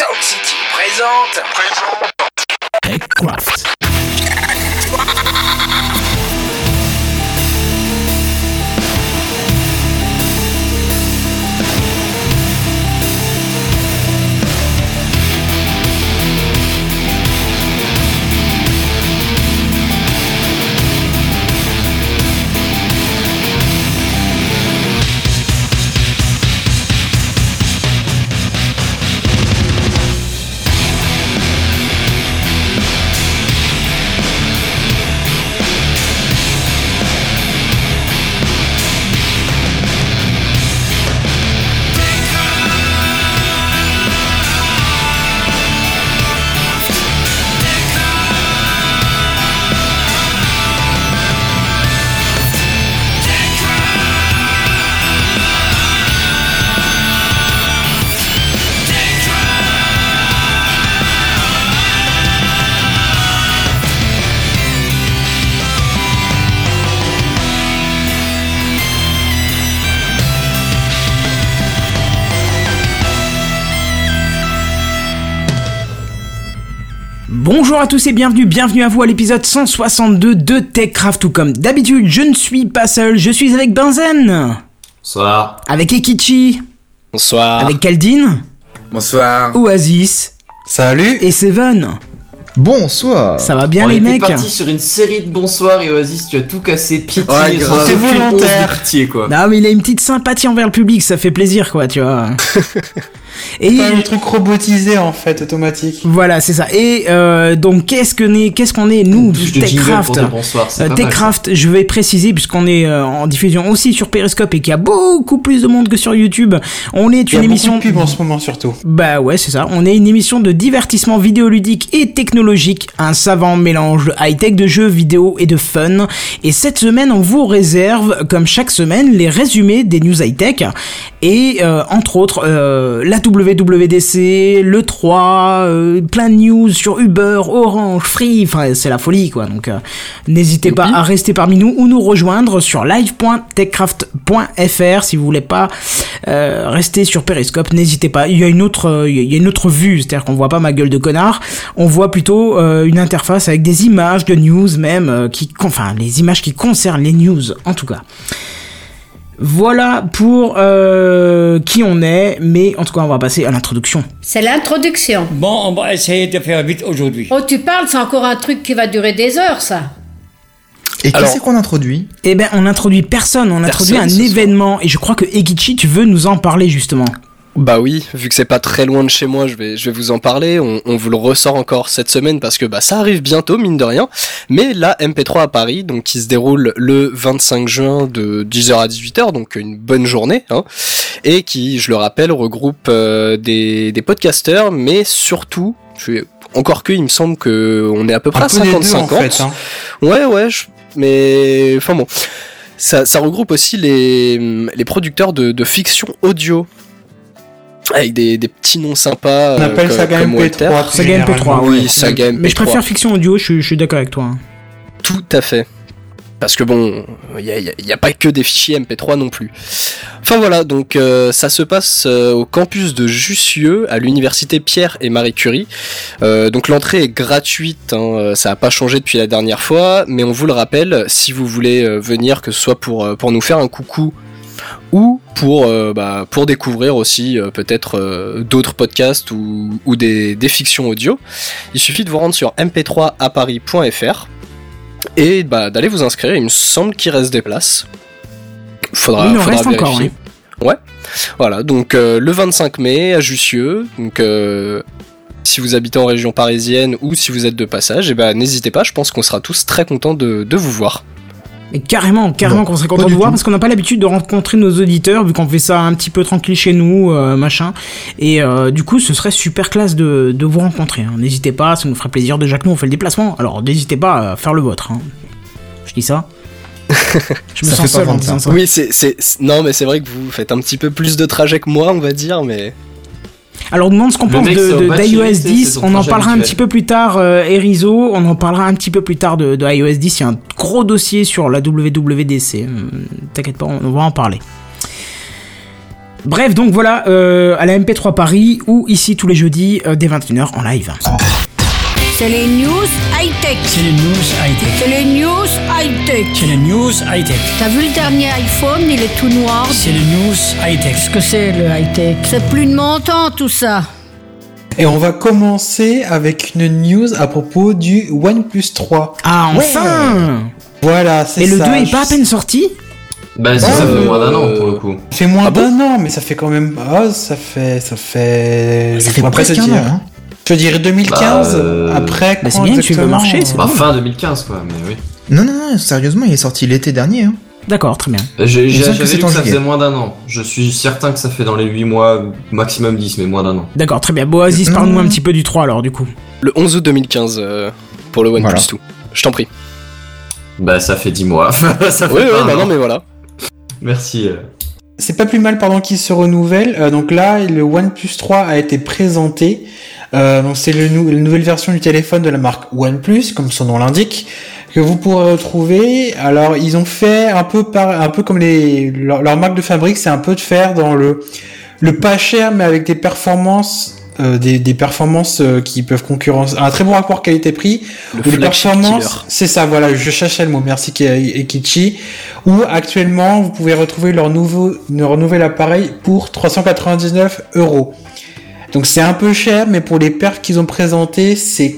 Sound City présente TechCraft. Bonjour à tous et bienvenue à vous à l'épisode 162 de TechCraft. Tout comme d'habitude, je ne suis pas seul, je suis avec Benzen. Bonsoir. Avec Ekichi. Bonsoir. Avec Kaldin. Bonsoir. Oasis. Salut. Et Seven. Bonsoir. Ça va bien On les était mecs? parti sur une série de bonsoirs et Oasis, tu as tout cassé, pitié. Ouais, grave. C'est volontaire. Pitié quoi. Non mais il a une petite sympathie envers le public, ça fait plaisir quoi, tu vois. Et pas le truc robotisé en fait, automatique. voilà, c'est ça. Et donc qu'est-ce qu'on est nous, TechCraft. TechCraft, je vais préciser puisqu'on est en diffusion aussi sur Periscope et qu'il y a beaucoup plus de monde que sur YouTube. On est une émission beaucoup de pub en ce moment surtout. Bah ouais, c'est ça. On est une émission de divertissement vidéoludique et technologique, un savant mélange high-tech de jeux vidéo et de fun. Et cette semaine, on vous réserve, comme chaque semaine, les résumés des news high-tech et entre autres la WWDC, le 3, plein de news sur Uber, Orange, Free, enfin c'est la folie quoi. Donc n'hésitez pas à rester parmi nous ou nous rejoindre sur live.techcraft.fr si vous voulez pas rester sur Periscope, n'hésitez pas. Il y a une autre vue, c'est-à-dire qu'on voit pas ma gueule de connard, on voit plutôt une interface avec des images de news même les images qui concernent les news en tout cas. Voilà pour qui on est, mais en tout cas on va passer à l'introduction. C'est l'introduction. Bon, on va essayer de faire vite aujourd'hui. Oh, tu parles, c'est encore un truc qui va durer des heures, ça. Et qui c'est qu'on introduit? Eh ben, on introduit personne, on introduit un événement, et je crois que Egichi, tu veux nous en parler justement. Bah oui, vu que c'est pas très loin de chez moi, je vais vous en parler. On vous le ressort encore cette semaine parce que ça arrive bientôt, mine de rien. Mais la MP3 à Paris, donc qui se déroule le 25 juin de 10h à 18h, donc une bonne journée, hein, et qui, je le rappelle, regroupe des podcasteurs, mais surtout, encore que, il me semble que on est à peu près à 50-50. En fait, hein. Ouais, mais enfin bon, ça regroupe aussi les producteurs de fiction audio. Avec des petits noms sympas. On appelle Saga MP3. Saga MP3, oui, Saga MP3. Mais je préfère fiction audio, je suis d'accord avec toi. Hein. Tout à fait. Parce que bon, il y a pas que des fichiers MP3 non plus. Enfin voilà, donc ça se passe au campus de Jussieu, à l'université Pierre et Marie Curie. Donc l'entrée est gratuite, hein, ça a pas changé depuis la dernière fois, mais on vous le rappelle, si vous voulez venir, que ce soit pour nous faire un coucou, ou pour découvrir aussi peut-être d'autres podcasts ou des fictions audio, il suffit de vous rendre sur mp3aparis.fr et d'aller vous inscrire. Il me semble qu'il reste des places. Faudra vérifier. Encore, oui. Ouais. Voilà, donc le 25 mai à Jussieu, donc si vous habitez en région parisienne ou si vous êtes de passage, n'hésitez pas, je pense qu'on sera tous très contents de vous voir. Et carrément qu'on serait content de voir parce qu'on n'a pas l'habitude de rencontrer nos auditeurs vu qu'on fait ça un petit peu tranquille chez nous, machin. Et du coup, ce serait super classe de vous rencontrer. Hein. N'hésitez pas, ça nous ferait plaisir. Déjà que nous on fait le déplacement, alors n'hésitez pas à faire le vôtre. Hein. Je dis ça. Je me sens seul en disant ça. Oui, non, mais c'est vrai que vous faites un petit peu plus de trajet que moi, on va dire, mais. Alors on demande ce qu'on pense d'iOS 10, on en parlera un petit peu plus tard, Erizo, on en parlera un petit peu plus tard de iOS 10, il y a un gros dossier sur la WWDC, t'inquiète pas, on va en parler. Bref, donc voilà, à la MP3 Paris ou ici tous les jeudis dès 21h en live. C'est les news high-tech. C'est les news high-tech. C'est les news high-tech. C'est les news high-tech. T'as vu le dernier iPhone, il est tout noir. C'est les news high-tech. Qu'est-ce que c'est le high-tech? C'est plus de mon temps tout ça. Et on va commencer avec une news à propos du OnePlus 3. Ah, enfin Voilà, c'est ça. Et le 2 est pas à peine sorti? Bah ça fait moins d'un an pour le coup. Ça fait moins d'un an, mais ça fait quand même... Ah, ça fait presque un an, hein. Je dirais 2015, après c'est bien, tu veux marcher, c'est Bah fin 2015 quoi, mais oui. Non, sérieusement, il est sorti l'été dernier. Hein. D'accord, très bien. J'avais Il me semble vu que c'est que en ça juillet. faisait moins d'un an. Je suis certain que ça fait dans les 8 mois, maximum 10, mais moins d'un an. D'accord, très bien. Bon, Aziz, parle-nous un petit peu du 3 alors, du coup. Le 11 août 2015 pour le OnePlus Voilà. 2. Je t'en prie. Bah ça fait 10 mois. Ça fait Oui, pas un bah an. non, mais voilà. Merci. C'est pas plus mal, qu'il se renouvelle. Donc là, le OnePlus 3 a été présenté. Donc c'est la nouvelle version du téléphone de la marque OnePlus, comme son nom l'indique, que vous pourrez retrouver. Alors ils ont fait un peu comme leur marque de fabrique, c'est un peu de faire dans le pas cher, mais avec des performances. Des performances qui peuvent concurrencer un très bon rapport qualité-prix, Le ou des flagship performances, killer. c'est ça, voilà, je cherchais le mot, merci Ekichi, où actuellement vous pouvez retrouver leur nouvel appareil pour 399 €. Donc c'est un peu cher, mais pour les perfs qu'ils ont présentés,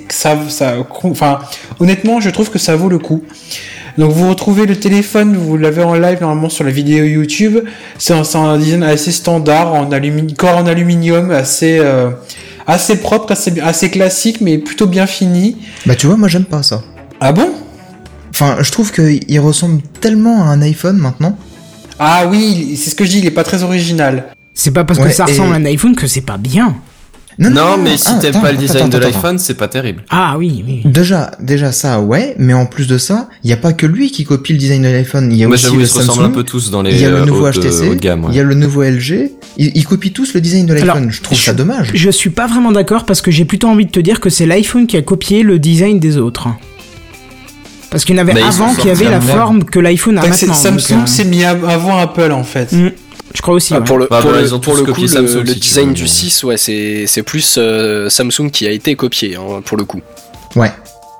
honnêtement, je trouve que ça vaut le coup. Donc vous retrouvez le téléphone, vous l'avez en live normalement sur la vidéo YouTube. C'est un design assez standard, corps en aluminium, assez propre, assez classique, mais plutôt bien fini. Bah tu vois, moi j'aime pas ça. Ah bon? Enfin, je trouve qu'il ressemble tellement à un iPhone maintenant. Ah oui, c'est ce que je dis, il est pas très original. C'est pas parce que Ouais, ça ressemble à un iPhone que c'est pas bien. Non, mais si t'aimes attends, pas le design de attends. l'iPhone, c'est pas terrible. Ah oui. Déjà ça, ouais, mais en plus de ça, il y a pas que lui qui copie le design de l'iPhone. Il y a Moi aussi j'avoue, le ils se ressemblent Samsung, un peu tous dans les il y a le nouveau haut HTC, de gamme. il y a le nouveau LG. Ils copient tous le design de l'iPhone. Alors, Je trouve ça dommage. Je suis pas vraiment d'accord parce que j'ai plutôt envie de te dire que c'est l'iPhone qui a copié le design des autres. Parce qu'il y en avait Bah, ils avant sont qui avait sortis la avant. forme que l'iPhone a Donc, maintenant. Samsung donc, s'est mis avant Apple en fait. je crois aussi. Ouais. Pour le ils ont tous coup, copié Samsung, le si tu design veux, du mais- 6, ouais, c'est plus Samsung qui a été copié, hein, pour le coup. Ouais.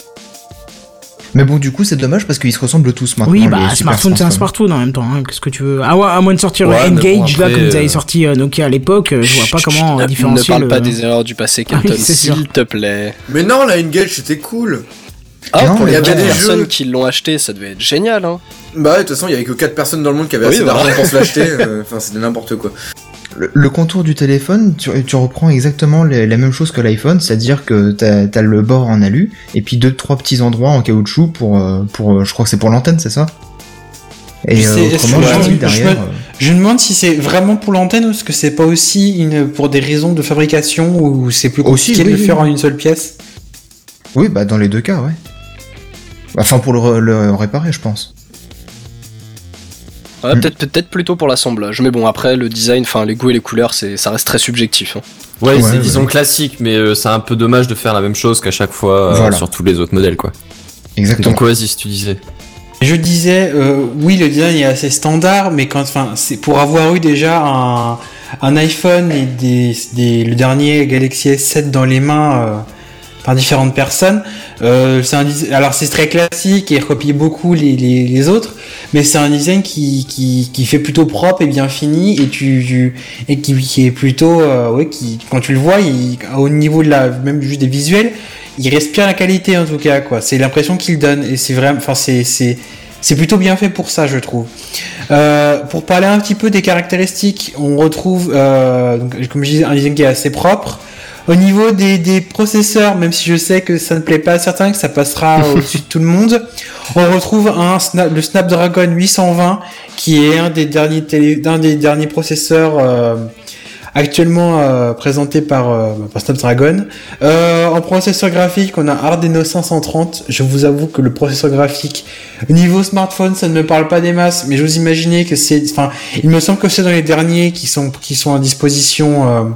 Mais bon, du coup, c'est dommage parce qu'ils se ressemblent tous maintenant. Oui, les bah, super smartphone, c'est un smartphone en même temps. Hein. Qu'est-ce que tu veux? À moins de sortir Ouais, mais Engage, bon, là, après, comme vous avez sorti Nokia à l'époque, je vois pas comment Ne différencier parle le... pas des erreurs du passé, Ah oui, Kenton, c'est sûr. s'il te plaît. Mais non, la Engage c'était cool. Ah, Non, pour mais les il y avait des personnes jeux. qui l'ont acheté, ça devait être génial, hein. Bah ouais, de toute façon, il y avait que 4 personnes dans le monde qui avaient Oui, assez voilà. d'argent pour se l'acheter. Enfin, c'était n'importe quoi. Le contour du téléphone, tu reprends exactement la même chose que l'iPhone, c'est-à-dire que t'as le bord en alu, et puis 2-3 petits endroits en caoutchouc pour je crois que c'est pour l'antenne, c'est ça? Et autrement, Je me demande si c'est vraiment pour l'antenne ou est-ce que c'est pas aussi pour des raisons de fabrication ou c'est plus compliqué Aussi, de le oui, faire oui. en une seule pièce. Oui, bah dans les deux cas, ouais. Enfin, pour le réparer, je pense. Ouais, peut-être plutôt pour l'assemblage, mais bon, après, le design, enfin, les goûts et les couleurs, ça reste très subjectif, hein. Ouais, Ouais, c'est ouais. disons classique, mais c'est un peu dommage de faire la même chose qu'à chaque fois Voilà. sur tous les autres modèles, quoi. Exactement. Donc Oasis, tu disais. Je disais, oui, le design est assez standard, mais c'est pour avoir eu déjà un iPhone et le dernier Galaxy S7 dans les mains par différentes personnes, alors c'est très classique et recopie beaucoup les autres, mais c'est un design qui fait plutôt propre et bien fini et qui est plutôt, quand tu le vois, au niveau même juste des visuels, il respire la qualité en tout cas, quoi. C'est l'impression qu'il donne et c'est vraiment, enfin c'est plutôt bien fait pour ça, je trouve. Pour parler un petit peu des caractéristiques, on retrouve, donc, comme je disais, un design qui est assez propre. Au niveau des processeurs, même si je sais que ça ne plaît pas à certains, que ça passera au-dessus de tout le monde, on retrouve le Snapdragon 820, qui est un des derniers processeurs actuellement présenté par Snapdragon. En processeur graphique, on a Adreno 530. Je vous avoue que le processeur graphique, au niveau smartphone, ça ne me parle pas des masses, mais j'ose imaginer que il me semble que c'est dans les derniers qui sont à disposition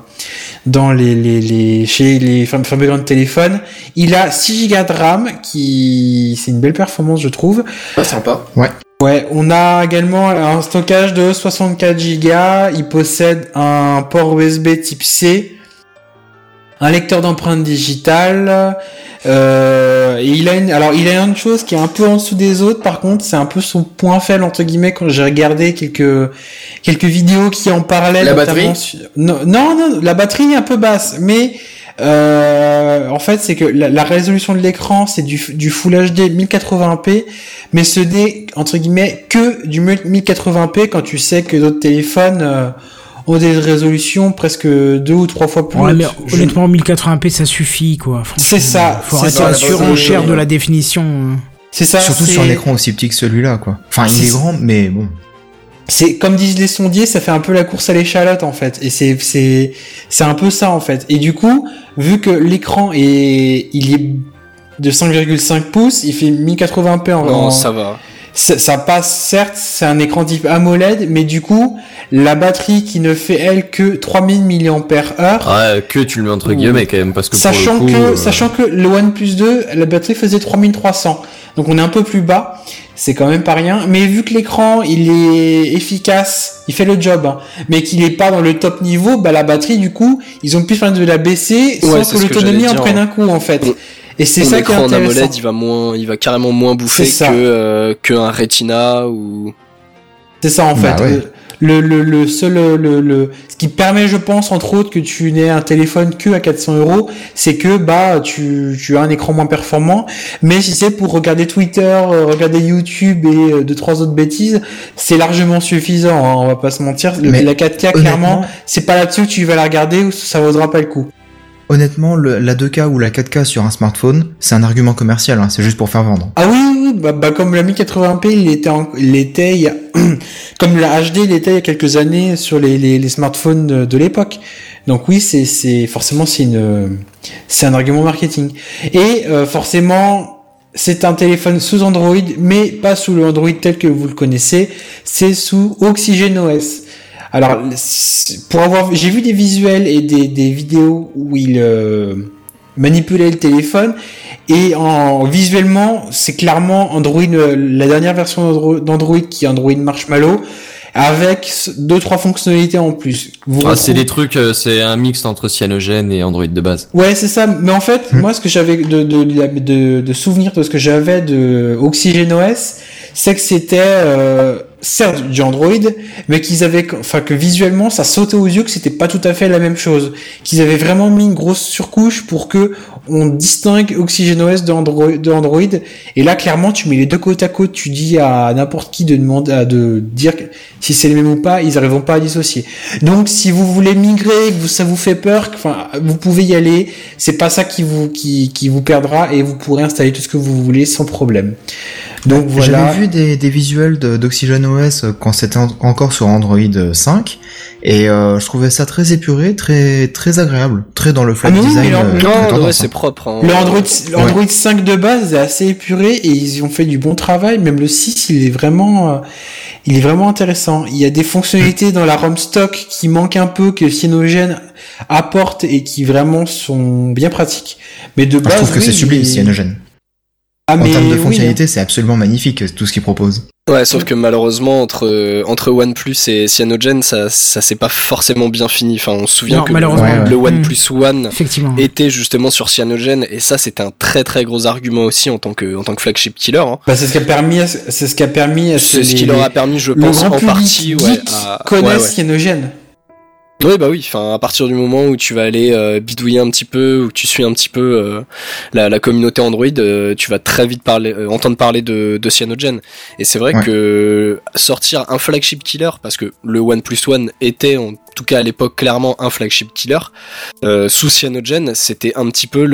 chez les fabricants de téléphones. Il a 6 Go de RAM, c'est une belle performance, je trouve. Ah, sympa. Ouais, on a également un stockage de 64 Go. Il possède un port USB type C, un lecteur d'empreintes digitales. Et il a une chose qui est un peu en dessous des autres. Par contre, c'est un peu son point faible entre guillemets quand j'ai regardé quelques vidéos qui en parlaient. La batterie Non, la batterie est un peu basse, mais en fait, c'est que la résolution de l'écran, c'est du Full HD 1080p, mais ce n'est entre guillemets que du 1080p quand tu sais que d'autres téléphones ont des résolutions presque 2 ou 3 fois plus. Ouais, mais honnêtement, 1080p, ça suffit, quoi. C'est ça. Faut arrêter la surenchère de la définition. C'est ça. Surtout sur un écran aussi petit que celui-là, quoi. Enfin, il est grand, mais bon. C'est comme disent les sondiers, ça fait un peu la course à l'échalote en fait, et c'est un peu ça en fait. Et du coup, vu que l'écran il est de 5,5 pouces, il fait 1080p Non, ça va. Ça passe, certes, c'est un écran type AMOLED, mais du coup, la batterie qui ne fait elle que 3000 mAh. Ouais, que tu le mets entre guillemets quand même, parce que sachant pour le coup, sachant que le OnePlus 2, la batterie faisait 3300. Donc on est un peu plus bas, c'est quand même pas rien. Mais vu que l'écran, il est efficace, il fait le job, hein, mais qu'il est pas dans le top niveau, bah la batterie, du coup, ils ont pu faire de la baisser sans que l'autonomie en prenne un coup, en fait. Et c'est ça qui est intéressant. En AMOLED, il va carrément moins bouffer que un Retina ou. C'est ça en fait. Ouais. Ce qui permet, je pense, entre autres, que tu n'aies un téléphone que à 400 €, c'est que tu as un écran moins performant. Mais si c'est pour regarder Twitter, regarder YouTube et 2-3 autres bêtises, c'est largement suffisant. Hein, on va pas se mentir. La 4K, clairement, c'est pas là-dessus que tu vas la regarder ou ça vaudra pas le coup. Honnêtement, la 2K ou la 4K sur un smartphone, c'est un argument commercial, hein, c'est juste pour faire vendre. Ah oui, comme la 1080p, il était il y a, comme la HD, il était il y a quelques années sur les smartphones de l'époque. Donc oui, c'est forcément c'est un argument marketing. Et forcément, c'est un téléphone sous Android, mais pas sous le Android tel que vous le connaissez, c'est sous OxygenOS. Alors, j'ai vu des visuels et des vidéos où il manipulait le téléphone et visuellement, c'est clairement Android, la dernière version d'Android qui est Android Marshmallow avec 2-3 fonctionnalités en plus. C'est des trucs, c'est un mix entre Cyanogen et Android de base. Ouais, c'est ça. Mais en fait, moi, ce que j'avais de souvenir de ce que j'avais de OxygenOS, c'est que c'était certes du Android, mais que visuellement ça sautait aux yeux que c'était pas tout à fait la même chose. Qu'ils avaient vraiment mis une grosse surcouche pour que on distingue OxygenOS de Android. Et là, clairement, tu mets les deux côte à côte, tu dis à n'importe qui de dire si c'est les mêmes ou pas, ils arriveront pas à dissocier. Donc, si vous voulez migrer, que ça vous fait peur, vous pouvez y aller. C'est pas ça qui vous perdra et vous pourrez installer tout ce que vous voulez sans problème. Donc voilà. J'avais vu des visuels d'OxygenOS quand c'était encore sur Android 5 et je trouvais ça très épuré, très très agréable, très dans le flat design. C'est propre. Hein. Le Android 5 de base est assez épuré et ils ont fait du bon travail. Même le 6, il est vraiment intéressant. Il y a des fonctionnalités dans la ROM stock qui manquent un peu, que Cyanogen apporte et qui vraiment sont bien pratiques. Mais de base, je trouve que c'est sublime, Cyanogen. En termes de fonctionnalité, c'est absolument magnifique tout ce qu'ils proposent. Ouais, sauf que malheureusement entre OnePlus et Cyanogen, ça s'est pas forcément bien fini. Enfin, on se souvient que le OnePlus One était justement sur Cyanogen et ça c'était un très très gros argument aussi en tant que flagship killer. Hein. C'est ce qui a permis à c'est ce qui leur a permis, je pense, en partie, à connaître Cyanogen. Oui, bah oui, enfin, à partir du moment où tu vas aller bidouiller un petit peu, où tu suis un petit peu la communauté Android, tu vas très vite entendre parler de Cyanogen. Et c'est vrai que sortir un flagship killer, parce que le OnePlus One était, en tout cas à l'époque, clairement un flagship killer, sous Cyanogen, c'était un petit peu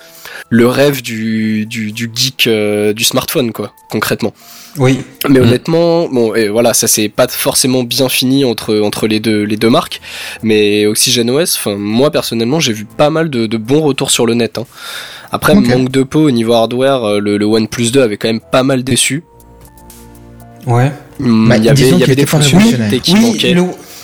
le rêve du geek du smartphone, quoi, concrètement. Oui. Mais honnêtement, bon, et voilà, ça c'est pas forcément bien fini entre les deux marques, mais OxygenOS, enfin moi personnellement, j'ai vu pas mal de bons retours sur le net. Hein. Après, manque de peau au niveau hardware, le OnePlus 2 avait quand même pas mal déçu. Ouais. Il y avait des fonctionnalités qui manquaient.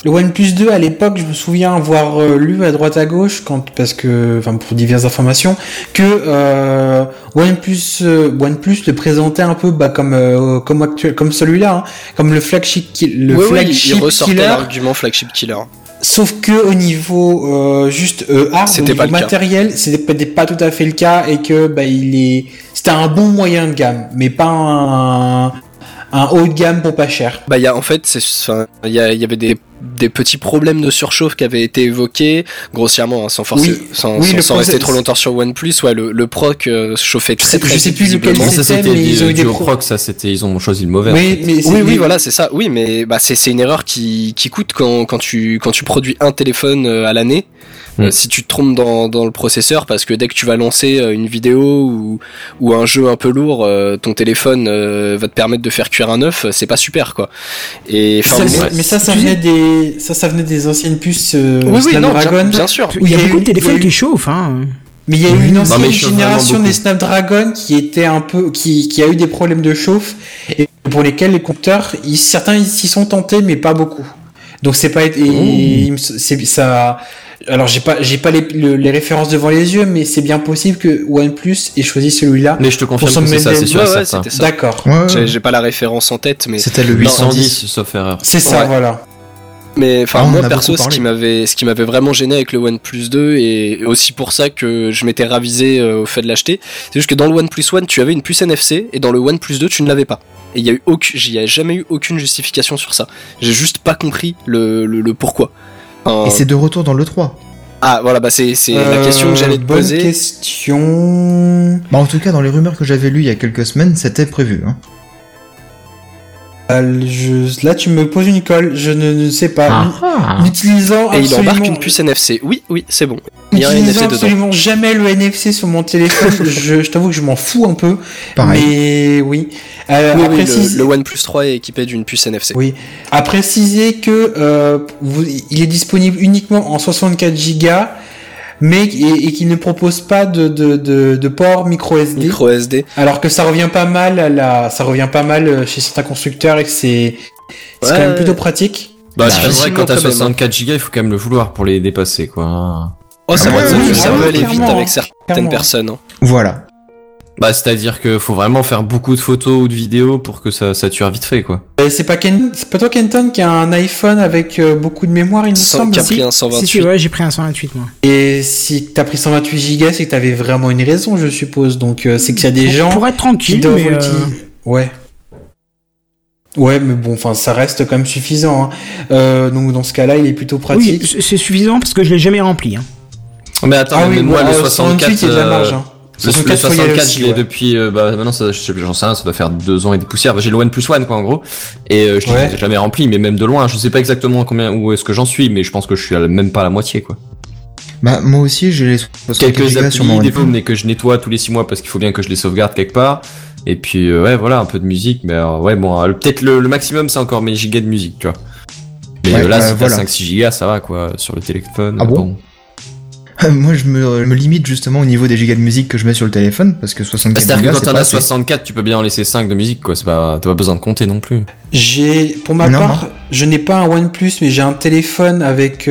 Le OnePlus 2 à l'époque, je me souviens avoir lu à droite à gauche parce que, enfin, pour diverses informations, que OnePlus le présentait un peu comme celui-là, hein, comme le flagship il ressortait killer. l'argument flagship killer. Sauf que au niveau juste hard, C'était au pas niveau le cas. matériel, c'était pas tout à fait le cas et que c'était un bon moyen de gamme, mais pas un haut de gamme pour pas cher. Bah il y avait des petits problèmes de surchauffe qui avaient été évoqués grossièrement, hein, sans rester trop longtemps sur OnePlus. Ouais, le proc chauffait très Je sais plus lequel visiblement. Ça c'était, c'était mais ils ont eu des du proc, ça c'était ils ont choisi le mauvais. en fait. Oui, voilà, c'est ça. Oui, mais c'est une erreur qui coûte quand tu produis un téléphone à l'année. Si tu te trompes dans le processeur, parce que dès que tu vas lancer une vidéo ou un jeu un peu lourd, ton téléphone va te permettre de faire cuire un œuf, c'est pas super quoi. Et ça venait des anciennes puces oui, Snapdragon. bien sûr. Il y a beaucoup de téléphones qui chauffent, hein. Mais il y a eu une ancienne mais il chauffe génération vraiment des Snapdragon qui était qui a eu des problèmes de chauffe et pour lesquels les compteurs, certains ils s'y sont tentés mais pas beaucoup. Donc c'est pas ça. Alors j'ai pas les références devant les yeux, mais c'est bien possible que OnePlus ait choisi celui-là. Mais je te confirme son que c'est ça, c'est sûr. Ouais, certain. c'était ça. D'accord. Ouais. J'ai pas la référence en tête, mais C'était le 810 sauf erreur. C'est ça, Ouais. voilà. Mais enfin Ah, on moi en a perso beaucoup ce qui m'avait vraiment gêné avec le OnePlus 2 et aussi pour ça que je m'étais ravisé au fait de l'acheter, c'est juste que dans le OnePlus One tu avais une puce NFC et dans le OnePlus 2 tu ne l'avais pas. Et j'y ai jamais eu aucune justification sur ça. J'ai juste pas compris le pourquoi. Et c'est de retour dans le 3. Ah voilà, bah c'est la question que j'allais te bonne poser. question. Bah, en tout cas, dans les rumeurs que j'avais lues il y a quelques semaines, c'était prévu. Hein. Là, tu me poses une colle. Je ne sais pas. N'utilisant Et il absolument, embarque une puce NFC. Oui, c'est bon. Il y a un n'utilisant NFC dedans. absolument jamais le NFC sur mon téléphone. je t'avoue que je m'en fous un peu. Pareil. Mais oui. Oui, le OnePlus 3 est équipé d'une puce NFC. Oui. À préciser que il est disponible uniquement en 64 Go, mais et qu'il ne propose pas de port micro SD. Micro SD. Alors que ça revient pas mal chez certains constructeurs et que c'est quand même plutôt pratique. Bah c'est vrai que facilement quand t'as quand même, 64 Go, il faut quand même le vouloir pour les dépasser quoi. Oh, ça Ah ouais, oui, peut aller vite clairement, avec certaines clairement. personnes. Hein. Voilà. Bah c'est-à-dire que faut vraiment faire beaucoup de photos ou de vidéos pour que ça tue vite fait quoi. C'est pas toi Kenton qui a un iPhone avec beaucoup de mémoire, il me semble. Qui a pris un Si, 128. ouais, j'ai pris un 128, moi. Et si t'as pris 128 Go, c'est que t'avais vraiment une raison, je suppose. Donc c'est qu'il y a des gens Pour être qui tranquille, doivent mais... Ouais. Ouais, mais bon, enfin, ça reste quand même suffisant. Hein. Donc dans ce cas-là, il est plutôt pratique. Oui, c'est suffisant parce que je l'ai jamais rempli. Hein. Mais attends, mais moi le 64 il y a de la marge. Hein. Le 64, je l'ai ouais. depuis, maintenant, j'en sais rien, ça doit faire 2 ans et des poussières. J'ai le OnePlus One, quoi, en gros. Et, je Ouais. l'ai jamais rempli, mais même de loin, je sais pas exactement où est-ce que j'en suis, mais je pense que je suis même pas à la moitié, quoi. Bah, moi aussi, j'ai les 60 Quelques gigas sur mon applis, des OnePlus. fois, mais que je nettoie tous les 6 mois parce qu'il faut bien que je les sauvegarde quelque part. Et puis, ouais, voilà, un peu de musique, mais ouais, bon, peut-être le maximum, c'est encore mes gigas de musique, tu vois. Mais Ouais, là, si t'as voilà. 5-6 gigas, ça va, quoi, sur le téléphone. Ah bon Moi, je me limite justement au niveau des gigas de musique que je mets sur le téléphone, parce que 64 C'est-à-dire gigas, que quand c'est t'en pas as assez. 64, tu peux bien en laisser 5 de musique, quoi. T'as pas besoin de compter non plus. Pour ma Non, part, je n'ai pas un OnePlus, mais j'ai un téléphone avec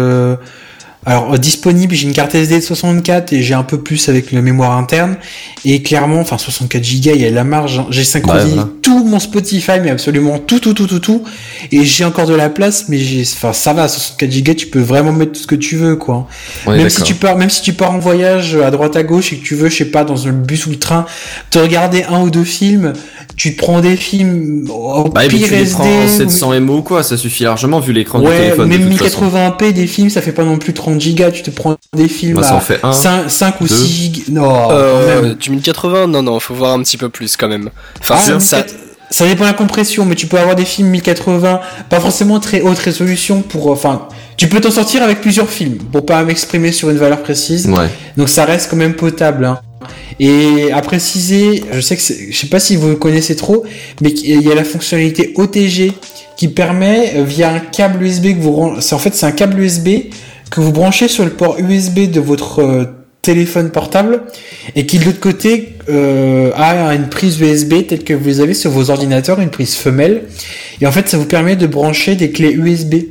alors disponible, j'ai une carte SD de 64 et j'ai un peu plus avec la mémoire interne. Et clairement, enfin 64 Go, il y a de la marge. Hein. J'ai synchronisé voilà. tout mon Spotify, mais absolument tout. Et j'ai encore de la place, mais ça va. 64 Go, tu peux vraiment mettre tout ce que tu veux, quoi. Ouais, Même si tu pars en voyage à droite à gauche et que tu veux, je sais pas, dans un bus ou le train, te regarder 1 ou 2 films, tu te prends des films au Bah, mais pire tu les SD. prends en 700 MO ou quoi, ça suffit largement vu l'écran du Ouais, téléphone. même de toute façon. 1080p des films, ça fait pas non plus 30 gigas, tu te prends des films Bah, ça en à fait 1, 5 ou 2. 6 gigas. Non, quand même. Du 1080, non, faut voir un petit peu plus quand même. Enfin, Ah, ça, ça dépend de la compression, mais tu peux avoir des films 1080, pas forcément très haute résolution pour, enfin, tu peux t'en sortir avec plusieurs films, pour pas m'exprimer sur une valeur précise. Ouais. Donc ça reste quand même potable, hein. Et à préciser, je sais que je sais pas si vous le connaissez trop, mais il y a la fonctionnalité OTG qui permet via un câble USB c'est un câble USB que vous branchez sur le port USB de votre téléphone portable et qui de l'autre côté a une prise USB telle que vous avez sur vos ordinateurs, une prise femelle. Et en fait, ça vous permet de brancher des clés USB.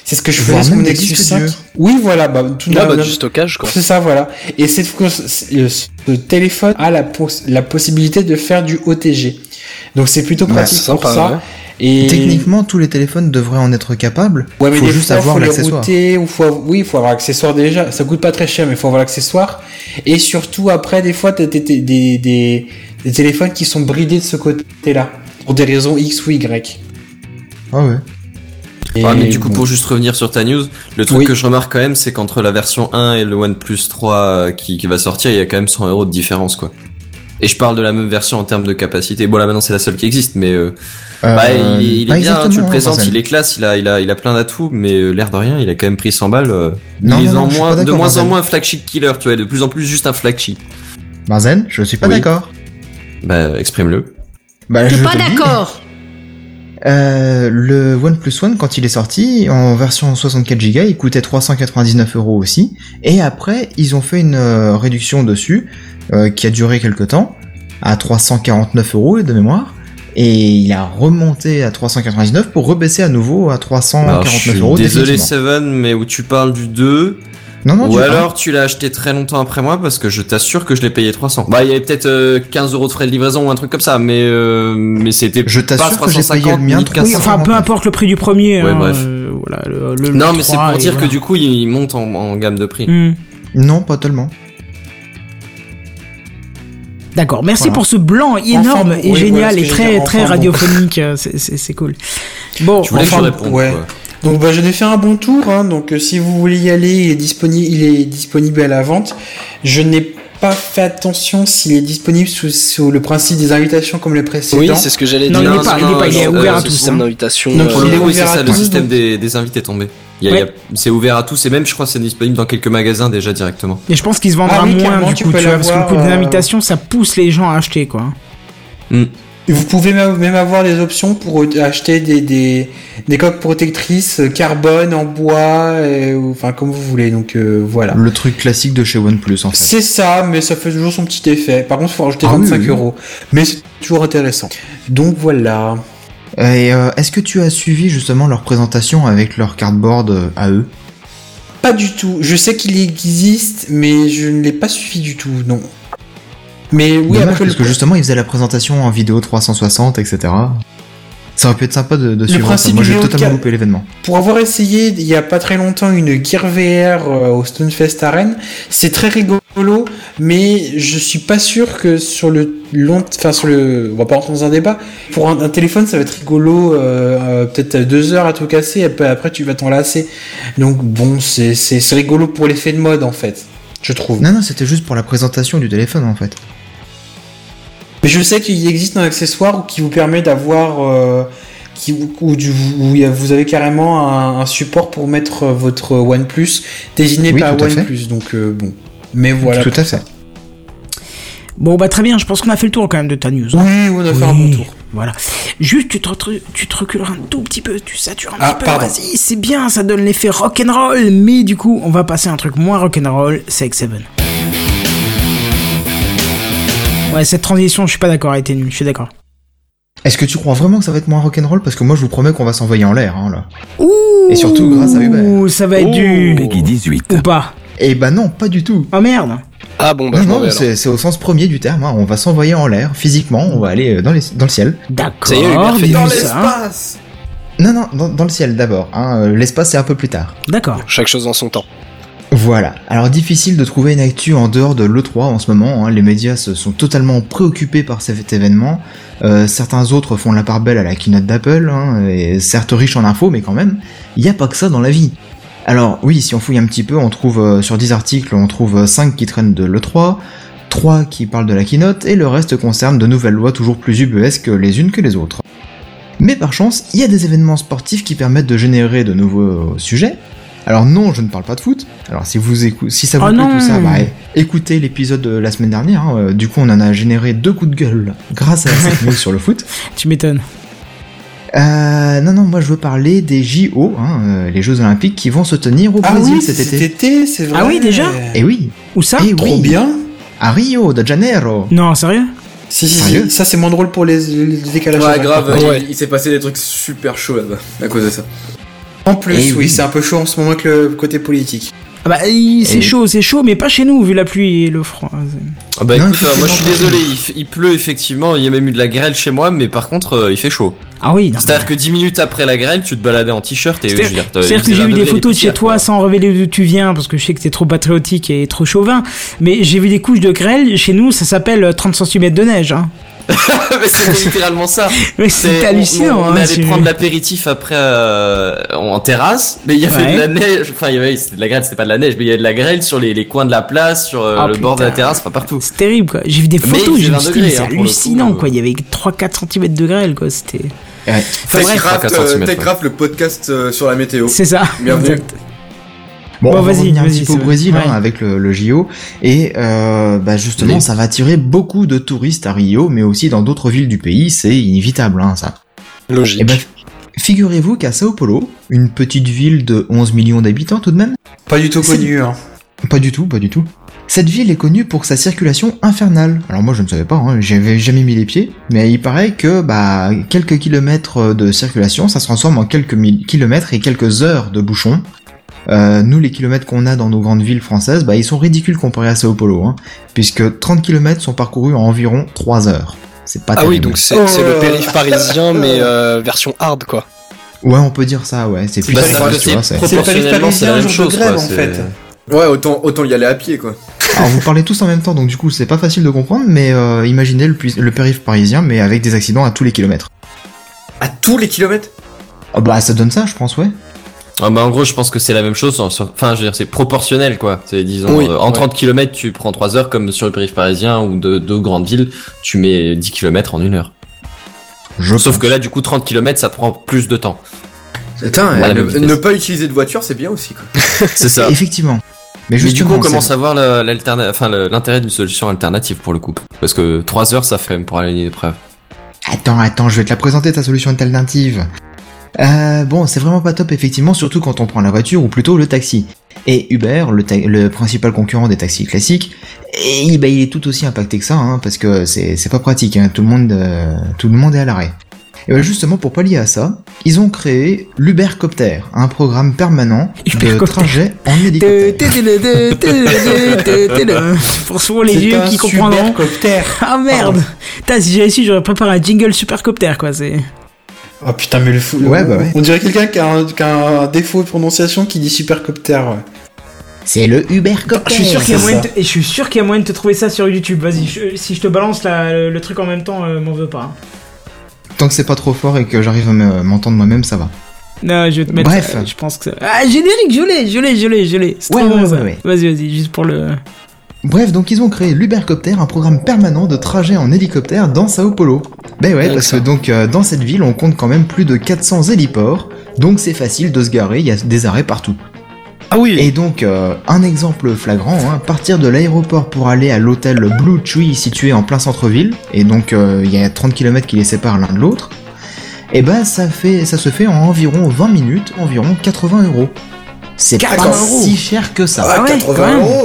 C'est ce que je Voire faisais sur mon même des Nexus disques 5. durs. Oui, voilà, Du stockage, quoi. c'est ça, voilà. Et ce téléphone a la possibilité de faire du OTG. Donc c'est plutôt pratique c'est pour sympa, ça. ouais. Et Techniquement, tous les téléphones devraient en être capables. ouais, mais faut des juste fois, avoir faut les l'accessoire. router, ou il faut avoir l'accessoire déjà. Ça coûte pas très cher, mais il faut avoir l'accessoire. Et surtout, après, des fois, t'as des téléphones qui sont bridés de ce côté-là. Pour des raisons X ou Y. Ah ouais. Et Ouais, mais du coup, bon. pour juste revenir sur ta news, le truc Oui. que je remarque quand même, c'est qu'entre la version 1 et le OnePlus 3 qui va sortir, il y a quand même 100 € de différence, quoi. Et je parle de la même version en termes de capacité. Bon, là maintenant c'est la seule qui existe, mais il est pas bien. Tu le exactement, présentes, Marcel. il est classe, il a plein d'atouts, mais l'air de rien, il a quand même pris 100 balles. Non, il est non, je suis pas de d'accord, moins en Marcel. moins un flagship killer, tu vois, de plus en plus juste un flagship. Marzen, je suis pas Oui. d'accord. Bah, exprime-le. Bah, T'es je pas te le dis. d'accord. Le OnePlus One, quand il est sorti, en version 64 Go, il coûtait 399 € aussi. Et après, ils ont fait une réduction dessus, qui a duré quelques temps, à 349 € de mémoire. Et il a remonté à 399 pour rebaisser à nouveau à 349 Alors, je suis €. désolé définitivement. Seven, mais où tu parles du 2, Non, ou tu alors tu l'as acheté très longtemps après moi, parce que je t'assure que je l'ai payé 300. Bah, il y avait peut-être 15 € de frais de livraison ou un truc comme ça, mais c'était Je pas t'assure que j'ai 350 payé le mien ni 300. 400. Oui, enfin, peu importe le prix du premier. Ouais, hein, bref. Voilà, Non, mais c'est 3, pour et dire voilà. que du coup, il monte en gamme de prix. Non, pas tellement. D'accord, merci Voilà. pour ce blanc énorme Enfin, et oui, génial voilà ce et que très j'ai dit. très Enfin, bon. radiophonique, c'est cool. Bon, Je voulais que je Enfin, réponde, ouais. quoi. Donc bah, je vais faire un bon tour, hein. Donc si vous voulez y aller, il est disponible à la vente. Je n'ai pas fait attention s'il est disponible sous le principe des invitations comme le précédent. Oui, c'est ce que j'allais Non, dire. il est ouvert à c'est tous, son hein. invitation. Donc, Pour il le est coup, ouvert c'est à ça, le tous, système donc- des invités est tombé. C'est ouvert à tous et même, je crois, que c'est disponible dans quelques magasins déjà directement. et je pense qu'il se vendra Ah oui, moins carrément, du tu coup, peux tu vois, parce que le l'avoir, coup des invitations, ça pousse les gens à acheter, quoi. Et vous pouvez même avoir des options pour acheter des coques protectrices carbone en bois, enfin comme vous voulez. Donc voilà. Le truc classique de chez OnePlus, en fait. C'est ça, mais ça fait toujours son petit effet. Par contre, il faut rajouter Ah oui, 25 oui. €. Mais c'est toujours intéressant. Donc voilà. Et est-ce que tu as suivi justement leur présentation avec leur cardboard à eux? Pas du tout. Je sais qu'il existe, mais je ne l'ai pas suivi du tout, non. Mais oui, Dommage, après parce que justement, ils faisaient la présentation en vidéo 360, etc. Ça aurait pu être sympa de suivre ça. principe Moi, du j'ai vidéo totalement ca- loupé l'événement. pour avoir essayé il y a pas très longtemps une Gear VR au Stonefest à Rennes, c'est très rigolo, mais je suis pas sûr que sur le long, enfin on va pas rentrer dans un débat. Pour un téléphone, ça va être rigolo, peut-être 2 heures à tout casser, et après tu vas t'en lasser. Donc bon, c'est rigolo pour l'effet de mode en fait, je trouve. Non, c'était juste pour la présentation du téléphone, en fait. Mais je sais qu'il existe un accessoire qui vous permet d'avoir vous avez carrément un support pour mettre votre OnePlus désigné Oui, par tout à fait. OnePlus. Donc bon. Mais voilà. Tout à fait. Bon, bah très bien, je pense qu'on a fait le tour quand même de ta news. Oui, on a fait un bon tour. Voilà. Juste, tu te reculeras un tout petit peu, tu satures un Ah, petit peu. pardon. Vas-y, c'est bien, ça donne l'effet rock'n'roll. Mais du coup, on va passer à un truc moins rock'n'roll, c'est X7. Ouais, cette transition, je suis pas d'accord, elle était nulle, je suis d'accord. Est-ce que tu crois vraiment que ça va être moins rock'n'roll? Parce que moi, je vous promets qu'on va s'envoyer en l'air, hein, là. Ouh, Et surtout grâce à Uber. Ça va être du... Peggy 18. Ou pas. Eh ben non, pas du tout. Oh merde. Ah bon, bah Non, je m'en non, vais alors. c'est au sens premier du terme, hein. On va s'envoyer en l'air, physiquement, on va aller dans le ciel. D'accord, Ça y est, Hubert fait dis-nous dans ça. Non, dans le ciel d'abord, hein. L'espace, c'est un peu plus tard. D'accord. Chaque chose en son temps. Voilà. Alors difficile de trouver une actu en dehors de l'E3 en ce moment, hein. Les médias se sont totalement préoccupés par cet événement. Certains autres font la part belle à la keynote d'Apple, hein, et certes riche en infos, mais quand même, il n'y a pas que ça dans la vie. Alors oui, si on fouille un petit peu, on trouve sur 10 articles, on trouve 5 qui traînent de l'E3, 3 qui parlent de la keynote, et le reste concerne de nouvelles lois toujours plus ubuesques les unes que les autres. Mais par chance, il y a des événements sportifs qui permettent de générer de nouveaux sujets. Alors non, je ne parle pas de foot. Alors si ça vous Oh plaît non. tout ça, bah, écoutez l'épisode de la semaine dernière. Hein. Du coup, on en a généré 2 coups de gueule grâce à cette news sur le foot. Tu m'étonnes. Non, moi je veux parler des JO, hein, les Jeux Olympiques qui vont se tenir au Brésil cet été. c'est vrai. Ah oui, déjà Et oui, Où ça et Trop oui, bien. à Rio de Janeiro. Non, sérieux? Si, Sérieux ça c'est moins drôle pour les décalages. Ouais, horaires. grave, Ouais. il s'est passé des trucs super chauds là-bas, à cause de ça. En plus, Eh oui, oui. c'est un peu chaud en ce moment avec le côté politique. Ah bah, c'est chaud, mais pas chez nous, vu la pluie et le froid. Ah bah Non, écoute, moi je suis effectivement, désolé, il pleut effectivement, il y a même eu de la grêle chez moi, mais par contre il fait chaud. Ah oui, non. C'est-à-dire que 10 minutes après la grêle, tu te baladais en t-shirt et je veux dire, C'est-à-dire que j'ai vu des photos de chez toi sans révéler d'où tu viens, parce que je sais que t'es trop patriotique et trop chauvin, mais j'ai vu des couches de grêle, chez nous ça s'appelle 30 cm de neige. Hein. Mais c'était littéralement ça. Mais c'est hallucinant. On hein, allait prendre l'apéritif après en terrasse, mais il y avait de la neige, enfin c'était de la grêle, c'était pas de la neige, mais il y avait de la grêle sur les coins de la place, sur le bord de la terrasse, pas partout. C'est terrible quoi, j'ai vu des Mais photos, il j'ai fait dit 20 degrés, c'est hein, pour le hallucinant coup, quoi, il y avait 3-4 cm de grêle quoi, c'était... Ouais. Enfin, bref, 4 centimètres, Techcraft, le podcast sur la météo. c'est ça. Bienvenue. Exact. Bon, Bon, on va vas-y, revenir un vas-y, petit peu au c'est Brésil vrai. hein, avec le JO et justement ça va attirer beaucoup de touristes à Rio, mais aussi dans d'autres villes du pays, c'est inévitable hein, ça. Logique. Et ben, figurez-vous qu'à Sao Paulo, une petite ville de 11 millions d'habitants tout de même, Pas du tout connu, hein. pas du tout. Cette ville est connue pour sa circulation infernale. Alors moi je ne savais pas, hein, j'avais jamais mis les pieds, mais il paraît que quelques kilomètres de circulation, ça se transforme en quelques kilomètres et quelques heures de bouchons. Nous, les kilomètres qu'on a dans nos grandes villes françaises, ils sont ridicules comparés à Sao Paulo, hein, puisque 30 kilomètres sont parcourus en environ 3 heures. C'est pas Ah terrible. oui, donc c'est le périph' parisien, mais version hard, quoi. Ouais, on peut dire ça, ouais. C'est plus Bah, facile, tu vois. C'est le périph' proportionnellement, c'est la parisien, même jour de chose, grève, quoi, en c'est- fait. Ouais, autant y aller à pied, quoi. Alors vous parlez tous en même temps, donc du coup c'est pas facile de comprendre, mais imaginez le périph' parisien, mais avec des accidents à tous les kilomètres. À tous les kilomètres? Ça donne ça, je pense, ouais. Ah bah en gros je pense que c'est la même chose, enfin je veux dire c'est proportionnel quoi, c'est disons Oui, en ouais. 30 km tu prends 3 heures comme sur le périph' parisien ou de deux grandes villes, tu mets 10 km en 1 heure. Sauf que là du coup 30 km ça te prend plus de temps. Putain, Ouais, la même vitesse. ne pas utiliser de voiture, c'est bien aussi, quoi. C'est ça. Effectivement. Mais Mais du coup justement, on commence à voir l'intérêt d'une solution alternative pour le coup. Parce que 3 heures ça ferait pour aller à une épreuve. Attends, je vais te la présenter ta solution alternative. Bon, c'est vraiment pas top effectivement, surtout quand on prend la voiture ou plutôt le taxi. Et Uber, le principal concurrent des taxis classiques, il est tout aussi impacté que ça, hein, parce que c'est pas pratique, hein, tout le monde est à l'arrêt. Et ben justement, pour pallier à ça, ils ont créé l'Ubercopter, un programme permanent de Ubercopter. trajet en hélicoptère. Pour souvent les C'est vieux un qui comprendront. supercoptère. Ah merde. Putain, si j'avais su, j'aurais préparé un jingle supercopter quoi, c'est... Oh putain, mais le fou. Ouais, bah ouais. On dirait quelqu'un qui a un défaut de prononciation qui dit supercopter. Ouais. C'est le Ubercopter. Je suis sûr qu'il y a c'est moyen ça. et je suis sûr qu'il y a moyen de te trouver ça sur YouTube. Vas-y, si je te balance le truc en même temps, m'en veux pas. Hein. Tant que c'est pas trop fort et que j'arrive à m'entendre moi-même, ça va. Non, je vais te mettre. Bref. Je pense que ça... Ah, générique, je l'ai. C'est Ouais, trop bon ouais, ça. ouais. Vas-y, juste pour le. Bref, donc ils ont créé l'Ubercopter, un programme permanent de trajet en hélicoptère dans Sao Paulo. Ben ouais, parce que donc dans cette ville, on compte quand même plus de 400 héliports, donc c'est facile de se garer, il y a des arrêts partout. Ah oui. Et donc, un exemple flagrant, hein, partir de l'aéroport pour aller à l'hôtel Blue Tree situé en plein centre-ville, et donc il y a 30 km qui les séparent l'un de l'autre, et ben ça se fait en environ 20 minutes, environ 80 €. C'est pas 80 €. si cher que ça. Ah ouais, 80 quand même. euros.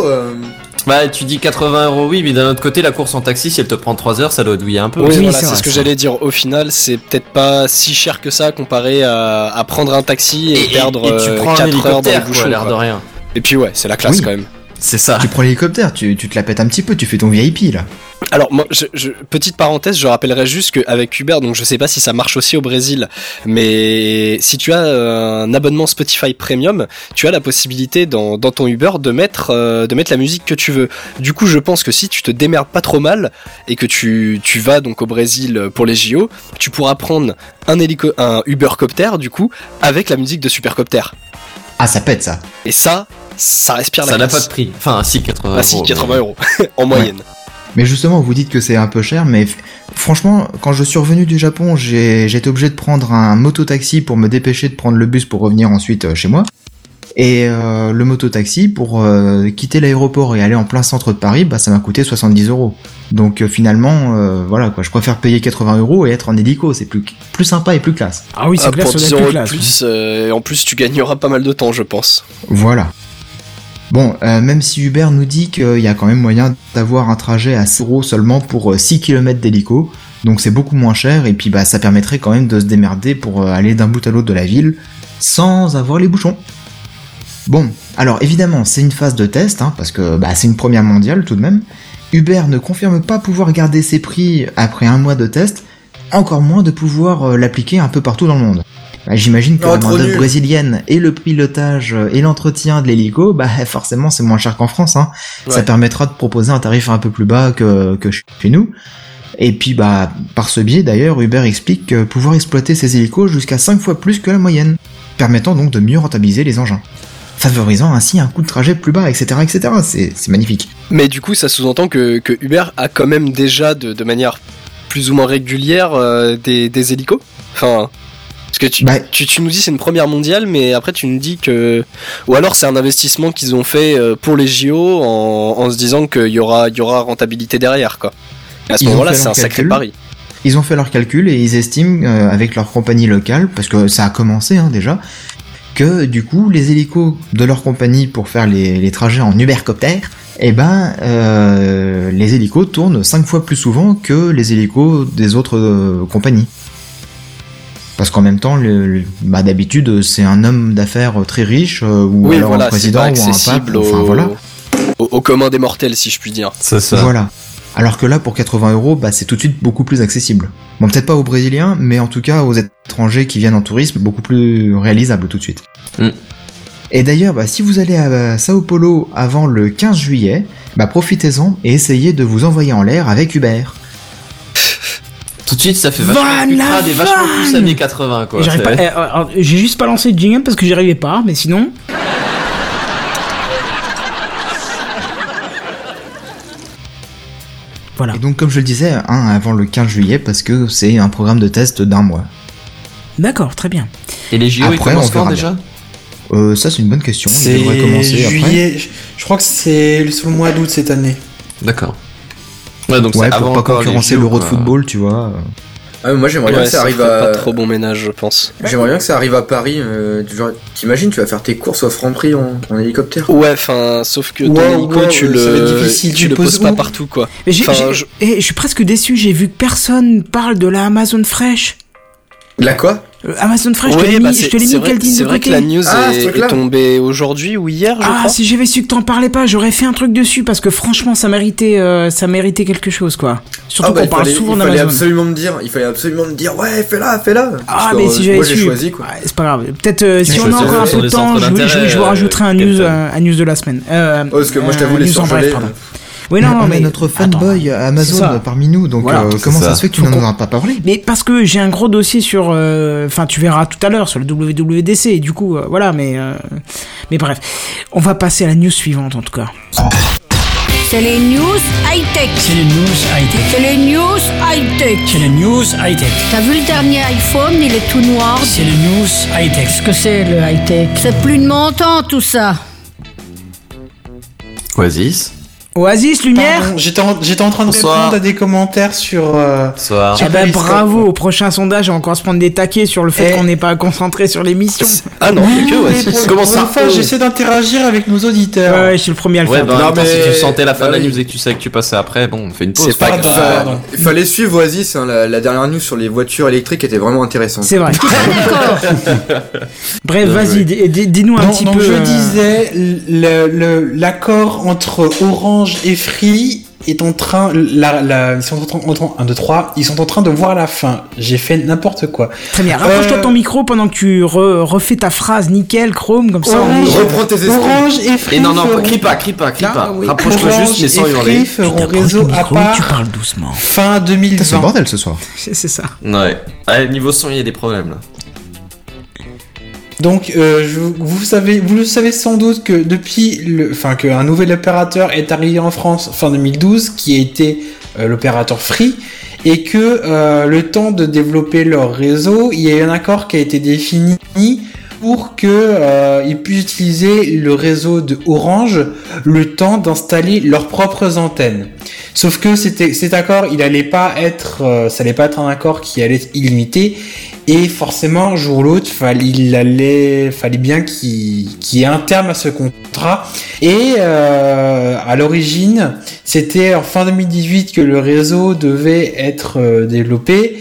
Bah tu dis 80 € oui, mais d'un autre côté la course en taxi si elle te prend 3 heures ça doit douiller un peu. Oui, Oui, voilà, c'est c'est vrai, ce que ça. j'allais dire. Au final, c'est peut-être pas si cher que ça comparé à prendre un taxi et, perdre et tu prends un 4 heures dans hélicoptère les quoi, bouchons. l'air de quoi. rien. Et puis ouais, c'est la classe Oui. quand même. C'est ça. Tu prends l'hélicoptère, tu te la pètes un petit peu, tu fais ton VIP là. Alors moi, petite parenthèse, je rappellerai juste qu'avec Uber, donc je sais pas si ça marche aussi au Brésil, mais si tu as un abonnement Spotify Premium, tu as la possibilité dans ton Uber de mettre la musique que tu veux. Du coup, je pense que si tu te démerdes pas trop mal et que tu vas donc au Brésil pour les JO, tu pourras prendre un Ubercopter du coup avec la musique de Supercopter. Ah, ça pète ça. Et ça respire la Ça n'a pas classe. de prix. Enfin si 80 €. Ah si, 80 € en moyenne. Mais justement, vous dites que c'est un peu cher, mais franchement, quand je suis revenu du Japon, j'ai été obligé de prendre un mototaxi pour me dépêcher de prendre le bus pour revenir ensuite chez moi. Et le mototaxi, pour quitter l'aéroport et aller en plein centre de Paris, ça m'a coûté 70 €. Donc finalement, voilà quoi, je préfère payer 80 € et être en hélico, c'est plus sympa et plus classe. Ah oui, c'est clair, Pour ça 10 doit être € plus de classe. plus, et en plus tu gagneras pas mal de temps, je pense. Voilà. Bon, même si Uber nous dit qu'il y a quand même moyen d'avoir un trajet à 6 € seulement pour 6 km d'hélico, donc c'est beaucoup moins cher, et puis ça permettrait quand même de se démerder pour aller d'un bout à l'autre de la ville, sans avoir les bouchons. Bon, alors évidemment, c'est une phase de test, parce que c'est une première mondiale tout de même. Uber ne confirme pas pouvoir garder ses prix après 1 mois de test, encore moins de pouvoir l'appliquer un peu partout dans le monde. J'imagine que la main-d'œuvre brésilienne et le pilotage et l'entretien de l'hélico, forcément c'est moins cher qu'en France. Ouais. Ça permettra de proposer un tarif un peu plus bas que chez nous. Et puis par ce biais d'ailleurs, Uber explique pouvoir exploiter ces hélicos jusqu'à 5 fois plus que la moyenne, permettant donc de mieux rentabiliser les engins, favorisant ainsi un coût de trajet plus bas, etc. etc. C'est magnifique. Mais du coup, ça sous-entend que Uber a quand même déjà de manière plus ou moins régulière des hélicos. Enfin, parce que tu nous dis c'est une première mondiale, mais après tu nous dis que... Ou alors c'est un investissement qu'ils ont fait pour les JO en se disant qu'il y aura rentabilité derrière, quoi. À ce moment-là, c'est un sacré pari. Ils ont fait leurs calculs et ils estiment, avec leur compagnie locale, parce que ça a commencé déjà, que du coup, les hélicos de leur compagnie pour faire les trajets en Ubercopter, les hélicos tournent 5 fois plus souvent que les hélicos des autres compagnies. Parce qu'en même temps, d'habitude, c'est un homme d'affaires très riche, ou alors un président, ou un pape, au commun des mortels, si je puis dire. C'est ça. Voilà. Alors que là, pour 80 €, c'est tout de suite beaucoup plus accessible. Bon, peut-être pas aux Brésiliens, mais en tout cas aux étrangers qui viennent en tourisme, beaucoup plus réalisable tout de suite. Et d'ailleurs, si vous allez à Sao Paulo avant le 15 juillet, profitez-en et essayez de vous envoyer en l'air avec Uber. Tout de suite, ça fait vachement plus crade et vachement plus années 80, quoi. J'arrive pas, j'ai juste pas lancé le jingle parce que j'y arrivais pas, mais sinon... Voilà. Et donc, comme je le disais, avant le 15 juillet, parce que c'est un programme de test d'1 mois. D'accord, très bien. Et les JO, ils commencent quand déjà ? Ça, c'est une bonne question. C'est juillet. Je crois que c'est sur le mois d'août cette année. D'accord. Ouais, donc c'est pour pas concurrencer l'Euro de football, tu vois. Moi, j'aimerais bien que ça arrive à... pas trop bon ménage, je pense. J'aimerais bien que ça arrive à Paris. Genre, t'imagines, tu vas faire tes courses au Franprix en hélicoptère. Ouais, sauf que ton hélico, tu le poses pas partout, quoi. Mais je suis presque déçu, j'ai vu que personne parle de la Amazon Fresh. La quoi ? Amazon Fresh, je te l'ai mis quel c'est vrai que la news est tombée aujourd'hui ou hier, je crois. Si j'avais su que t'en parlais pas, j'aurais fait un truc dessus parce que franchement, ça méritait quelque chose, quoi. Surtout qu'on parle souvent d'Amazon. Il fallait absolument me dire, ouais, fais-la. Mais si j'avais su, j'ai choisi, quoi. C'est pas grave. Peut-être si on a encore un peu de temps, je vous rajouterai un news de la semaine. Parce que moi, je t'avoue, les surgelés. Oui, non, mais notre fanboy Amazon parmi nous, donc comment ça se fait que tu n'en as pas parlé ? Mais parce que j'ai un gros dossier sur, tu verras tout à l'heure sur le WWDC, et du coup, mais bref, on va passer à la news suivante en tout cas. C'est les news high-tech. C'est les news high-tech. C'est les news high-tech. C'est les news high-tech. T'as vu le dernier iPhone, il est tout noir. C'est les news high-tech. Qu'est-ce que c'est le high-tech ? C'est plus de mon temps tout ça. Oasis, lumière. Pardon, j'étais en train de répondre à des commentaires sur. Bonsoir. Bravo, au prochain sondage, on va encore se prendre des taquets sur le fait qu'on n'est pas concentré sur l'émission. Ah non, il y a que Oasis. Comment ça ? J'essaie d'interagir avec nos auditeurs. Ouais, je suis le premier à le faire. Si tu sentais la fin de la news et que tu savais que tu passais après, on fait une pause. C'est pas grave. Il fallait suivre Oasis, la dernière news sur les voitures électriques était vraiment intéressante. C'est vrai. D'accord. Bref, vas-y, dis-nous un petit peu. Donc je disais, l'accord entre Orange et Free est en train, ils sont en train de voir la fin. J'ai fait n'importe quoi. Très bien. Rapproche-toi de ton micro pendant que tu refais ta phrase nickel, Chrome, comme ça. Reprends tes esprits. Orange et Free. Et non, crie pas. Rapproche-toi juste, mais sans hurler. Feront réseau à part. Tu parles doucement. Fin 2020. C'est le bordel ce soir. C'est ça. Ouais. Niveau son, il y a des problèmes là. Donc, vous le savez sans doute que qu'un nouvel opérateur est arrivé en France fin 2012, qui a été l'opérateur Free, et que le temps de développer leur réseau, il y a eu un accord qui a été défini pour qu'ils puissent utiliser le réseau de Orange le temps d'installer leurs propres antennes. Sauf que cet accord, ça allait pas être un accord qui allait être illimité. Et forcément, un jour ou l'autre, fallait bien qu'il y ait un terme à ce contrat. Et à l'origine, c'était en fin 2018 que le réseau devait être développé.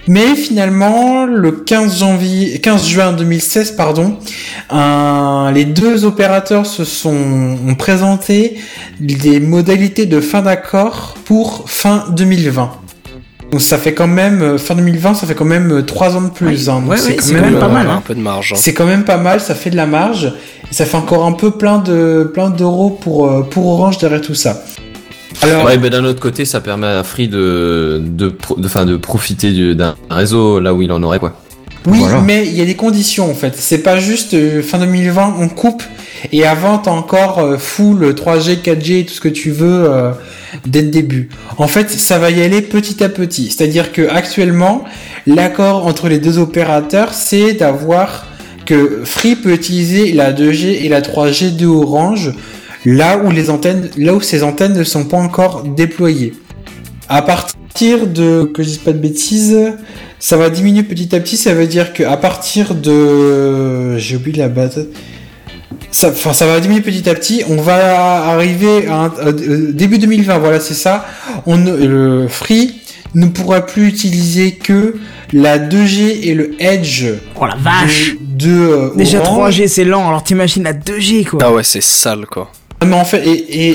Mais finalement, le 15 juin 2016, les deux opérateurs ont présenté des modalités de fin d'accord pour fin 2020. Donc ça fait quand même, fin 2020, ça fait quand même 3 ans de plus. C'est quand même pas mal. Un peu de marge. C'est quand même pas mal, ça fait de la marge. Et ça fait encore un peu plein d'euros pour Orange derrière tout ça. Alors, ouais, mais d'un autre côté, ça permet à Free de profiter d'un réseau là où il en aurait, quoi. Oui, voilà. Mais il y a des conditions en fait. C'est pas juste fin 2020, on coupe et avant t'as encore full 3G, 4G, tout ce que tu veux dès le début. En fait, ça va y aller petit à petit. C'est-à-dire que actuellement, l'accord entre les deux opérateurs, c'est d'avoir que Free peut utiliser la 2G et la 3G de Orange. Là où ces antennes ne sont pas encore déployées. À partir de, que je dise pas de bêtises, ça va diminuer petit à petit. Ça veut dire que à partir de, j'ai oublié la base. Ça va diminuer petit à petit. On va arriver à début 2020. Voilà, c'est ça. Le Free ne pourra plus utiliser que la 2G et le Edge. Oh la vache. Déjà Orange. 3G c'est lent. Alors t'imagines la 2G quoi. Ah ouais, c'est sale quoi. Mais en fait, et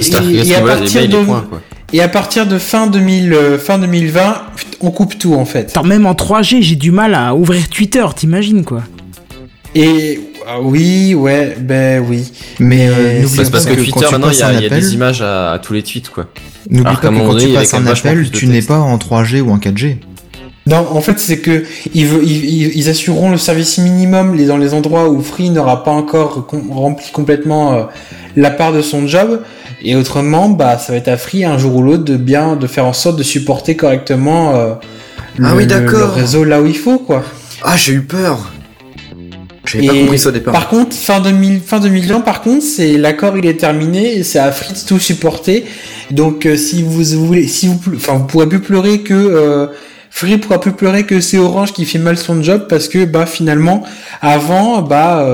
à partir de fin 2020, on coupe tout en fait. Attends, même en 3G, j'ai du mal à ouvrir Twitter, t'imagines quoi. Et oui. Mais c'est parce que Twitter maintenant il y a des images à tous les tweets quoi. N'oublie pas que quand tu passes un appel, tu n'es pas en 3G ou en 4G. Non, en fait, c'est que ils assureront le service minimum dans les endroits où Free n'aura pas encore rempli complètement la part de son job. Et autrement, ça va être à Free un jour ou l'autre de faire en sorte de supporter correctement le réseau là où il faut, quoi. Ah, j'ai eu peur. J'avais pas compris ça au départ. Par contre, fin 2020, par contre, c'est l'accord il est terminé et c'est à Free de tout supporter. Donc, si vous pourrez plus pleurer que Free pourra plus pleurer que c'est Orange qui fait mal son job parce que finalement avant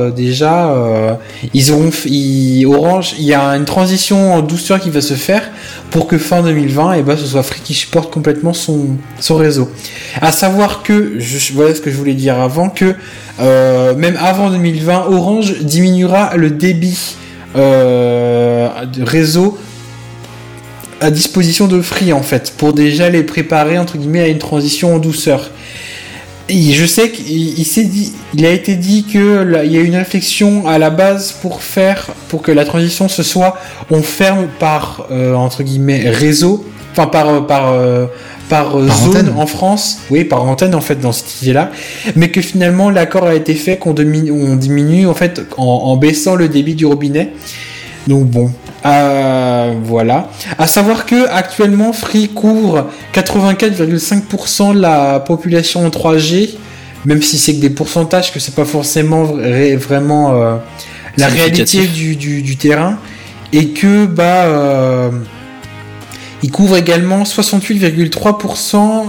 Orange, il y a une transition en douceur qui va se faire pour que fin 2020 ce soit Free qui supporte complètement son réseau. À savoir que voilà ce que je voulais dire avant, que même avant 2020 Orange diminuera le débit de réseau à disposition de Free en fait, pour déjà les préparer entre guillemets à une transition en douceur. Et je sais il a été dit que il y a une réflexion à la base pour que la transition ce soit on ferme par entre guillemets réseau, enfin par zone antenne. En France, oui par antenne en fait dans cette idée-là, mais que finalement l'accord a été fait qu'on diminue en fait en baissant le débit du robinet. Donc bon. Voilà. À savoir que actuellement Free couvre 84,5% de la population en 3G, même si c'est que des pourcentages, que c'est pas forcément vraiment la réalité du terrain, et que il couvre également 68,3%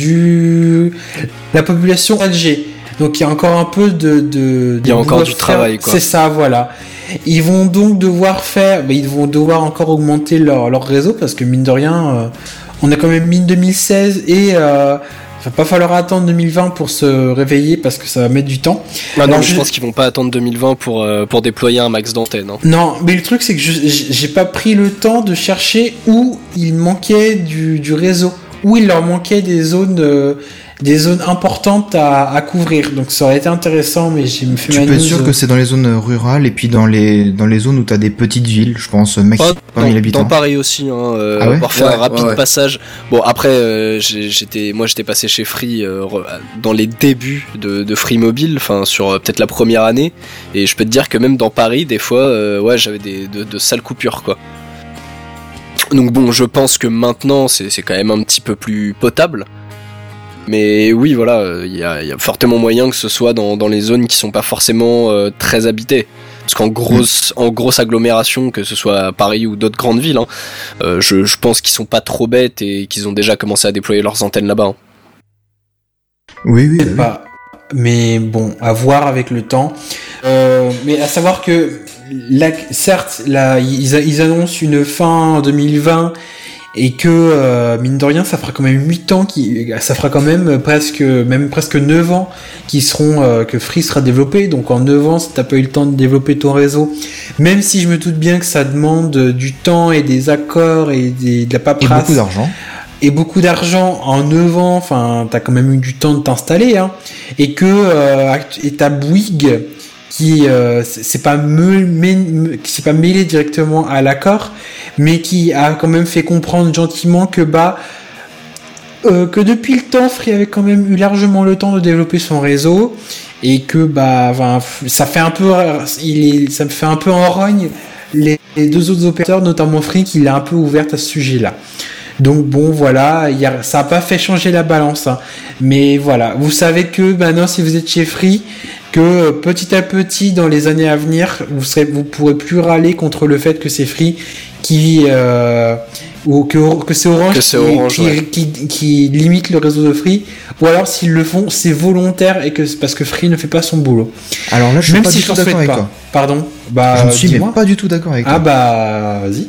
la population 4G. Donc il y a encore un peu il y a encore du travail quoi. C'est ça, voilà. Ils vont donc devoir encore augmenter leur réseau parce que mine de rien, on a quand même mis 2016 et va pas falloir attendre 2020 pour se réveiller parce que ça va mettre du temps. Non, je pense qu'ils vont pas attendre 2020 pour déployer un max d'antenne. Hein. Non, mais le truc c'est que j'ai pas pris le temps de chercher où il manquait du réseau, où il leur manquait des zones importantes à couvrir. Donc ça aurait été intéressant, mais j'ai fait ma news. Tu peux être sûr que c'est dans les zones rurales et puis dans les zones où t'as des petites villes, je pense, maximum 1000 habitants. Dans Paris aussi, pour faire un rapide passage. Bon, après, j'étais passé chez Free dans les débuts de Free Mobile, enfin sur peut-être la première année, et je peux te dire que même dans Paris, des fois, j'avais de sales coupures, quoi. Donc bon, je pense que maintenant, c'est quand même un petit peu plus potable. Mais oui, voilà, il y a fortement moyen que ce soit dans les zones qui sont pas forcément très habitées. Parce qu'en grosse agglomération, que ce soit à Paris ou d'autres grandes villes, je pense qu'ils sont pas trop bêtes et qu'ils ont déjà commencé à déployer leurs antennes là-bas. Hein. Oui. Pas. Mais bon, à voir avec le temps. Mais à savoir que certes, là, ils annoncent une fin 2020 et que mine de rien ça fera quand même 8 ans ça fera quand même presque 9 ans qui seront que Free sera développé. Donc en 9 ans, si t'as pas eu le temps de développer ton réseau, même si je me doute bien que ça demande du temps et des accords et de la paperasse et beaucoup d'argent en 9 ans, enfin t'as quand même eu du temps de t'installer, hein, et que et t'as Bouygues qui c'est pas mêlé directement à l'accord, mais qui a quand même fait comprendre gentiment que que depuis le temps, Free avait quand même eu largement le temps de développer son réseau, et que ça fait un peu ça me fait un peu en rogne les deux autres opérateurs, notamment Free, qui l'a un peu ouverte à ce sujet-là. Donc bon, voilà, ça a pas fait changer la balance, hein. Mais voilà, vous savez que maintenant, si vous êtes chez Free, que petit à petit, dans les années à venir, vous pourrez plus râler contre le fait que c'est Free ou que c'est Orange, qui limite le réseau de Free, ou alors s'ils le font, c'est volontaire et que c'est parce que Free ne fait pas son boulot. Alors là, je suis pas du tout d'accord avec toi. Pardon. Je ne suis pas du tout d'accord avec toi. Ah bah, vas-y.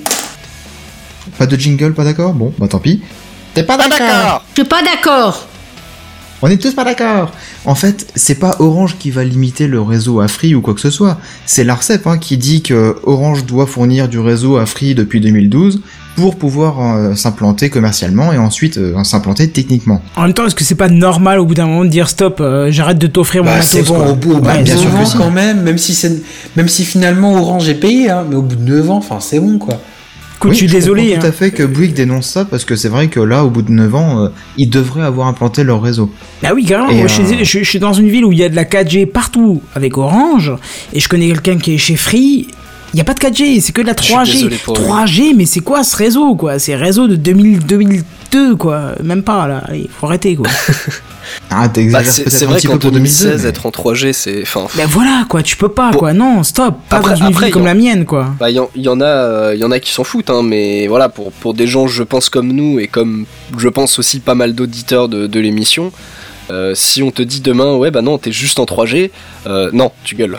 Pas de jingle, pas d'accord? Bon, bah tant pis. T'es pas d'accord? Je suis pas d'accord. On est tous pas d'accord. En fait, c'est pas Orange qui va limiter le réseau à Free ou quoi que ce soit. C'est l'ARCEP qui dit que Orange doit fournir du réseau à Free depuis 2012 pour pouvoir s'implanter commercialement et ensuite s'implanter techniquement. En même temps, est-ce que c'est pas normal au bout d'un moment de dire stop, j'arrête de t'offrir mon matos, c'est bon, quoi. au bout bien sûr que si. Quand même si finalement Orange est payé, hein, mais au bout de 9 ans, enfin c'est bon quoi. Écoute, je suis désolé. Tout à fait que Bouygues dénonce ça, parce que c'est vrai que là, au bout de 9 ans, ils devraient avoir implanté leur réseau. Ah oui, carrément. Moi, je suis dans une ville où il y a de la 4G partout avec Orange, et je connais quelqu'un qui est chez Free. Il n'y a pas de 4G, c'est que de la 3G. 3G, mais c'est quoi ce réseau, quoi? C'est réseau de 2002, quoi. Même pas, là. Il faut arrêter, quoi. Ah, t'exagères peut-être c'est un vrai petit qu'en peu pour 2016, être en 3G, c'est... Ben voilà, quoi, tu peux pas, quoi. Non, stop. Pas dans une ville comme la mienne, quoi. Bah, y en a qui s'en foutent, hein, mais voilà, pour des gens, je pense, comme nous, et comme je pense aussi pas mal d'auditeurs de l'émission, si on te dit demain, ouais, bah non, t'es juste en 3G, non, tu gueules.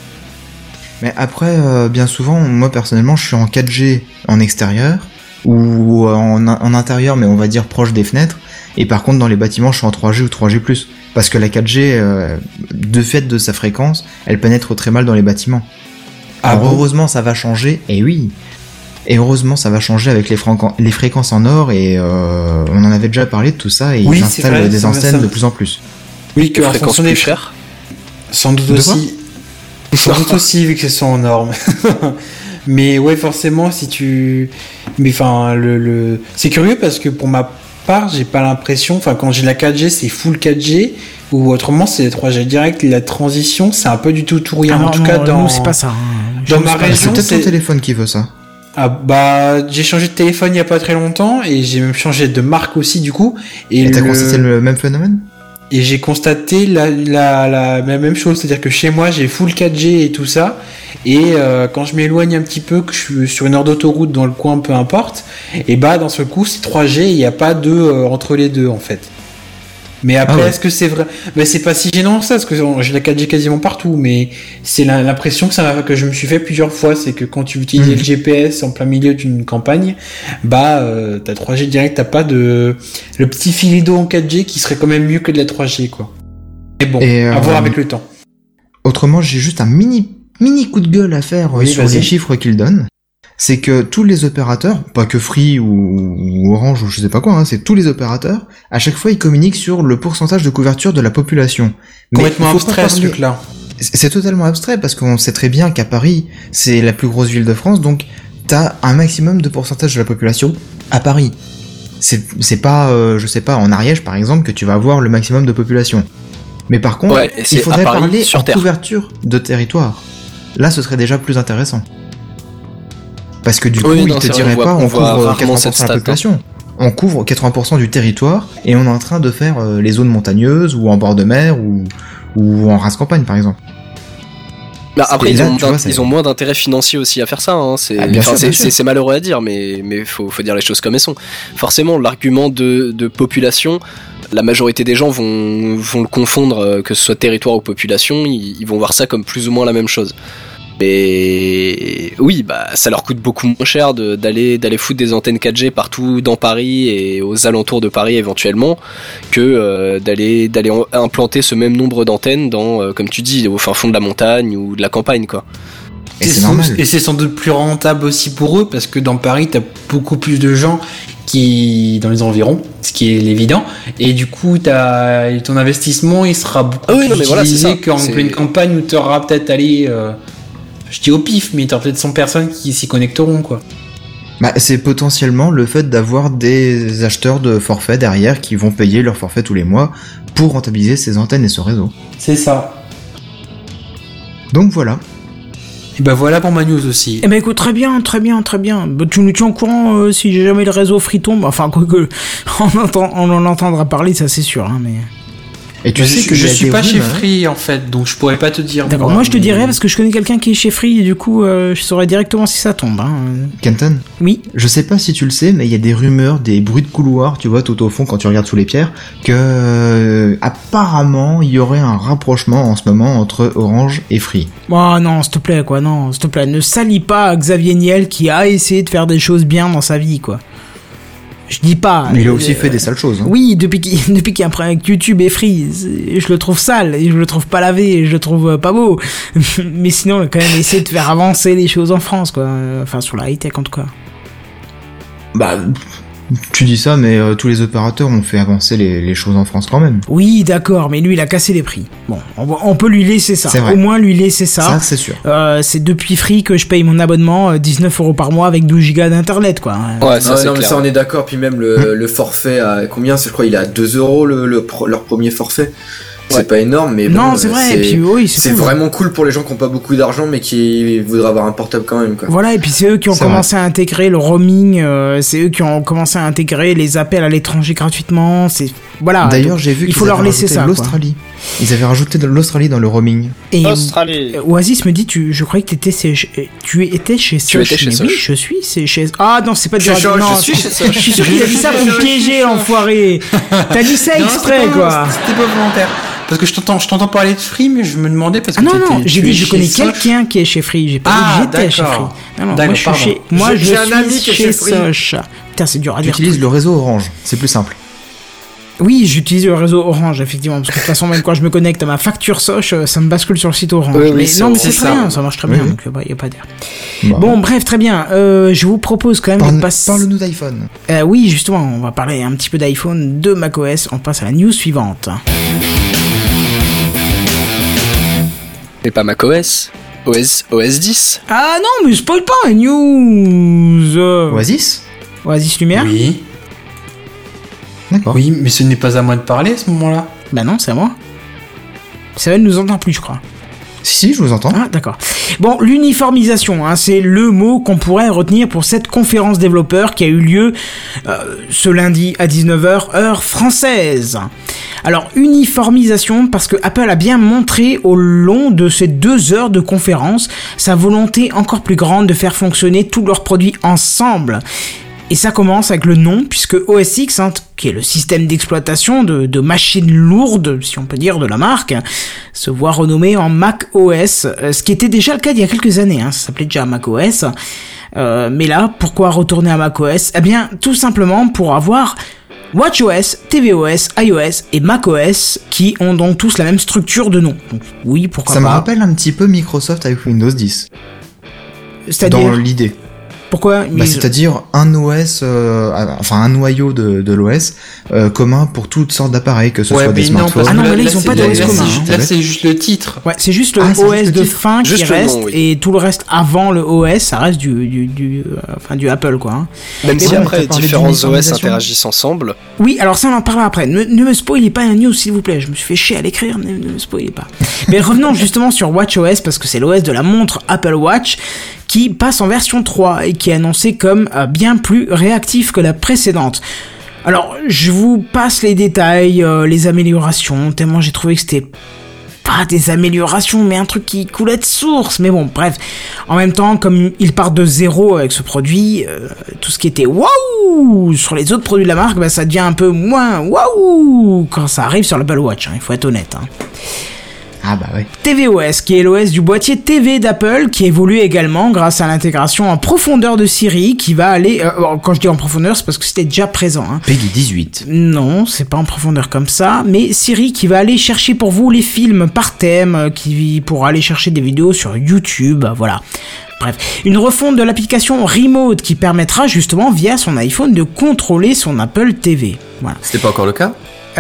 Mais après, bien souvent, moi personnellement, je suis en 4G en extérieur ou en intérieur, mais on va dire proche des fenêtres. Et par contre, dans les bâtiments, je suis en 3G ou 3G+. Parce que la 4G, de fait de sa fréquence, elle pénètre très mal dans les bâtiments. Alors heureusement, ça va changer, et oui. Et heureusement, ça va changer avec les fréquences en or, et on en avait déjà parlé de tout ça, et ils installent des antennes de plus en plus. Oui, que en fonction des chers. Sans doute aussi. Sans doute aussi, vu que ce sont en or. Mais ouais, forcément, si tu... Mais enfin, c'est curieux parce que pour ma part, j'ai pas l'impression... Enfin, quand j'ai la 4G, c'est full 4G, ou autrement, c'est les 3G direct. La transition, c'est un peu du tout rien. Ah non, en tout cas, dans... Nous, c'est pas ça. Hein. Dans ma région, c'est peut-être ton téléphone qui veut ça. Ah bah, j'ai changé de téléphone il y a pas très longtemps, et j'ai même changé de marque aussi, du coup. Et t'as constaté le même phénomène ? Et j'ai constaté la même chose, c'est-à-dire que chez moi j'ai full 4G et tout ça, et quand je m'éloigne un petit peu, que je suis sur une heure d'autoroute dans le coin, peu importe, et bah dans ce coup c'est 3G, il n'y a pas de entre les deux en fait. Mais après, est-ce que c'est vrai? Mais c'est pas si gênant ça, parce que j'ai la 4G quasiment partout, mais c'est l'impression que je me suis fait plusieurs fois, c'est que quand tu utilises le GPS en plein milieu d'une campagne, bah t'as 3G direct, t'as pas le petit filet d'eau en 4G qui serait quand même mieux que de la 3G, quoi. Mais bon, à voir avec le temps. Autrement, j'ai juste un mini coup de gueule à faire sur les chiffres qu'ils donnent. C'est que tous les opérateurs, pas que Free ou Orange ou je sais pas quoi, c'est tous les opérateurs, à chaque fois ils communiquent sur le pourcentage de couverture de la population. Complètement abstrait ce truc-là. C'est totalement abstrait parce qu'on sait très bien qu'à Paris, c'est la plus grosse ville de France, donc t'as un maximum de pourcentage de la population à Paris. C'est pas, je sais pas, en Ariège par exemple, que tu vas avoir le maximum de population. Mais par contre, il faudrait parler en couverture de territoire. Là, ce serait déjà plus intéressant. Parce que du coup, il te dirait pas on couvre 80% de la population. On couvre 80% du territoire et on est en train de faire les zones montagneuses ou en bord de mer ou en race campagne par exemple. Bah après, ils ont moins d'intérêt financier aussi à faire ça. Hein. C'est malheureux à dire, mais faut dire les choses comme elles sont. Forcément, l'argument de population, la majorité des gens vont le confondre, que ce soit territoire ou population, ils vont voir ça comme plus ou moins la même chose. Mais oui, bah ça leur coûte beaucoup moins cher d'aller foutre des antennes 4G partout dans Paris et aux alentours de Paris éventuellement que d'aller implanter ce même nombre d'antennes dans, comme tu dis, au fin fond de la montagne ou de la campagne, quoi. Et c'est normal. Et c'est sans doute plus rentable aussi pour eux, parce que dans Paris, t'as beaucoup plus de gens qui dans les environs, ce qui est évident, et du coup ton investissement il sera beaucoup plus utilisé qu'en pleine campagne où tu auras peut-être je dis au pif, mais tu auras peut-être 100 personnes qui s'y connecteront, quoi. Bah, c'est potentiellement le fait d'avoir des acheteurs de forfaits derrière qui vont payer leur forfait tous les mois pour rentabiliser ces antennes et ce réseau. C'est ça. Donc voilà. Et ben voilà pour ma news aussi. Eh ben écoute, très bien. Bah, tu nous tiens au courant si jamais le réseau Free tombe. Enfin, quoique, on en entendra parler, ça c'est sûr. Hein, mais... Et tu sais que je suis pas chez Free en fait, donc je pourrais pas te dire. D'accord, moi je te dirais parce que je connais quelqu'un qui est chez Free et du coup je saurais directement si ça tombe. Hein. Kenton ? Oui. Je sais pas si tu le sais, mais il y a des rumeurs, des bruits de couloir, tu vois, tout au fond quand tu regardes sous les pierres, que apparemment il y aurait un rapprochement en ce moment entre Orange et Free. Oh non, s'il te plaît, ne salis pas Xavier Niel qui a essayé de faire des choses bien dans sa vie, quoi. Je dis pas. Mais il a aussi fait des sales choses. Hein. Oui, depuis qu'il y a un problème avec YouTube et Free, je le trouve sale, et je le trouve pas lavé, et je le trouve pas beau. Mais sinon, il a quand même essayé de faire avancer les choses en France, quoi. Enfin, sur la high-tech, en tout cas. Bah, tu dis ça, mais tous les opérateurs ont fait avancer les choses en France quand même. Oui, d'accord, mais lui, il a cassé les prix. Bon, on peut lui laisser ça. C'est vrai. Au moins, lui laisser ça. Ça, c'est sûr. C'est depuis Free que je paye mon abonnement 19€ par mois avec 12 gigas d'internet, quoi. Ouais, ça, c'est non, clair. mais ça, on est d'accord. Puis même le forfait à combien ? Je crois il est à 2€ leur premier forfait. C'est pas énorme, mais non, bon, c'est vrai. Et puis, oui, c'est cool. vraiment cool pour les gens qui ont pas beaucoup d'argent mais qui voudraient avoir un portable quand même, quoi. Voilà, et puis c'est eux qui ont commencé à intégrer le roaming, c'est eux qui ont commencé à intégrer les appels à l'étranger gratuitement, c'est voilà. D'ailleurs, j'ai vu il faut leur laisser ça. L'Australie. Quoi. Ils avaient rajouté de l'Australie dans le roaming. Et Australie. Oasis me dit, je croyais que tu étais chez Soch. Oui, je suis chez. Ah non, c'est pas du radio. Non, je suis chez Soch. Je suis sûr qu'il a dit ça pour me piéger, l'enfoiré. T'as dit ça exprès, quoi. C'était pas volontaire. Parce que je t'entends parler de Free, mais je me demandais parce que non, j'ai dit je connais quelqu'un qui est chez Free. J'ai pas dit que j'étais chez Free. Non, moi je suis un ami qui est chez Free. Soch. Putain, c'est dur à dire. Tu utilises le réseau Orange, c'est plus simple. Oui, j'utilise le réseau Orange, effectivement, parce que de toute façon, même quand je me connecte à ma facture Soch, ça me bascule sur le site Orange. Oui, mais non, mais c'est ça. très bien, ça marche très bien, donc y a pas d'air. Bah. Bon, bref, très bien. Je vous propose quand même de passer. Parle-nous d'iPhone. Oui, justement, on va parler un petit peu d'iPhone, de macOS. On passe à la news suivante. Et pas macOS, OS 10. Ah non, mais spoil pas la news. Oasis ? Oasis Lumière ? Oui. D'accord. Oui, mais ce n'est pas à moi de parler à ce moment-là. Bah non, c'est à moi. Ça ne nous entend plus, je crois. Si, je vous entends. Ah, d'accord. Bon, l'uniformisation, hein, c'est le mot qu'on pourrait retenir pour cette conférence développeur qui a eu lieu ce lundi à 19h, heure française. Alors, uniformisation, parce que Apple a bien montré au long de ces 2 heures de conférence sa volonté encore plus grande de faire fonctionner tous leurs produits ensemble. Et ça commence avec le nom, puisque OS X, hein, qui est le système d'exploitation de machines lourdes, si on peut dire, de la marque, se voit renommé en Mac OS, ce qui était déjà le cas il y a quelques années, hein, ça s'appelait déjà Mac OS. Mais là, pourquoi retourner à Mac OS ? Eh bien, tout simplement pour avoir WatchOS, tvOS, iOS et macOS qui ont donc tous la même structure de nom. Donc, oui, pourquoi pas. Ça me rappelle un petit peu Microsoft avec Windows 10. C'est-à-dire dans l'idée. Pourquoi ? C'est-à-dire un OS, un noyau de l'OS commun pour toutes sortes d'appareils, que ce soit des smartphones. Ah non, mais là ils ont pas d'OS commun. Là c'est juste le titre. Ouais, c'est juste le OS de fin qui reste, et tout le reste avant le OS, ça reste du Apple, quoi. Hein. Même si après les différents OS interagissent ensemble. Oui, alors ça on en parlera après. Ne me spoilez pas la news s'il vous plaît, je me suis fait chier à l'écrire, ne me spoilez pas. Mais revenons justement sur WatchOS, parce que c'est l'OS de la montre Apple Watch qui passe en version 3 et qui est annoncé comme bien plus réactif que la précédente. Alors, je vous passe les détails, les améliorations, tellement j'ai trouvé que c'était pas des améliorations, mais un truc qui coulait de source. Mais bon, bref. En même temps, comme ils partent de zéro avec ce produit, tout ce qui était waouh sur les autres produits de la marque, bah, ça devient un peu moins waouh quand ça arrive sur l'Apple Watch, hein, il faut être honnête. Hein. Ah bah ouais. tvOS, qui est l'OS du boîtier TV d'Apple, qui évolue également grâce à l'intégration en profondeur de Siri, qui va aller... quand je dis en profondeur, c'est parce que c'était déjà présent. Hein. Peggy 18. Non, c'est pas en profondeur comme ça, mais Siri qui va aller chercher pour vous les films par thème, qui pourra aller chercher des vidéos sur YouTube, voilà. Bref, une refonte de l'application Remote qui permettra justement via son iPhone de contrôler son Apple TV. Voilà. C'était pas encore le cas?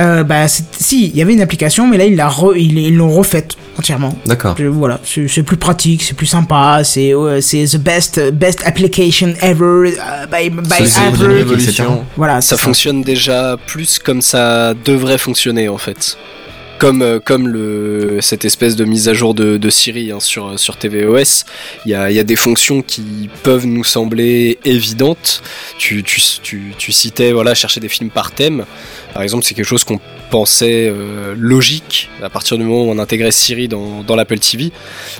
Si, il y avait une application, mais là ils l'ont refaite entièrement. D'accord. Voilà, c'est plus pratique, c'est plus sympa, c'est the best application ever by Apple. Voilà, ça fonctionne déjà plus comme ça devrait fonctionner en fait. Comme cette espèce de mise à jour de Siri hein, sur tvOS, il y a des fonctions qui peuvent nous sembler évidentes. Tu citais voilà chercher des films par thème. Par exemple, c'est quelque chose qu'on pensait logique à partir du moment où on intégrait Siri dans l'Apple TV.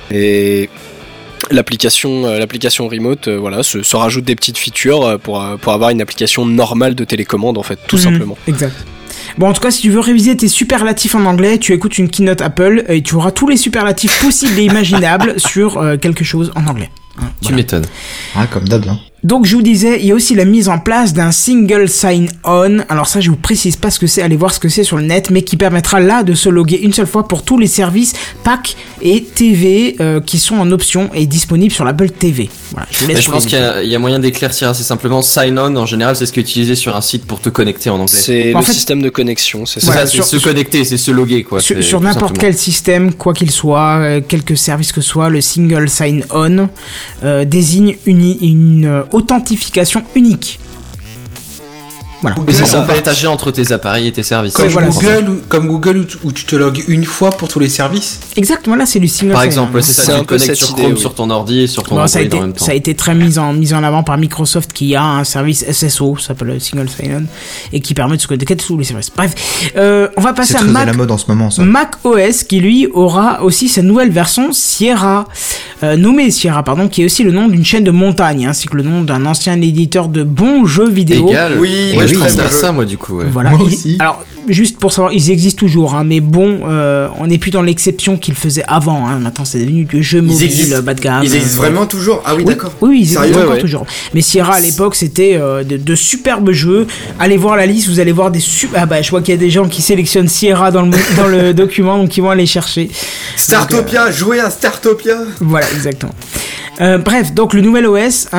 Et l'application Remote voilà se rajoute des petites features pour avoir une application normale de télécommande en fait, tout simplement. Exact. Bon, en tout cas, si tu veux réviser tes superlatifs en anglais, tu écoutes une keynote Apple et tu auras tous les superlatifs possibles et imaginables sur quelque chose en anglais. Hein, tu m'étonnes. Ah, comme d'hab, hein. Donc je vous disais, il y a aussi la mise en place d'un single sign-on. Alors ça, je vous précise pas ce que c'est, allez voir ce que c'est sur le net, mais qui permettra là de se loguer une seule fois pour tous les services PAC et TV qui sont en option et disponibles sur l'Apple TV. Voilà, je pense qu'il y a moyen d'éclaircir assez simplement. Sign-on, en général, c'est ce qui est utilisé sur un site pour te connecter en anglais. C'est le système de connexion, c'est ça. Voilà, c'est se connecter, c'est se loguer, quoi. Sur n'importe quel système, quoi qu'il soit, quelque service que soit, le single sign-on désigne une authentification unique. Voilà. Mais ça, on peut partager entre tes appareils et tes services. Comme Google où tu te logs une fois pour tous les services. Exact, voilà, c'est le single. Par exemple, c'est ça, tu te connectes sur Chrome, sur ton ordi et sur ton Android en même temps. Ça a été très mis en avant par Microsoft qui a un service SSO, ça s'appelle le Single Sign-On, et qui permet de se connecter à tous les services. Bref, on va passer à Mac. C'est très à la mode en ce moment, ça. Mac OS qui lui aura aussi sa nouvelle version Sierra, nommée Sierra, qui est aussi le nom d'une chaîne de montagne, ainsi que le nom d'un ancien éditeur de bons jeux vidéo. Égal. Oui. Je préfère ça, moi, du coup. Ouais. Voilà. Moi aussi. Alors, juste pour savoir, ils existent toujours, hein, mais bon, on n'est plus dans l'exception qu'ils faisaient avant. Hein. Maintenant, c'est devenu du jeu mobile bas de gamme. Ils existent vraiment toujours? Ah oui, d'accord. Oui, ils existent encore toujours. Mais Sierra, à l'époque, c'était de superbes jeux. Allez voir la liste, vous allez voir des super... Ah bah, je vois qu'il y a des gens qui sélectionnent Sierra dans le document, donc ils vont aller chercher. Startopia, jouez à Startopia. Voilà, exactement. Bref, donc le nouvel OS,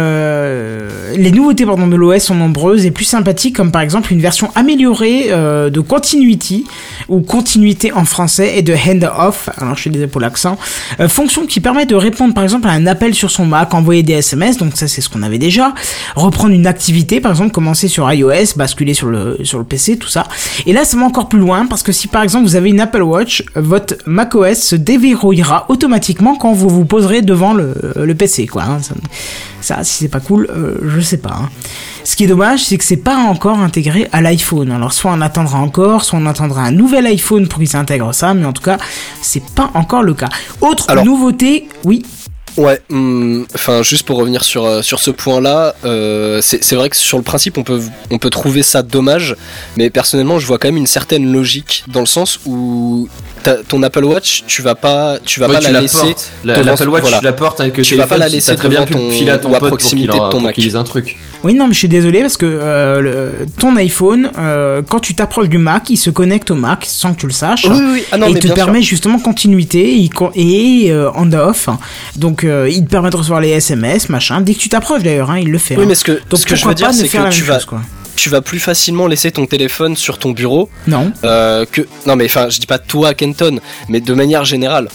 les nouveautés de l'OS sont nombreuses et plus sympathiques, comme par exemple une version améliorée de Continuity, ou Continuité en français, et de Handoff, alors je suis désolé pour l'accent, fonction qui permet de répondre par exemple à un appel sur son Mac, envoyer des SMS, donc ça c'est ce qu'on avait déjà, reprendre une activité, par exemple commencer sur iOS, basculer sur le PC, tout ça. Et là ça va encore plus loin, parce que si par exemple vous avez une Apple Watch, votre macOS se déverrouillera automatiquement quand vous vous poserez devant le PC, quoi. Hein. Ça, si c'est pas cool, je sais pas. Hein. Ce qui est dommage, c'est que c'est pas encore intégré à l'iPhone. Alors, soit on attendra encore, soit on attendra un nouvel iPhone pour qu'ils intègrent ça, mais en tout cas, c'est pas encore le cas. Autre nouveauté, oui. Ouais, enfin juste pour revenir sur ce point-là, c'est vrai que sur le principe on peut trouver ça dommage, mais personnellement je vois quand même une certaine logique dans le sens où ton Apple Watch tu vas pas la laisser l'Apple Watch tu la portes avec tu vas pas la laisser très bien ton filer à ton ou à pote proximité de ton Mac. Qu'il un truc. Oui, non, mais je suis désolé parce que ton iPhone, quand tu t'approches du Mac, il se connecte au Mac sans que tu le saches. Oui. Ah non, et mais il te permet justement continuité et on-off. Donc il te permet de recevoir les SMS, machin. Dès que tu t'approches d'ailleurs, hein, il le fait. Oui, hein. mais ce que je veux dire, c'est que tu vas plus facilement laisser ton téléphone sur ton bureau. Non. Non, mais enfin, je dis pas toi, Kenton, mais de manière générale.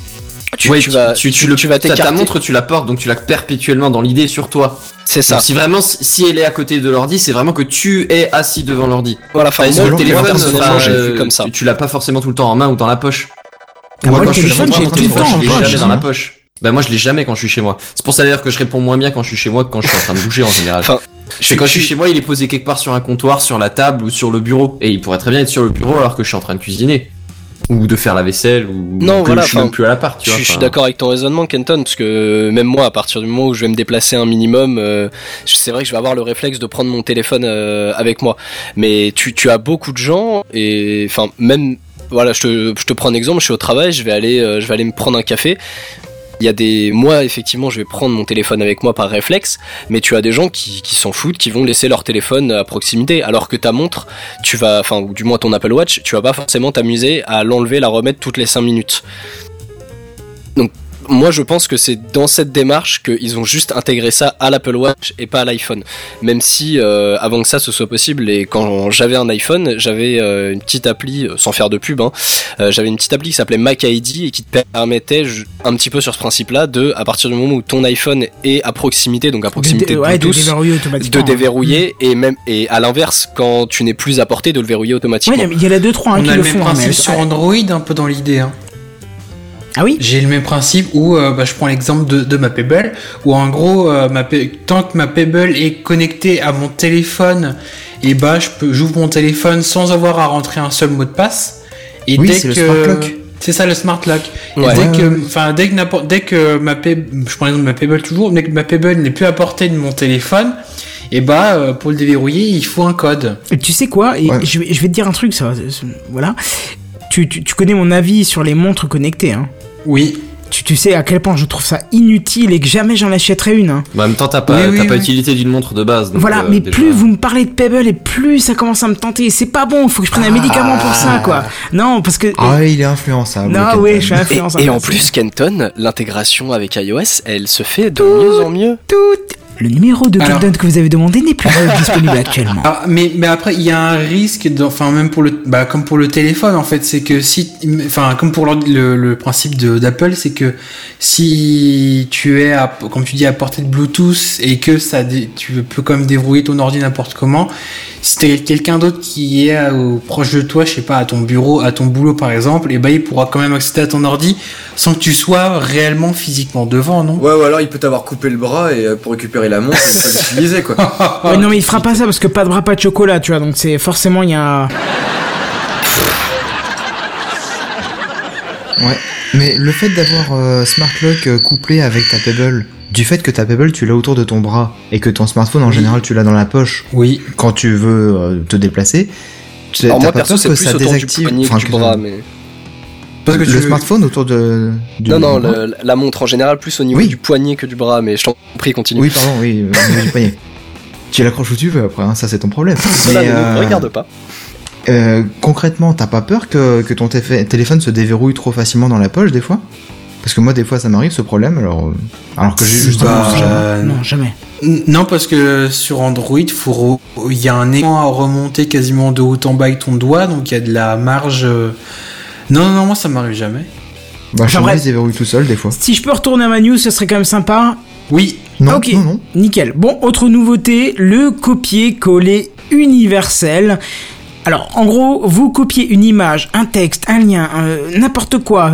Tu vas t'écarter. Ta montre, tu la portes, donc tu l'as perpétuellement dans l'idée sur toi. C'est ça. Donc, si elle est à côté de l'ordi, c'est vraiment que tu es assis devant l'ordi. Voilà, enfin, le téléphone, j'ai vu comme ça. Tu l'as pas forcément tout le temps en main ou dans la poche. Moi, le téléphone, j'ai tout le temps en poche. Jamais dans la poche. Bah moi je l'ai jamais quand je suis chez moi. C'est pour ça d'ailleurs que je réponds moins bien quand je suis chez moi que quand je suis en train de bouger en général. Enfin, quand je suis chez moi, il est posé quelque part sur un comptoir, sur la table ou sur le bureau. Et il pourrait très bien être sur le bureau alors que je suis en train de cuisiner. Ou de faire la vaisselle, ou que je suis même plus à l'appart, tu vois. Je suis d'accord avec ton raisonnement, Kenton, parce que même moi, à partir du moment où je vais me déplacer un minimum, c'est vrai que je vais avoir le réflexe de prendre mon téléphone avec moi. Mais tu as beaucoup de gens, et enfin même voilà, je te prends un exemple, je suis au travail, je vais aller me prendre un café. Il y a moi, effectivement, je vais prendre mon téléphone avec moi par réflexe, mais tu as des gens qui s'en foutent, qui vont laisser leur téléphone à proximité, alors que ta montre, ou du moins ton Apple Watch, tu vas pas forcément t'amuser à l'enlever, la remettre toutes les 5 minutes. Donc, moi, je pense que c'est dans cette démarche qu'ils ont juste intégré ça à l'Apple Watch et pas à l'iPhone. Même si, avant que ça ce soit possible, et quand j'avais un iPhone, j'avais une petite appli, sans faire de pub, j'avais une petite appli qui s'appelait Mac ID et qui te permettait, un petit peu sur ce principe-là, à partir du moment où ton iPhone est à proximité, donc à proximité de Bluetooth, de déverrouiller, et à l'inverse, quand tu n'es plus à portée, de le verrouiller automatiquement. Ouais, il y a les 2-3 qui le font. On a le même principe sur Android, un peu dans l'idée. Ah oui. J'ai le même principe où je prends l'exemple de ma Pebble, où en gros tant que ma Pebble est connectée à mon téléphone, et j'ouvre mon téléphone sans avoir à rentrer un seul mot de passe. Et oui, dès c'est que le smart lock. C'est ça, le smart lock. Ouais. Dès que ma Pebble, je prends l'exemple de ma Pebble toujours, dès que ma Pebble n'est plus à portée de mon téléphone, et pour le déverrouiller, il faut un code. Et tu sais quoi, je vais te dire un truc, voilà. Tu connais mon avis sur les montres connectées, hein. Oui. Tu sais à quel point je trouve ça inutile et que jamais j'en achèterais une. Hein. En même temps, t'as pas utilité d'une montre de base. Donc voilà, mais déjà... plus vous me parlez de Pebble et plus ça commence à me tenter. C'est pas bon, faut que je prenne un médicament pour ça, quoi. Non, parce que... il est influençable. Non, oui, je suis influençable. Et en plus, Kenton, l'intégration avec iOS, elle se fait de mieux en mieux. Le numéro de Kenton que vous avez demandé n'est plus disponible actuellement. Mais après, il y a un risque, même pour comme pour le téléphone, en fait, c'est que comme pour le principe d'Apple, c'est que si tu es, comme tu dis, à portée de Bluetooth et que tu peux quand même déverrouiller ton ordi n'importe comment, si t'as quelqu'un d'autre qui est proche de toi, je sais pas, à ton bureau, à ton boulot par exemple, et il pourra quand même accéder à ton ordi sans que tu sois réellement physiquement devant, non? Ouais, ou alors il peut t'avoir coupé le bras et pour récupérer la montre, il faut l'utiliser, quoi. Ouais, non, mais il fera pas ça parce que pas de bras, pas de chocolat, tu vois, donc c'est forcément, il y a... Ouais, mais le fait d'avoir Smart Lock couplé avec ta Pebble, du fait que ta Pebble tu l'as autour de ton bras et que ton smartphone en général tu l'as dans la poche quand tu veux te déplacer, alors moi perso c'est plus autour du poignet que du bras, mais... Parce que le smartphone autour de... Non, la montre en général plus au niveau du poignet que du bras, mais je t'en prie, continue. Oui, pardon, au niveau du poignet. Tu l'accroches où tu veux après, ça c'est ton problème. Cela ne regarde pas. Concrètement, t'as pas peur que ton téléphone se déverrouille trop facilement dans la poche des fois? Parce que moi des fois ça m'arrive ce problème, alors que j'ai juste non, jamais. Non, parce que sur Android, il y a un écran à remonter quasiment de haut en bas avec ton doigt, donc il y a de la marge... Non, moi ça m'arrive jamais. Je me déverrouille tout seul des fois. Si je peux retourner à ma news, ce serait quand même sympa. Oui. Non, ok, non. Nickel. Bon, autre nouveauté, le copier-coller universel. Alors, en gros, vous copiez une image, un texte, un lien, n'importe quoi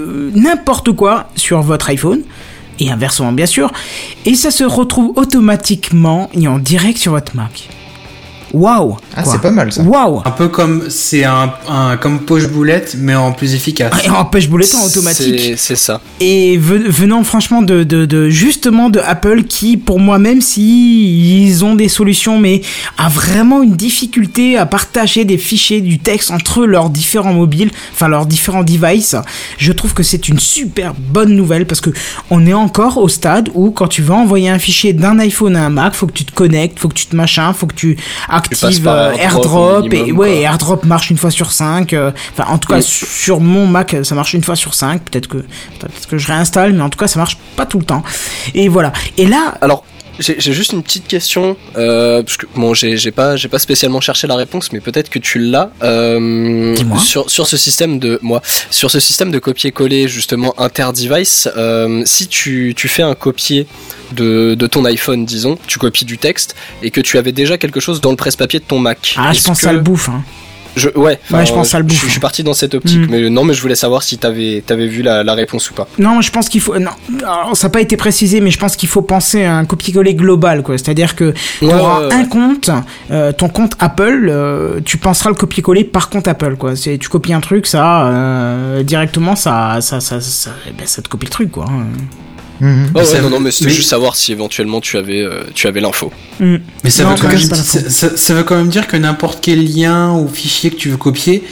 sur votre iPhone, et inversement bien sûr, et ça se retrouve automatiquement et en direct sur votre Mac. Waouh! C'est pas mal ça. Waouh! Un peu comme c'est comme poche-boulette mais en plus efficace. Et en poche-boulette en automatique. C'est ça. Et venant franchement justement de Apple qui pour moi même si ils ont des solutions mais a vraiment une difficulté à partager des fichiers du texte entre leurs différents mobiles, enfin leurs différents devices, je trouve que c'est une super bonne nouvelle parce que on est encore au stade où quand tu vas envoyer un fichier d'un iPhone à un Mac, faut que tu te connectes, faut que tu te faut que tu active AirDrop minimum, et AirDrop marche une fois sur 5. Enfin, en tout cas, sur mon Mac, ça marche une fois sur 5. Peut-être que je réinstalle, mais en tout cas, ça marche pas tout le temps. Et voilà. Et là. Alors. J'ai juste une petite question, parce que bon, j'ai pas spécialement cherché la réponse, mais peut-être que tu l'as. Sur ce système de copier-coller justement inter-device, si tu fais un copier de ton iPhone, disons, tu copies du texte et que tu avais déjà quelque chose dans le presse-papier de ton Mac. Ah, je pense que ça le bouffe. Hein. Je pense à le bouffe. Je suis parti dans cette optique, mais je voulais savoir si t'avais vu la réponse ou pas. Non, je pense qu'il faut. Non, alors, ça n'a pas été précisé, mais je pense qu'il faut penser à un copier-coller global, quoi. C'est-à-dire que tu auras un compte, ton compte Apple, tu penseras le copier-coller par compte Apple, quoi. Tu copies un truc, directement, ça te copie le truc, quoi. Mais c'était juste savoir si éventuellement tu avais l'info. Mais ça veut quand même dire que n'importe quel lien ou fichier que tu veux copier,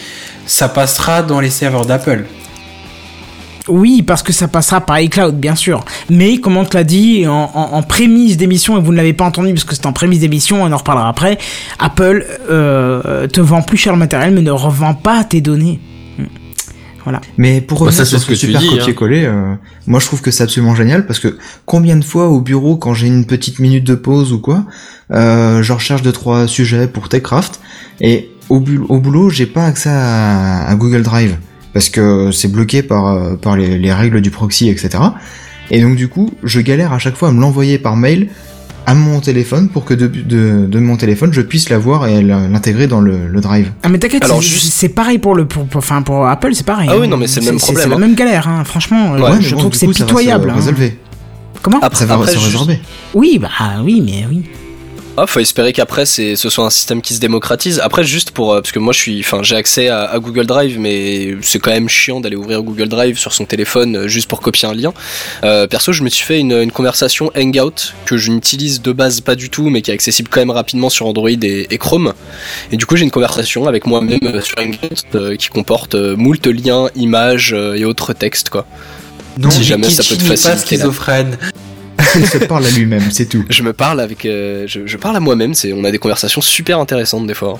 ça passera dans les serveurs d'Apple. Oui, parce que ça passera par iCloud, bien sûr. Mais, comme on te l'a dit, en prémisse d'émission, et vous ne l'avez pas entendu parce que c'est en prémisse d'émission, on en reparlera après, Apple te vend plus cher le matériel, mais ne revend pas tes données. Voilà. Mais pour revenir ça, sur c'est ce ce que tu super dis, copier-coller, moi je trouve que c'est absolument génial parce que combien de fois au bureau, quand j'ai une petite minute de pause ou quoi, je recherche 2-3 sujets pour Techcraft et au boulot j'ai pas accès à Google Drive parce que c'est bloqué par les règles du proxy, etc. Et donc du coup, je galère à chaque fois à me l'envoyer par mail à mon téléphone pour que de mon téléphone je puisse l'avoir et l'intégrer dans le drive. Ah mais t'inquiète, c'est pareil pour Apple, c'est pareil. Ah oui, non mais c'est le même problème. C'est la même galère, hein. Franchement, je trouve que c'est pitoyable. Ça va se résolver. Comment ? Après se résorber. Oui, oui. Ah, faut espérer qu'après ce soit un système qui se démocratise. Après, juste parce que moi j'ai accès à Google Drive, mais c'est quand même chiant d'aller ouvrir Google Drive sur son téléphone juste pour copier un lien. Perso, je me suis fait une conversation Hangout que je n'utilise de base pas du tout, mais qui est accessible quand même rapidement sur Android et Chrome. Et du coup, j'ai une conversation avec moi-même sur Hangout qui comporte moult liens, images et autres textes, quoi. Non, si jamais ça peut te faciliter. Pas schizophrène. Il se parle à lui-même, c'est tout. Je me parle avec, je parle à moi-même. On a des conversations super intéressantes des fois.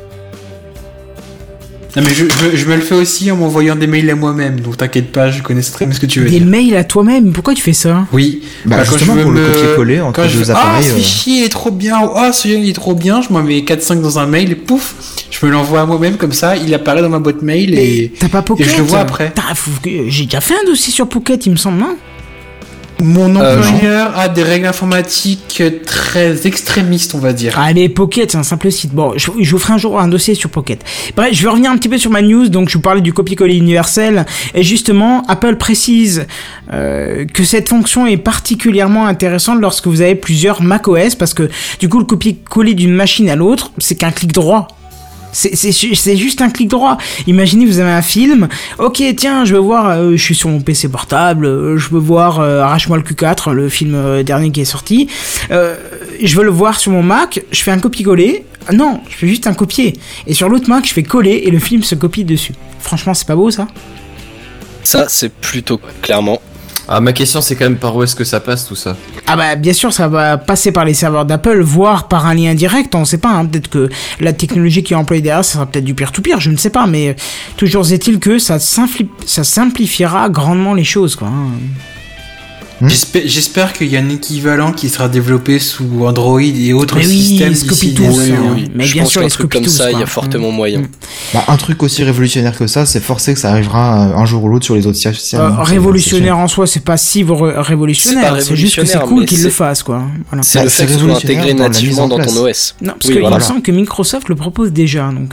Non mais je me le fais aussi en m'envoyant des mails à moi-même, donc t'inquiète pas, je connais très bien ce que tu veux dire. Des mails à toi-même, pourquoi tu fais ça ? Oui, bah justement pour le copier-coller entre deux appareils. Ah, ce fichier est trop bien, celui-là il est trop bien, je m'en mets 4-5 dans un mail et pouf, je me l'envoie à moi-même comme ça, il apparaît dans ma boîte mail et t'as pas Pocket, et je le vois après. J'ai déjà fait un dossier sur Pocket, il me semble, non ? Mon employeur a des règles informatiques très extrémistes, on va dire. Ah mais Pocket, c'est un simple site. Bon, je vous ferai un jour un dossier sur Pocket. Bref, je vais revenir un petit peu sur ma news. Donc, je vous parlais du copier-coller universel. Et justement, Apple précise que cette fonction est particulièrement intéressante lorsque vous avez plusieurs macOS, parce que du coup, le copier-coller d'une machine à l'autre, c'est qu'un clic droit. C'est juste un clic droit. Imaginez, vous avez un film. Ok, tiens, je veux voir. Je suis sur mon PC portable. Je veux voir Arrache-moi le Q4, le film dernier qui est sorti. Je veux le voir sur mon Mac. Je fais un copier-coller. Non, je fais juste un copier. Et sur l'autre Mac, je fais coller et le film se copie dessus. Franchement, c'est pas beau ça ? Ça, c'est plutôt clairement. Ah, ma question, c'est quand même par où est-ce que ça passe tout ça ? Ah bah bien sûr, ça va passer par les serveurs d'Apple, voire par un lien direct, on sait pas, hein, peut-être que la technologie qui est employée derrière, ça sera peut-être du peer-to-peer, je ne sais pas, mais toujours est-il que ça simplifiera grandement les choses, quoi. Hein. J'espère qu'il y a un équivalent qui sera développé sous Android et autres systèmes d'ici tous. Oui. Mais bien sûr, les trucs comme ça, il y a fortement moyen. Bah, un truc aussi révolutionnaire que ça, c'est forcé que ça arrivera un jour ou l'autre sur les autres systèmes. Révolutionnaire en soi, c'est pas si révolutionnaire, c'est juste que c'est cool qu'ils le fassent, quoi. Voilà. C'est le fait que ce soit intégré nativement dans ton OS. Non, parce qu'il me semble que Microsoft le propose déjà, donc.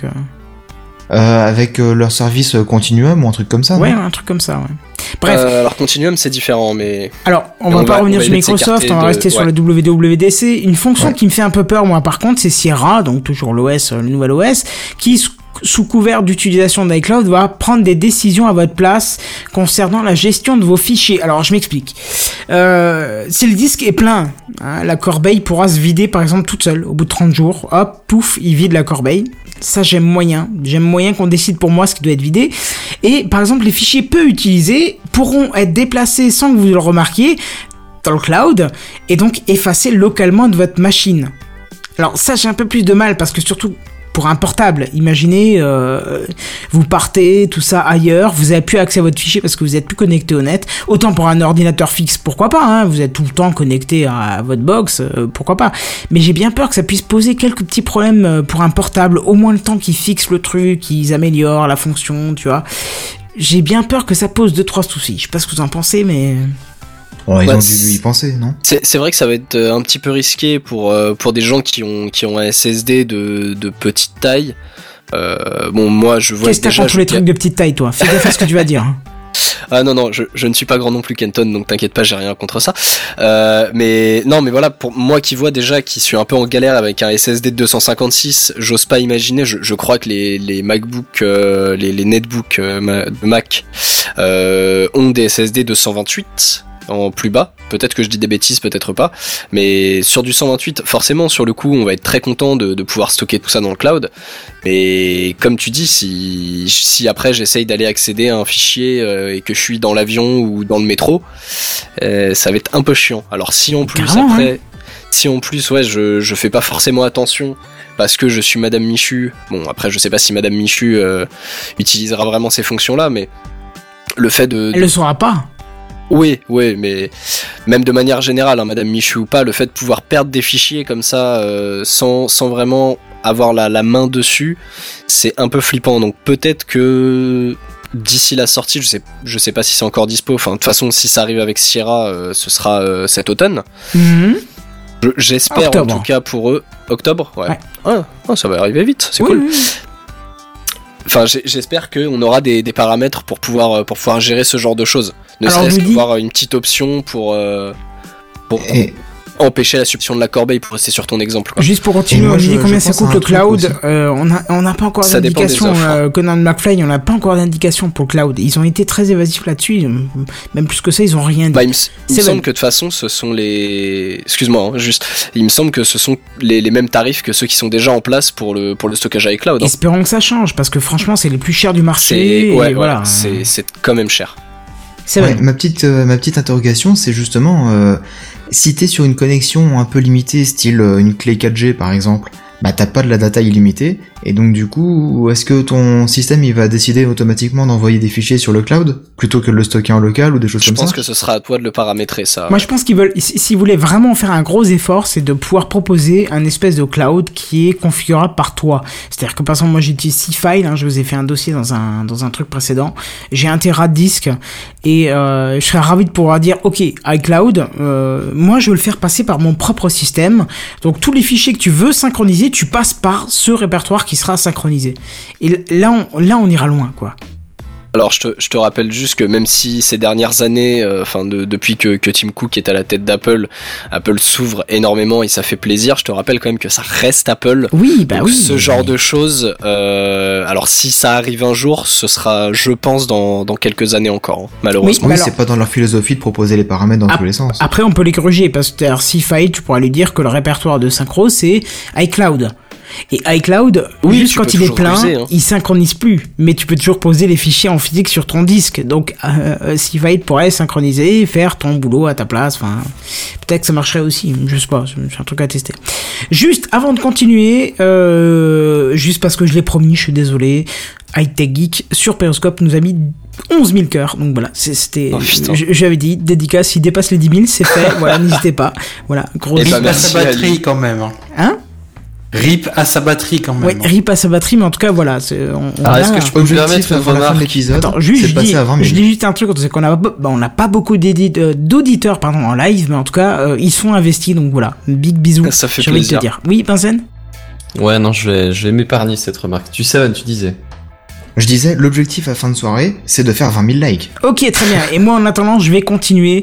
Avec leur service Continuum ou un truc comme ça. Ouais, non un truc comme ça, ouais. Bref. Alors Continuum c'est différent, mais. Alors on va pas revenir sur Microsoft, on va rester sur la WWDC. Une fonction qui me fait un peu peur, moi par contre, c'est Sierra, donc toujours l'OS, le nouvel OS, qui sous couvert d'utilisation d'iCloud va prendre des décisions à votre place concernant la gestion de vos fichiers. Alors je m'explique. Si le disque est plein, hein, la corbeille pourra se vider par exemple toute seule. Au bout de 30 jours, hop, pouf, il vide la corbeille. Ça j'aime moyen qu'on décide pour moi ce qui doit être vidé. Et par exemple les fichiers peu utilisés pourront être déplacés sans que vous le remarquiez dans le cloud et donc effacés localement de votre machine. Alors ça j'ai un peu plus de mal parce que surtout pour un portable, imaginez, vous partez, tout ça ailleurs, vous avez plus accès à votre fichier parce que vous êtes plus connecté au net. Autant pour un ordinateur fixe, pourquoi pas, hein, vous êtes tout le temps connecté à votre box, pourquoi pas. Mais j'ai bien peur que ça puisse poser quelques petits problèmes pour un portable, au moins le temps qu'ils fixent le truc, qu'ils améliorent la fonction, tu vois. J'ai bien peur que ça pose 2-3 soucis. Je sais pas ce que vous en pensez, mais... Oh, ils ont dû y penser, non ? C'est vrai que ça va être un petit peu risqué pour des gens qui ont un SSD de petite taille. Bon, moi, je vois. Qu'est-ce que t'as contre les trucs de petite taille, toi ? Fais gaffe à ce que tu vas dire. Hein. Ah non, je ne suis pas grand non plus, Kenton, donc t'inquiète pas, j'ai rien contre ça. Mais voilà, pour moi qui vois déjà, qui suis un peu en galère avec un SSD de 256, j'ose pas imaginer. Je crois que les MacBook, les netbooks Mac ont des SSD de 128. en plus bas. Peut-être que je dis des bêtises, peut-être pas. Mais sur du 128, forcément, sur le coup, on va être très content de pouvoir stocker tout ça dans le cloud. Mais comme tu dis, si après j'essaye d'aller accéder à un fichier et que je suis dans l'avion ou dans le métro, ça va être un peu chiant. Alors si en plus je fais pas forcément attention parce que je suis Madame Michu. Bon, après je sais pas si Madame Michu utilisera vraiment ces fonctions-là, mais le fait elle le saura pas. Oui, mais même de manière générale, hein, Madame Michu ou pas, le fait de pouvoir perdre des fichiers comme ça sans vraiment avoir la main dessus, c'est un peu flippant. Donc peut-être que d'ici la sortie, je sais pas si c'est encore dispo. Enfin, de toute façon, si ça arrive avec Sierra, ce sera cet automne. Mm-hmm. J'espère en tout cas pour eux. Octobre, ouais. Ah, ça va arriver vite, c'est cool. Oui. Enfin, j'espère qu'on aura des paramètres pour pouvoir gérer ce genre de choses. Ne serait-ce qu'avoir une petite option pour empêcher la substitution de la corbeille, pour rester sur ton exemple, quoi. Juste pour continuer, on dit combien ça coûte le cloud. On n'a pas encore d'indication. Conan McFly, on n'a pas encore d'indication pour le cloud. Ils ont été très évasifs là-dessus. Même plus que ça, ils ont rien dit. Il me semble que de toute façon, ce sont les. Excuse-moi, hein, juste. Il me semble que ce sont les mêmes tarifs que ceux qui sont déjà en place pour le stockage avec cloud. Hein. Espérons que ça change, parce que franchement, c'est les plus chers du marché. Voilà. C'est quand même cher. C'est vrai. Ma petite interrogation, c'est justement si t'es sur une connexion un peu limitée, style une clé 4G par exemple, bah t'as pas de la data illimitée, et donc du coup, est-ce que ton système il va décider automatiquement d'envoyer des fichiers sur le cloud plutôt que de le stocker en local ou des choses comme ça? Je pense que ce sera à toi de le paramétrer, ça. Moi je pense qu'ils veulent, s'ils voulaient vraiment faire un gros effort, c'est de pouvoir proposer un espèce de cloud qui est configurable par toi. C'est-à-dire que par exemple moi j'utilise C-File, je vous ai fait un dossier dans un truc précédent, j'ai 1 Tera de disque, et je serais ravi de pouvoir dire ok, iCloud, moi je veux le faire passer par mon propre système, donc tous les fichiers que tu veux synchroniser, tu passes par ce répertoire qui sera synchronisé. Et là on ira loin, quoi. Alors je te rappelle juste que même si ces dernières années, depuis que Tim Cook est à la tête d'Apple, Apple s'ouvre énormément et ça fait plaisir, je te rappelle quand même que ça reste Apple. Oui, donc ce genre de choses, alors si ça arrive un jour, ce sera, je pense, dans quelques années encore, hein, malheureusement. Oui, c'est pas dans leur philosophie de proposer les paramètres dans tous les sens. Après on peut les corriger, parce que C-File, tu pourras lui dire que le répertoire de synchro c'est iCloud. Et iCloud, juste quand il est plein, il synchronise plus. Mais tu peux toujours poser les fichiers en physique sur ton disque. Donc, C-File pourrait synchroniser et faire ton boulot à ta place. Enfin, peut-être que ça marcherait aussi. Je sais pas, c'est un truc à tester. Juste, avant de continuer, juste parce que je l'ai promis, je suis désolé, High-Tech Geek sur Periscope nous a mis 11 000 cœurs. Donc voilà, c'était. J'avais dit, dédicace, s'il dépasse les 10 000, c'est fait. Voilà, n'hésitez pas. Voilà, gros. Et pas sa batterie quand même. Hein? RIP à sa batterie quand même. Oui, RIP à sa batterie, mais en tout cas, voilà. Est-ce que je peux me permettre de remarquer l'épisode? Attends, je dis juste un truc, c'est qu'on n'a pas beaucoup d'auditeurs en live, mais en tout cas, ils sont investis, donc voilà. Big bisous. Ça fait plaisir. J'ai envie de te dire. Oui, Pinsen? Ouais, non, je vais m'épargner cette remarque. Tu sais, tu disais. Je disais, l'objectif à fin de soirée, c'est de faire 20 000 likes. Ok, très bien. Et moi, en attendant, je vais continuer.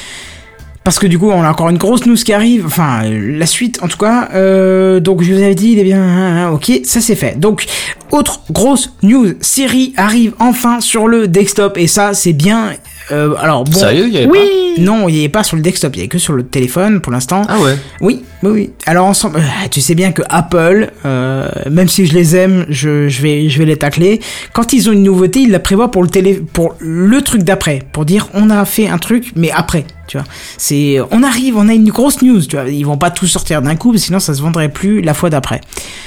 Parce que du coup, on a encore une grosse news qui arrive, enfin, la suite en tout cas, donc je vous avais dit, il est bien, ok, ça c'est fait. Donc, autre grosse news, Siri arrive enfin sur le desktop, et ça c'est bien, alors bon... Sérieux, il y avait pas? Non, il n'y avait pas sur le desktop, il y avait que sur le téléphone pour l'instant. Ah ouais? Oui. Alors ensemble, tu sais bien que Apple, même si je les aime, je vais les tacler. Quand ils ont une nouveauté, ils la prévoient pour le truc d'après, pour dire on a fait un truc, mais après. Tu vois, on a une grosse news, tu vois, ils vont pas tout sortir d'un coup, sinon ça se vendrait plus la fois d'après.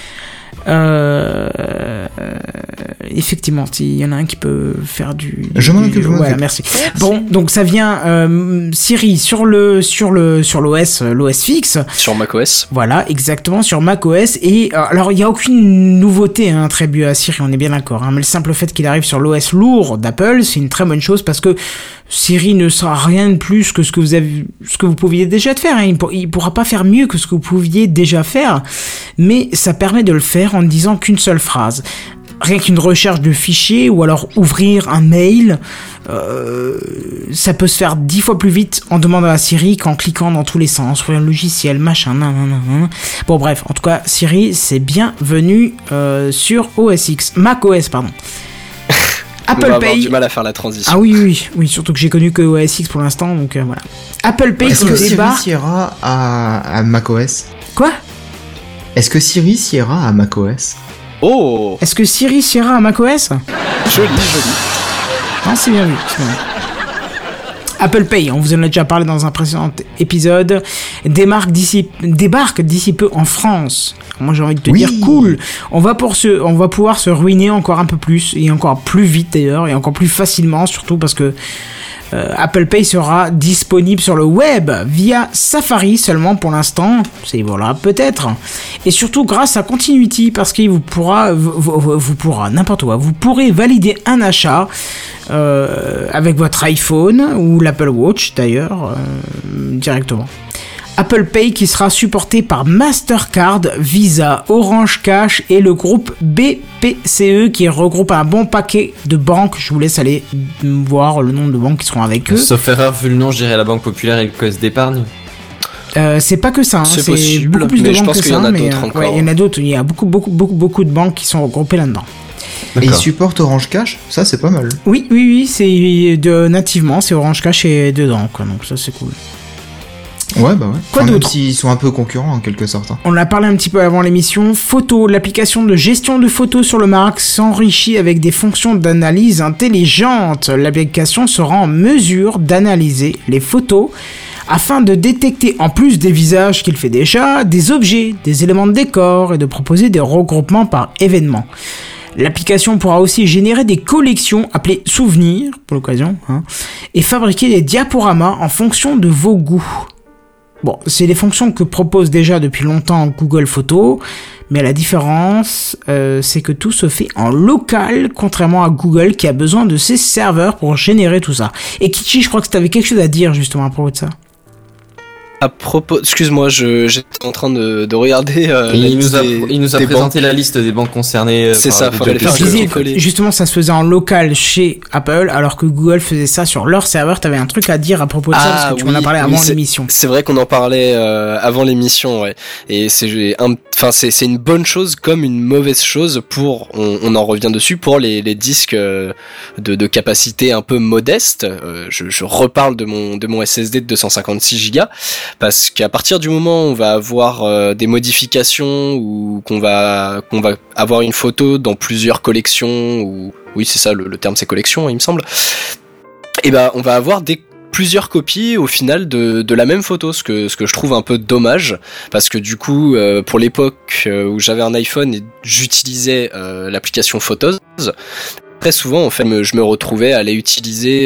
Effectivement, il y en a un qui peut faire je m'en occupe. Ouais, merci. Bon, donc ça vient Siri sur l'OS fixe. Sur macOS. Voilà, exactement, sur macOS. Et alors, il y a aucune nouveauté attribuée à Siri, on est bien d'accord. Mais le simple fait qu'il arrive sur l'OS lourd d'Apple, c'est une très bonne chose parce que Siri ne sera rien de plus que ce que vous pouviez déjà faire. Il pourra pas faire mieux que ce que vous pouviez déjà faire, mais ça permet de le faire en ne disant qu'une seule phrase. Rien qu'une recherche de fichiers ou alors ouvrir un mail, ça peut se faire 10 fois plus vite en demandant à Siri qu'en cliquant dans tous les sens, ouvrir un logiciel, machin, Bon bref, en tout cas, Siri, c'est bienvenu sur OS X, Mac OS, pardon. Apple on va Pay. avoir du mal à faire la transition. Ah oui, surtout que j'ai connu que OS X pour l'instant, donc voilà. Apple Pay Est-ce qui que Siri débarque. ira à macOS? Quoi? Est-ce que Siri ira à macOS? Oh, Est-ce que Siri ira à macOS? joli. Non, c'est bien vu. Apple Pay, on vous en a déjà parlé dans un précédent épisode, débarque d'ici peu en France. Moi j'ai envie de te dire cool. On va pouvoir se ruiner encore un peu plus et encore plus vite d'ailleurs et encore plus facilement, surtout parce que Apple Pay sera disponible sur le web via Safari seulement pour l'instant, c'est voilà peut-être, et surtout grâce à Continuity parce qu'il vous pourra n'importe quoi, vous pourrez valider un achat avec votre iPhone ou l'Apple Watch d'ailleurs directement. Apple Pay qui sera supporté par Mastercard, Visa, Orange Cash et le groupe BPCE qui regroupe un bon paquet de banques. Je vous laisse aller voir le nombre de banques qui seront avec eux. Sauf erreur, vu le nom, je dirais la Banque Populaire et le Caisse d'Épargne. C'est pas que ça, hein. C'est c'est possible, beaucoup plus de mais je banques pense que qu'il y ça, en a mais d'autres encore. ouais, il y en a d'autres. Il y a beaucoup de banques qui sont regroupées là-dedans. Et ils supportent Orange Cash? Ça, c'est pas mal. Oui, c'est nativement, c'est Orange Cash et dedans, quoi. Donc ça, c'est cool. Ouais, bah ouais. Quoi même d'autre? s'ils sont un peu concurrents en quelque sorte. Hein. On l'a parlé un petit peu avant l'émission. Photo, l'application de gestion de photos sur le Mac s'enrichit avec des fonctions d'analyse intelligente. L'application sera en mesure d'analyser les photos afin de détecter, en plus des visages qu'il fait déjà, des objets, des éléments de décor et de proposer des regroupements par événement. L'application pourra aussi générer des collections appelées souvenirs, pour l'occasion, hein, et fabriquer des diaporamas en fonction de vos goûts. Bon, c'est des fonctions que propose déjà depuis longtemps Google Photos, mais la différence, c'est que tout se fait en local, contrairement à Google qui a besoin de ses serveurs pour générer tout ça. Et Kichi, je crois que tu avais quelque chose à dire justement à propos de ça. À propos, excuse-moi, j'étais en train de regarder. Il nous a présenté la liste des banques concernées. C'est ça, fallait faire Je disais que justement ça se faisait en local chez Apple, alors que Google faisait ça sur leur serveur. T'avais un truc à dire à propos de ça, parce que tu m'en as parlé avant l'émission. C'est vrai qu'on en parlait avant l'émission, ouais. Et c'est une bonne chose comme une mauvaise chose pour, on en revient dessus, pour les disques de capacité un peu modeste. Je reparle de mon SSD de 256 Go. Parce qu'à partir du moment où on va avoir des modifications ou qu'on va avoir une photo dans plusieurs collections, ou oui c'est ça le terme c'est collection il me semble, et ben on va avoir plusieurs copies au final de la même photo, ce que je trouve un peu dommage, parce que du coup pour l'époque où j'avais un iPhone et j'utilisais l'application Photos, très souvent en fait je me retrouvais à aller utiliser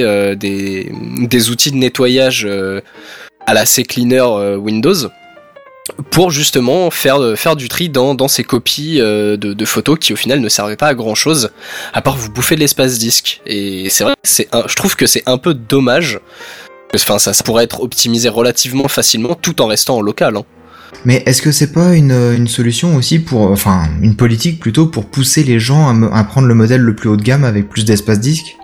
des outils de nettoyage à la CCleaner Windows pour justement faire du tri dans ces copies de photos qui au final ne servaient pas à grand chose à part vous bouffer de l'espace disque. Et c'est vrai que je trouve que c'est un peu dommage. Enfin ça pourrait être optimisé relativement facilement tout en restant en local, hein. Mais est-ce que c'est pas une solution aussi une politique plutôt pour pousser les gens à prendre le modèle le plus haut de gamme avec plus d'espace disque?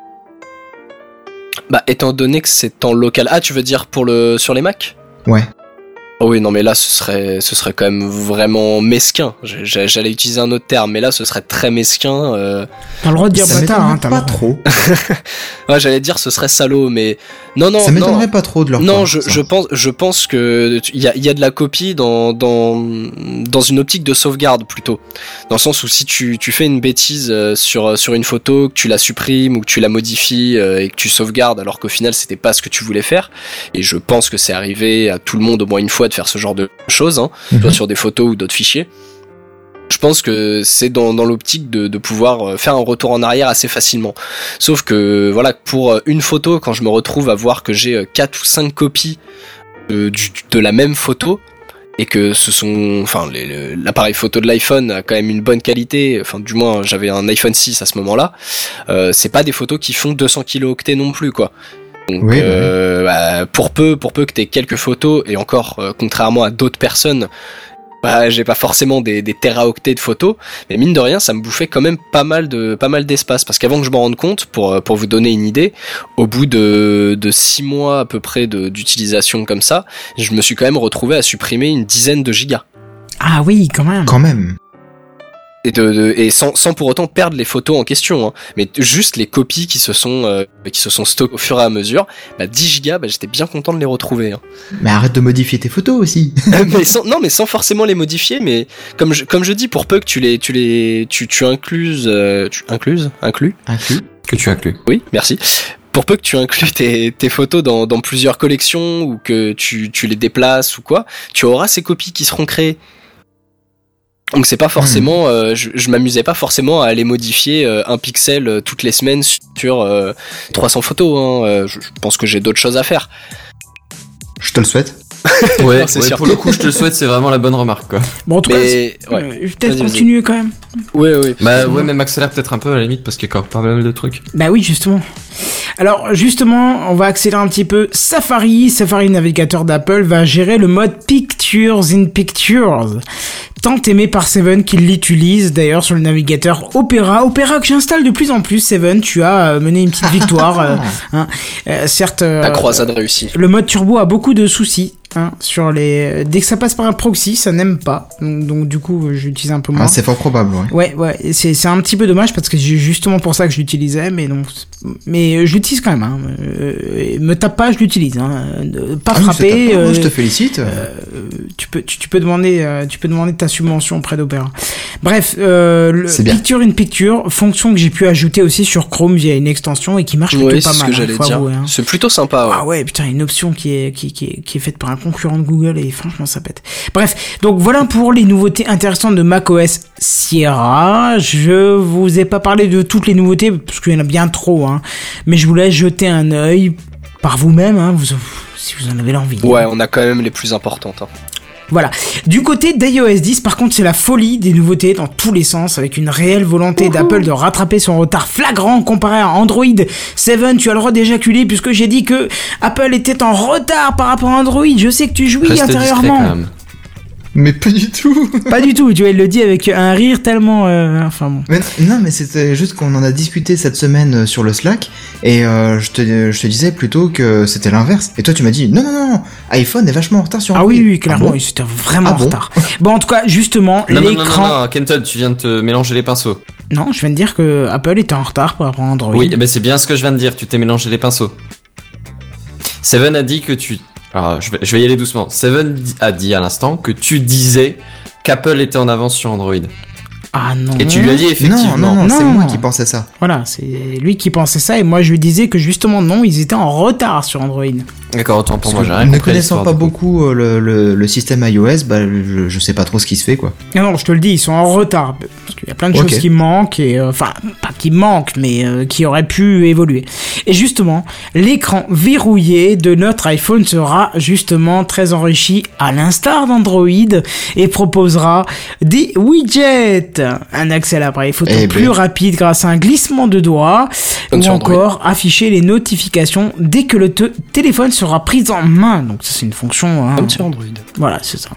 Bah, étant donné que c'est en local. Ah, tu veux dire sur les Mac? Ouais. Oh oui, non, mais là, ce serait quand même vraiment mesquin. J'allais utiliser un autre terme, mais là, ce serait très mesquin. T'as le droit de dire bâtard, hein, t'as pas trop. Ouais, j'allais dire ce serait salaud, mais non. Ça m'étonnerait pas trop de leur part. Non, je pense que il y a de la copie dans une optique de sauvegarde plutôt. Dans le sens où si tu fais une bêtise sur une photo, que tu la supprimes ou que tu la modifies et que tu sauvegardes alors qu'au final c'était pas ce que tu voulais faire, et je pense que c'est arrivé à tout le monde au moins une fois de faire ce genre de choses, hein, soit sur des photos ou d'autres fichiers. Je pense que c'est dans l'optique de pouvoir faire un retour en arrière assez facilement. Sauf que voilà, pour une photo, quand je me retrouve à voir que j'ai 4 ou 5 copies de la même photo, et que l'appareil photo de l'iPhone a quand même une bonne qualité, enfin du moins j'avais un iPhone 6 à ce moment-là, c'est pas des photos qui font 200 kilooctets non plus, quoi. Donc oui, pour peu que t'aies quelques photos, et encore contrairement à d'autres personnes, j'ai pas forcément des téraoctets de photos, mais mine de rien ça me bouffait quand même pas mal d'espace, parce qu'avant que je m'en rende compte, pour vous donner une idée, au bout de 6 mois à peu près d'utilisation comme ça, je me suis quand même retrouvé à supprimer une dizaine de gigas. Ah oui, quand même. et sans pour autant perdre les photos en question, hein, mais juste les copies qui se sont stockées au fur et à mesure, 10 gigas, j'étais bien content de les retrouver. Hein. Mais arrête de modifier tes photos aussi. mais sans forcément les modifier, mais comme je dis, pour peu que tu inclus. Que tu inclus. Oui, merci. Pour peu que tu inclues tes photos dans plusieurs collections ou que tu les déplaces ou quoi, tu auras ces copies qui seront créées. Donc c'est pas forcément, je m'amusais pas forcément à aller modifier un pixel toutes les semaines sur 300 photos. Hein. Je pense que j'ai d'autres choses à faire. Je te le souhaite. Ouais, pour le coup, je te le souhaite, c'est vraiment la bonne remarque, quoi. Bon, en tout cas, je vais peut-être continuer quand même. Ouais. Ouais, même accélère peut-être un peu à la limite parce qu'il y a encore pas mal de trucs. Bah oui, justement. Alors, justement, on va accélérer un petit peu. Safari, navigateur d'Apple, va gérer le mode Pictures in Pictures. Tant aimé par Seven qu'il l'utilise d'ailleurs sur le navigateur Opera que j'installe de plus en plus. Seven, tu as mené une petite victoire. Certes, la croisade réussie. Le mode turbo a beaucoup de soucis. Sur les dès que ça passe par un proxy, ça n'aime pas. Donc du coup, j'utilise un peu moins. C'est fort probable, ouais. Ouais, c'est un petit peu dommage parce que c'est justement pour ça que je l'utilisais, mais je l'utilise quand même. Me tape pas, je l'utilise. Pas frapper. Je te félicite. Tu peux demander ta subvention auprès d'Opera. Bref, le Picture in Picture, fonction que j'ai pu ajouter aussi sur Chrome via une extension et qui marche plutôt pas mal. C'est ce que j'allais dire. Avouer, C'est plutôt sympa. Ouais. Ah ouais, putain, une option qui est faite par un concurrent de Google et franchement ça pète. Bref, donc voilà pour les nouveautés intéressantes de macOS Sierra. Je vous ai pas parlé de toutes les nouveautés parce qu'il y en a bien trop, mais je vous laisse jeter un œil par vous-même, si vous en avez l'envie. Ouais, on a quand même les plus importantes. Voilà. Du côté d'iOS 10, par contre, c'est la folie des nouveautés dans tous les sens, avec une réelle volonté d'Apple de rattraper son retard flagrant comparé à Android 7. Tu as le droit d'éjaculer puisque j'ai dit que Apple était en retard par rapport à Android. Je sais que tu jouis Reste intérieurement. Discret, quand même. Mais pas du tout. Pas du tout, tu vois, il le dit avec un rire tellement... Enfin bon. Mais c'était juste qu'on en a discuté cette semaine sur le Slack, et je te disais plutôt que c'était l'inverse. Et toi tu m'as dit, non, iPhone est vachement en retard sur Android. Ah oui, clairement, il était vraiment en retard. Bon, en tout cas, justement, l'écran... Non, Kenton, tu viens de te mélanger les pinceaux. Non, je viens de dire que Apple était en retard par rapport à Android. Oui, mais c'est bien ce que je viens de dire, tu t'es mélangé les pinceaux. Seven a dit que tu... Alors, je vais y aller doucement. Seven a dit à l'instant que tu disais qu'Apple était en avance sur Android. Ah non. Et tu lui as dit effectivement. Non, c'est moi qui pensais ça. Voilà, c'est lui qui pensait ça et moi je lui disais que justement non, ils étaient en retard sur Android. D'accord, autant pour moi, j'ai rien compris. Ne connaissant pas beaucoup le système iOS, je sais pas trop ce qui se fait, quoi. Non, je te le dis, ils sont en retard. Parce qu'il y a plein de choses qui manquent, et enfin, pas qui manquent, mais qui auraient pu évoluer. Et justement, l'écran verrouillé de notre iPhone sera justement très enrichi à l'instar d'Android et proposera des widgets, un accès à l'appareil photo plus rapide grâce à un glissement de doigts, ou encore afficher les notifications dès que le téléphone sera pris en main. Donc ça c'est une fonction comme sur Android. Voilà, c'est ça.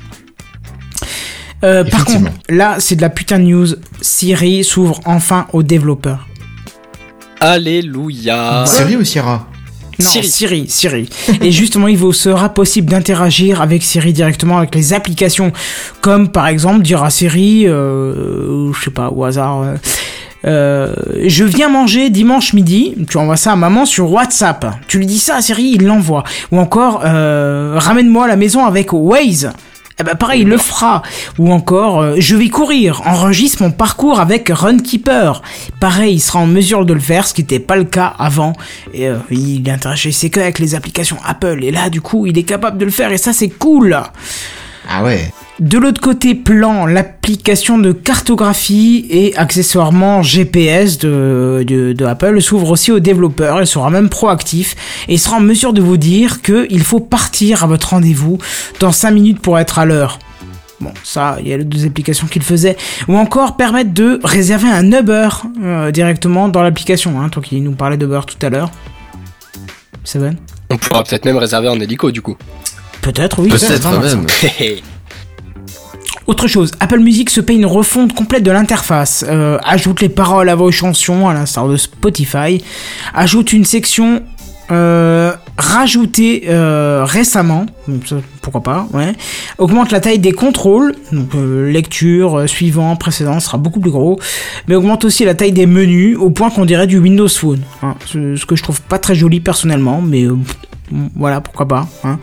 Par contre, là c'est de la putain de news. Siri s'ouvre enfin aux développeurs. Alléluia. Siri ou Sierra? Non, Siri. Et justement, il vous sera possible d'interagir avec Siri directement avec les applications, comme par exemple dire à Siri, je sais pas, au hasard, je viens manger dimanche midi, tu envoies ça à maman sur WhatsApp. Tu lui dis ça à Siri, il l'envoie. Ou encore, ramène-moi à la maison avec Waze. Eh ben pareil, il le fera. Ou encore, je vais courir, enregistre mon parcours avec Runkeeper. Pareil, il sera en mesure de le faire, ce qui n'était pas le cas avant. Et il interagissait que avec les applications Apple. Et là, du coup, il est capable de le faire et ça, c'est cool. Ah ouais. De l'autre côté, Plan, l'application de cartographie et accessoirement GPS de Apple s'ouvre aussi aux développeurs. Il sera même proactif et il sera en mesure de vous dire qu'il faut partir à votre rendez-vous dans 5 minutes pour être à l'heure. Bon, ça, il y a les 2 applications qui le faisaient. Ou encore permettre de réserver un Uber directement dans l'application. Toi qui nous parlais d'Uber tout à l'heure. Seven. On pourra peut-être même réserver un hélico du coup. Peut-être, oui. Peut-être même. Autre chose, Apple Music se paye une refonte complète de l'interface, ajoute les paroles à vos chansons à l'instar de Spotify, ajoute une section rajouté récemment, pourquoi pas, ouais, augmente la taille des contrôles, donc lecture, suivant, précédent sera beaucoup plus gros, mais augmente aussi la taille des menus au point qu'on dirait du Windows Phone, hein, ce que je trouve pas très joli personnellement, mais voilà, pourquoi pas, hein.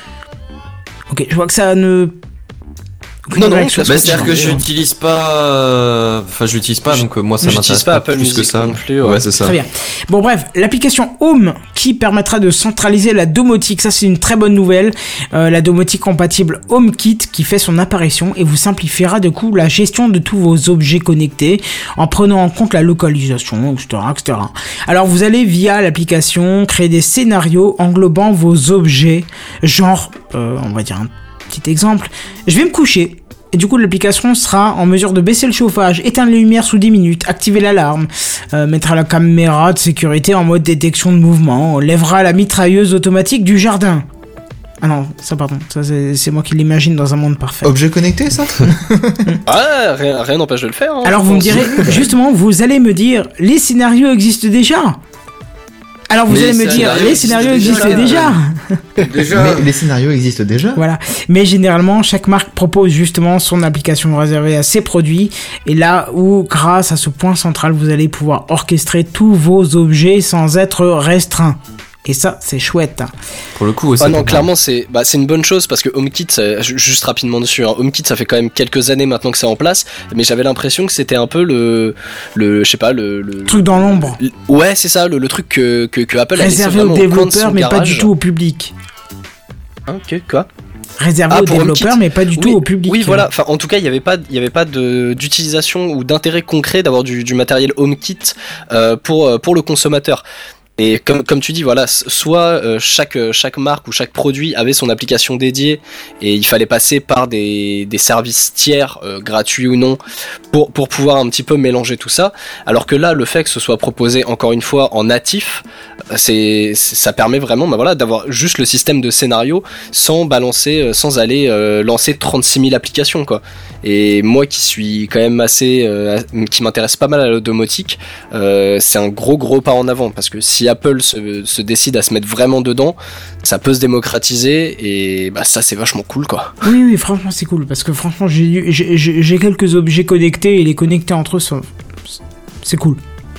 Ok, je vois que ça ne... Non, c'est-à-dire que j'utilise pas, donc moi ça m'intéresse pas Apple plus Music que ça. non plus, ouais, c'est ça. Très bien. Bon, bref, l'application Home qui permettra de centraliser la domotique, ça c'est une très bonne nouvelle. La domotique compatible HomeKit qui fait son apparition et vous simplifiera du coup la gestion de tous vos objets connectés en prenant en compte la localisation, etc. Alors vous allez via l'application créer des scénarios englobant vos objets, genre, on va dire un petit exemple, je vais me coucher. Et du coup, l'application sera en mesure de baisser le chauffage, éteindre les lumières sous 10 minutes, activer l'alarme, mettra la caméra de sécurité en mode détection de mouvement, lèvera la mitrailleuse automatique du jardin. Ah non, ça pardon, ça c'est moi qui l'imagine dans un monde parfait. Objet connecté, ça? Ah, rien n'empêche de le faire. Hein, alors vous me direz, justement, vous allez me dire, les scénarios existent déjà. Alors vous allez me dire, les scénarios existent déjà. Mais les scénarios existent déjà. Voilà. Mais généralement, chaque marque propose justement son application réservée à ses produits. Et là où, grâce à ce point central, vous allez pouvoir orchestrer tous vos objets sans être restreint. Et ça, c'est chouette. Pour le coup, ah non, clairement, c'est une bonne chose parce que HomeKit, juste rapidement dessus, hein, HomeKit, ça fait quand même quelques années maintenant que c'est en place, mais j'avais l'impression que c'était un peu je sais pas, le truc dans l'ombre. Ouais, c'est ça, le truc que Apple a laissé réservé aux développeurs, mais garage. pas du tout au public. Ok, quoi? Réservé aux développeurs, mais pas du tout au public. Oui, voilà. Enfin, en tout cas, il y avait pas d'utilisation ou d'intérêt concret d'avoir du matériel HomeKit pour le consommateur. Et comme tu dis, voilà, soit chaque marque ou chaque produit avait son application dédiée et il fallait passer par des services tiers, gratuits ou non, pour pouvoir un petit peu mélanger tout ça. Alors que là, le fait que ce soit proposé encore une fois en natif, ça permet vraiment, voilà, d'avoir juste le système de scénario sans aller lancer 36 000 applications, quoi. Et moi qui suis quand même qui m'intéresse pas mal à la domotique, c'est un gros pas en avant parce que si Apple se décide à se mettre vraiment dedans, ça peut se démocratiser et bah ça c'est vachement cool, quoi. Oui, franchement c'est cool parce que franchement j'ai quelques objets connectés et les connecter entre eux, c'est cool.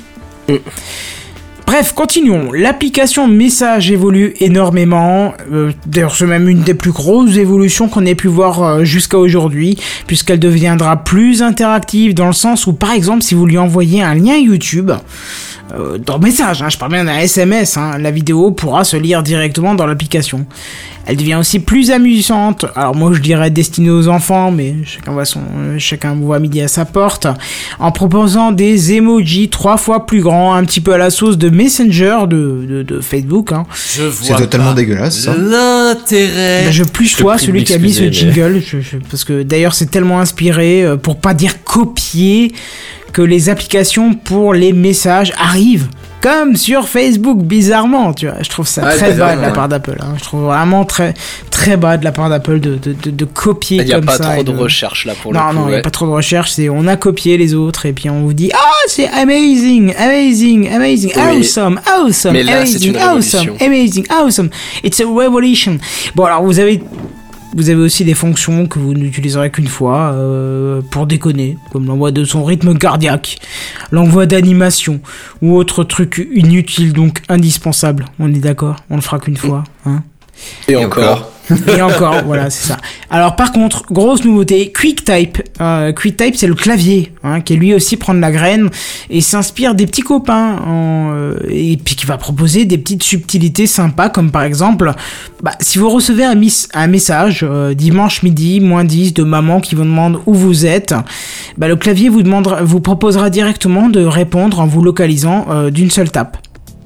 Bref, continuons. L'application Message évolue énormément. D'ailleurs, c'est même une des plus grosses évolutions qu'on ait pu voir jusqu'à aujourd'hui, puisqu'elle deviendra plus interactive dans le sens où, par exemple, si vous lui envoyez un lien YouTube, dans Message, je parle bien d'un SMS, la vidéo pourra se lire directement dans l'application. Elle devient aussi plus amusante. Alors moi je dirais destinée aux enfants, mais chacun voit midi à sa porte. En proposant des emojis 3 fois plus grands, un petit peu à la sauce de Messenger de Facebook. C'est totalement dégueulasse. Ça. L'intérêt. Je plus toi celui qui a mis ce jingle, parce que d'ailleurs c'est tellement inspiré, pour pas dire copié, que les applications pour les messages arrivent. Comme sur Facebook, bizarrement, tu vois. Je trouve ça très bas de la part d'Apple. Je trouve vraiment très, très bas de la part d'Apple de copier comme ça. Il n'y a pas trop de recherche là pour le coup. Non, il n'y a pas trop de recherche. On a copié les autres et puis on vous dit c'est amazing, oui. awesome, mais là, amazing, c'est une révolution. awesome. It's a revolution. Bon, alors vous avez aussi des fonctions que vous n'utiliserez qu'une fois pour déconner, comme l'envoi de son rythme cardiaque, l'envoi d'animation ou autre truc inutile donc indispensable. On est d'accord, on le fera qu'une fois, Et encore. Et encore, voilà, c'est ça. Alors par contre, grosse nouveauté, QuickType. QuickType, c'est le clavier, qui lui aussi prend de la graine et s'inspire des petits copains, et puis qui va proposer des petites subtilités sympas, comme par exemple, si vous recevez un message dimanche midi, -10 de maman qui vous demande où vous êtes, le clavier vous proposera directement de répondre en vous localisant d'une seule tape.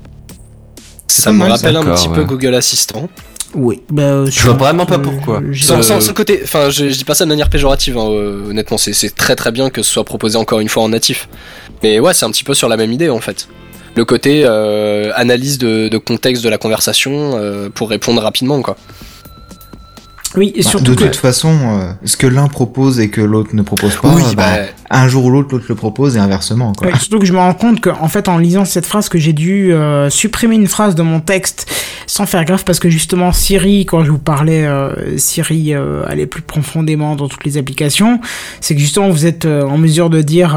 Ça me rappelle un petit peu Google Assistant. Oui, je vois vraiment pas pourquoi. Sans côté, enfin, je dis pas ça de manière péjorative, honnêtement, c'est très très bien que ce soit proposé encore une fois en natif. Mais ouais, c'est un petit peu sur la même idée en fait. Le côté analyse de contexte de la conversation pour répondre rapidement, quoi. Oui, et surtout de toute façon, ce que l'un propose et que l'autre ne propose pas, un jour ou l'autre le propose et inversement, quoi. Oui, surtout que je me rends compte qu'en fait, en lisant cette phrase, que j'ai dû supprimer une phrase de mon texte sans faire gaffe, parce que justement Siri, quand je vous parlais, Siri allait plus profondément dans toutes les applications, c'est que justement vous êtes en mesure de dire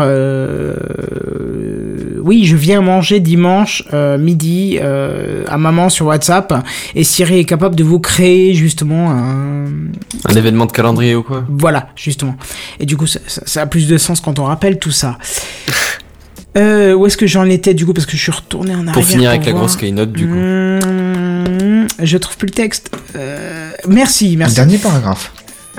oui, je viens manger dimanche midi à maman sur WhatsApp, et Siri est capable de vous créer justement un événement de calendrier ou quoi. Voilà, justement. Et du coup, ça a plus de sens quand on rappelle tout ça. Où est-ce que j'en étais du coup, parce que je suis retourné en arrière. Pour finir avec la grosse keynote du coup. Je trouve plus le texte. Merci. Le dernier paragraphe.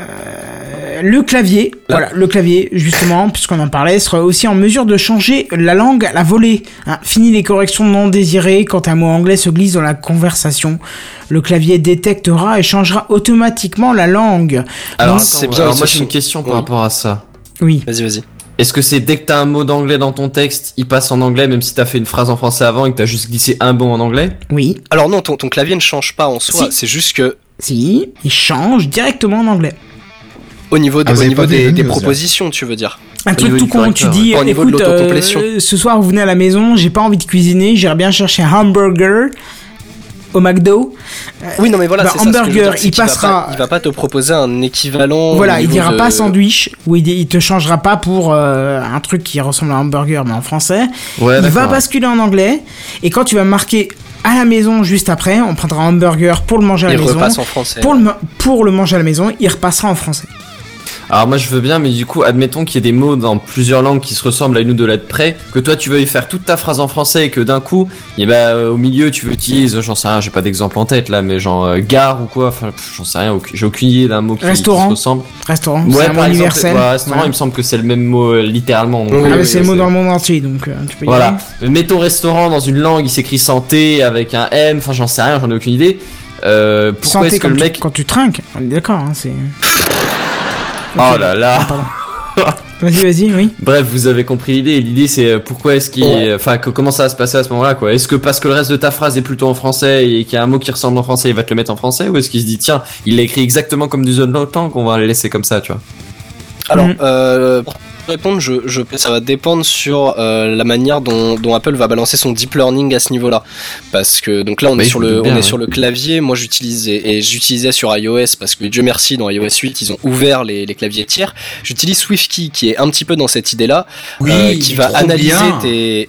Le clavier, voilà, le clavier, justement, puisqu'on en parlait, sera aussi en mesure de changer la langue à la volée. Fini les corrections non désirées quand un mot anglais se glisse dans la conversation. Le clavier détectera et changera automatiquement la langue. Alors, c'est bien. Alors moi, j'ai une question par rapport à ça. Oui. Vas-y. Est-ce que c'est dès que t'as un mot d'anglais dans ton texte, il passe en anglais, même si t'as fait une phrase en français avant et que t'as juste glissé un mot en anglais? Oui. Alors non, ton clavier ne change pas en soi, c'est juste que... Si, il change directement en anglais. Au niveau des propositions, tu veux dire? Un truc tout con, tu dis, écoute, ce soir vous venez à la maison, j'ai pas envie de cuisiner, j'irai bien chercher un hamburger au McDo. Oui, non mais voilà, c'est hamburger, ça, il passera. Il va pas te proposer un équivalent. Voilà, il dira pas sandwich, ou il te changera pas pour un truc qui ressemble à un hamburger mais en français. Ouais, il va basculer en anglais, et quand tu vas marquer à la maison juste après, on prendra un hamburger pour le manger à la maison. Il repasse en français. Pour le manger à la maison, il repassera en français. Alors moi je veux bien, mais du coup admettons qu'il y ait des mots dans plusieurs langues qui se ressemblent à une ou deux lettres près, que toi tu veuilles faire toute ta phrase en français et que d'un coup, au milieu tu veux utiliser, j'en sais rien, j'ai pas d'exemple en tête là, mais genre gare ou quoi, enfin j'en sais rien, j'ai aucune idée d'un mot qui se ressemble. Restaurant, ouais, c'est un mot universel. Restaurant, il me semble que c'est le même mot littéralement. Donc, c'est le mot dans le monde entier, donc tu peux y voilà. Mettons restaurant dans une langue, il s'écrit santé avec un M, enfin j'en sais rien, j'en ai aucune idée. Pourquoi santé, est-ce que le mec... Quand tu trinques, on est d'accord, hein, c'est... Oh là là. Vas-y, oui. Bref, vous avez compris l'idée. L'idée, c'est pourquoi est-ce comment ça va se passer à ce moment-là, quoi. Est-ce que parce que le reste de ta phrase est plutôt en français et qu'il y a un mot qui ressemble en français, il va te le mettre en français, ou est-ce qu'il se dit, tiens, il l'a écrit exactement comme du zone temps qu'on va le laisser comme ça, tu vois? Alors, pour répondre, ça va dépendre sur la manière dont Apple va balancer son deep learning à ce niveau-là, parce que donc là on est sur le clavier. Moi j'utilisais sur iOS, parce que Dieu merci dans iOS 8 ils ont ouvert les claviers tiers. J'utilise SwiftKey qui est un petit peu dans cette idée-là, qui va analyser qui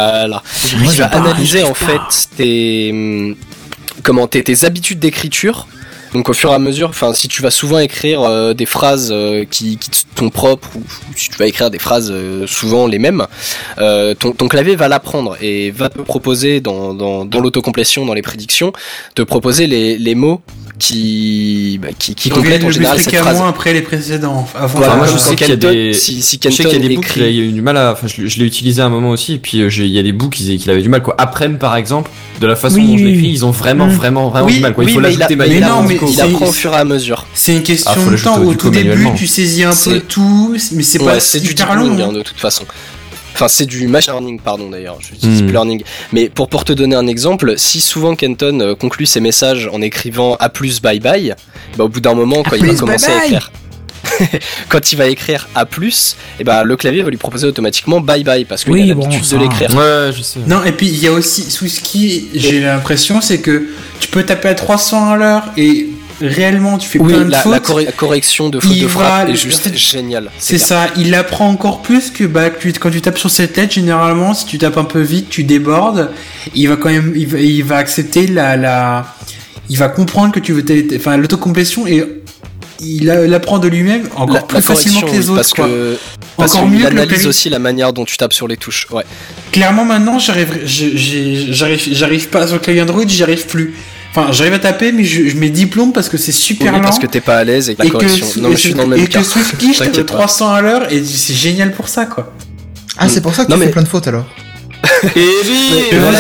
va analyser en fait tes habitudes d'écriture. Donc au fur et à mesure, si tu vas souvent écrire des phrases qui te sont propres, ou si tu vas écrire des phrases souvent les mêmes, ton clavier va l'apprendre et va te proposer dans l'autocomplétion, dans les prédictions, te proposer les mots qui complètent en général cette phrase. Après les précédents. Moi je sais qu'il y a des bouts écrit... qu'il a eu du mal à. Enfin, je l'ai utilisé à un moment aussi, et puis il y a des bouts qu'il avait du mal, quoi. Après, par exemple, de la façon dont je l'écris, ils ont vraiment du mal, quoi. Il faut l'ajouter manuellement. Il apprend au fur et à mesure. C'est une question de temps. Au tout début, tu saisis un peu tout, mais c'est pas c'est du deep learning de toute façon. Enfin, c'est du machine learning, pardon d'ailleurs, je dis deep learning. Mais pour te donner un exemple, si souvent Kenton conclut ses messages en écrivant A+, bye bye, au bout d'un moment, quand il va commencer à écrire... quand il va écrire A+, le clavier va lui proposer automatiquement bye bye, parce qu'il a l'habitude de l'écrire. Ouais, je sais. Non, et puis il y a aussi SwiftKey, j'ai l'impression, c'est que tu peux taper à 300 à l'heure et réellement tu fais plein de fautes. La correction de faute de frappe est juste géniale. C'est ça, il apprend encore plus que quand tu tapes sur cette lettre, généralement si tu tapes un peu vite, tu débordes, il va quand même il va accepter il va comprendre que tu veux l'autocomplétion, et il apprend de lui-même encore plus facilement que les autres, parce qu'il analyse aussi la manière dont tu tapes sur les touches. Ouais. Clairement maintenant j'arrive pas sur le clavier Android, j'y arrive plus. Enfin, j'arrive à taper, mais je mets diplôme parce que c'est super lent. Parce que t'es pas à l'aise avec la correction. Je suis dans le même cas. Et que SwiftKey, je tape 300 à l'heure, et c'est génial pour ça, quoi. Ah, c'est pour ça que tu fais plein de fautes alors. Mais voilà,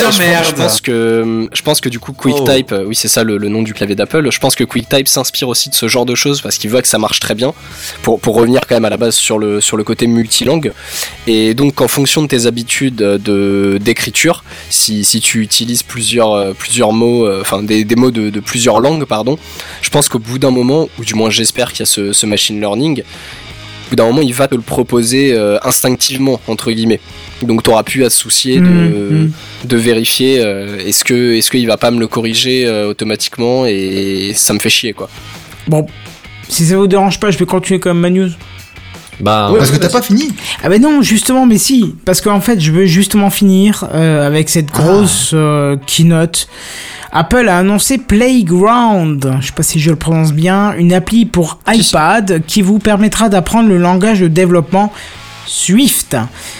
je pense que du coup QuickType, oui c'est ça le nom du clavier d'Apple, je pense que QuickType s'inspire aussi de ce genre de choses parce qu'il voit que ça marche très bien pour revenir quand même à la base sur le côté multilangue. Et donc en fonction de tes habitudes d'écriture, si tu utilises plusieurs mots, enfin des mots de plusieurs langues, pardon, je pense qu'au bout d'un moment, ou du moins j'espère qu'il y a ce machine learning, au bout d'un moment il va te le proposer instinctivement entre guillemets. Donc t'auras plus à te soucier de vérifier est-ce qu'il va pas me le corriger automatiquement, et ça me fait chier quoi. Bon, si ça vous dérange pas, je vais continuer comme ma news. Bah, parce que t'as pas fini. Ah ben non, justement, mais si, parce qu'en fait, je veux justement finir avec cette grosse keynote. Apple a annoncé Playground, je sais pas si je le prononce bien, une appli pour iPad qui vous permettra d'apprendre le langage de développement Swift.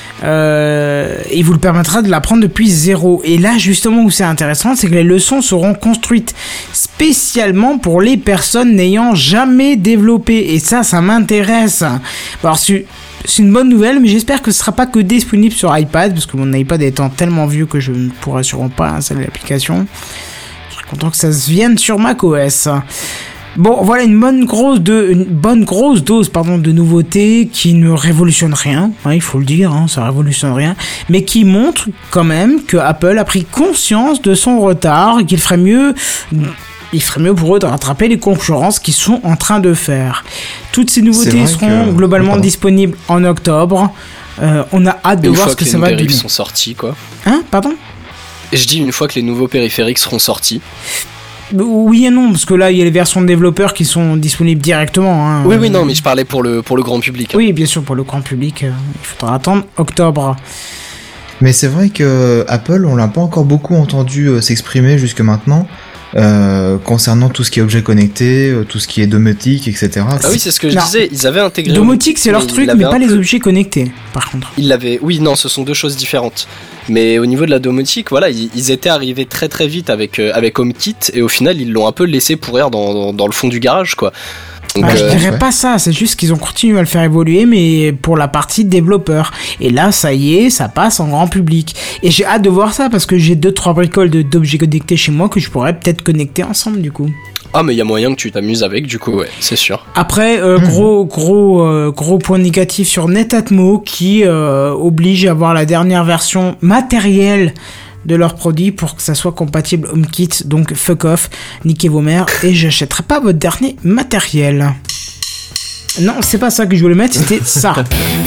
Et vous le permettra de l'apprendre depuis zéro. Et là justement où c'est intéressant, c'est que les leçons seront construites spécialement pour les personnes n'ayant jamais développé, et ça m'intéresse. Alors c'est une bonne nouvelle, mais j'espère que ce sera pas que disponible sur iPad, parce que mon iPad étant tellement vieux que je ne pourrai sûrement pas installer l'application. Je serais content que ça se vienne sur macOS. Bon, voilà une bonne grosse dose de nouveautés qui ne révolutionne rien, il faut le dire, ça révolutionne rien, mais qui montre quand même que Apple a pris conscience de son retard et qu'il ferait mieux pour eux de rattraper les concurrences qu'ils sont en train de faire. Toutes ces nouveautés seront globalement disponibles en octobre. On a hâte de voir ce que ça va donner. Une fois que les périphériques sont sortis, quoi. Pardon ? Et je dis une fois que les nouveaux périphériques seront sortis. Oui et non, parce que là il y a les versions de développeurs qui sont disponibles directement. Oui, non, mais je parlais pour le grand public. Oui, bien sûr, pour le grand public, il faudra attendre octobre. Mais c'est vrai que Apple, on l'a pas encore beaucoup entendu s'exprimer jusque maintenant concernant tout ce qui est objet connecté, tout ce qui est domotique, etc. Ah oui, c'est ce que je disais, ils avaient intégré... Domotique, c'est leur truc, mais pas les objets connectés, par contre. Oui, non, ce sont deux choses différentes. Mais au niveau de la domotique, voilà, ils étaient arrivés très très vite avec HomeKit, et au final, ils l'ont un peu laissé pourrir dans le fond du garage, quoi. Donc, je dirais pas ça, c'est juste qu'ils ont continué à le faire évoluer, mais pour la partie développeur. Et là, ça y est, ça passe en grand public. Et j'ai hâte de voir ça, parce que j'ai 2-3 bricoles d'objets connectés chez moi que je pourrais peut-être connecter ensemble, du coup. Ah, mais il y a moyen que tu t'amuses avec, du coup, ouais, c'est sûr. Après, gros point négatif sur Netatmo, qui oblige à avoir la dernière version matérielle de leurs produits pour que ça soit compatible HomeKit, donc fuck off, niquez vos mères, et j'achèterai pas votre dernier matériel. Non, c'est pas ça que je voulais mettre, c'était ça.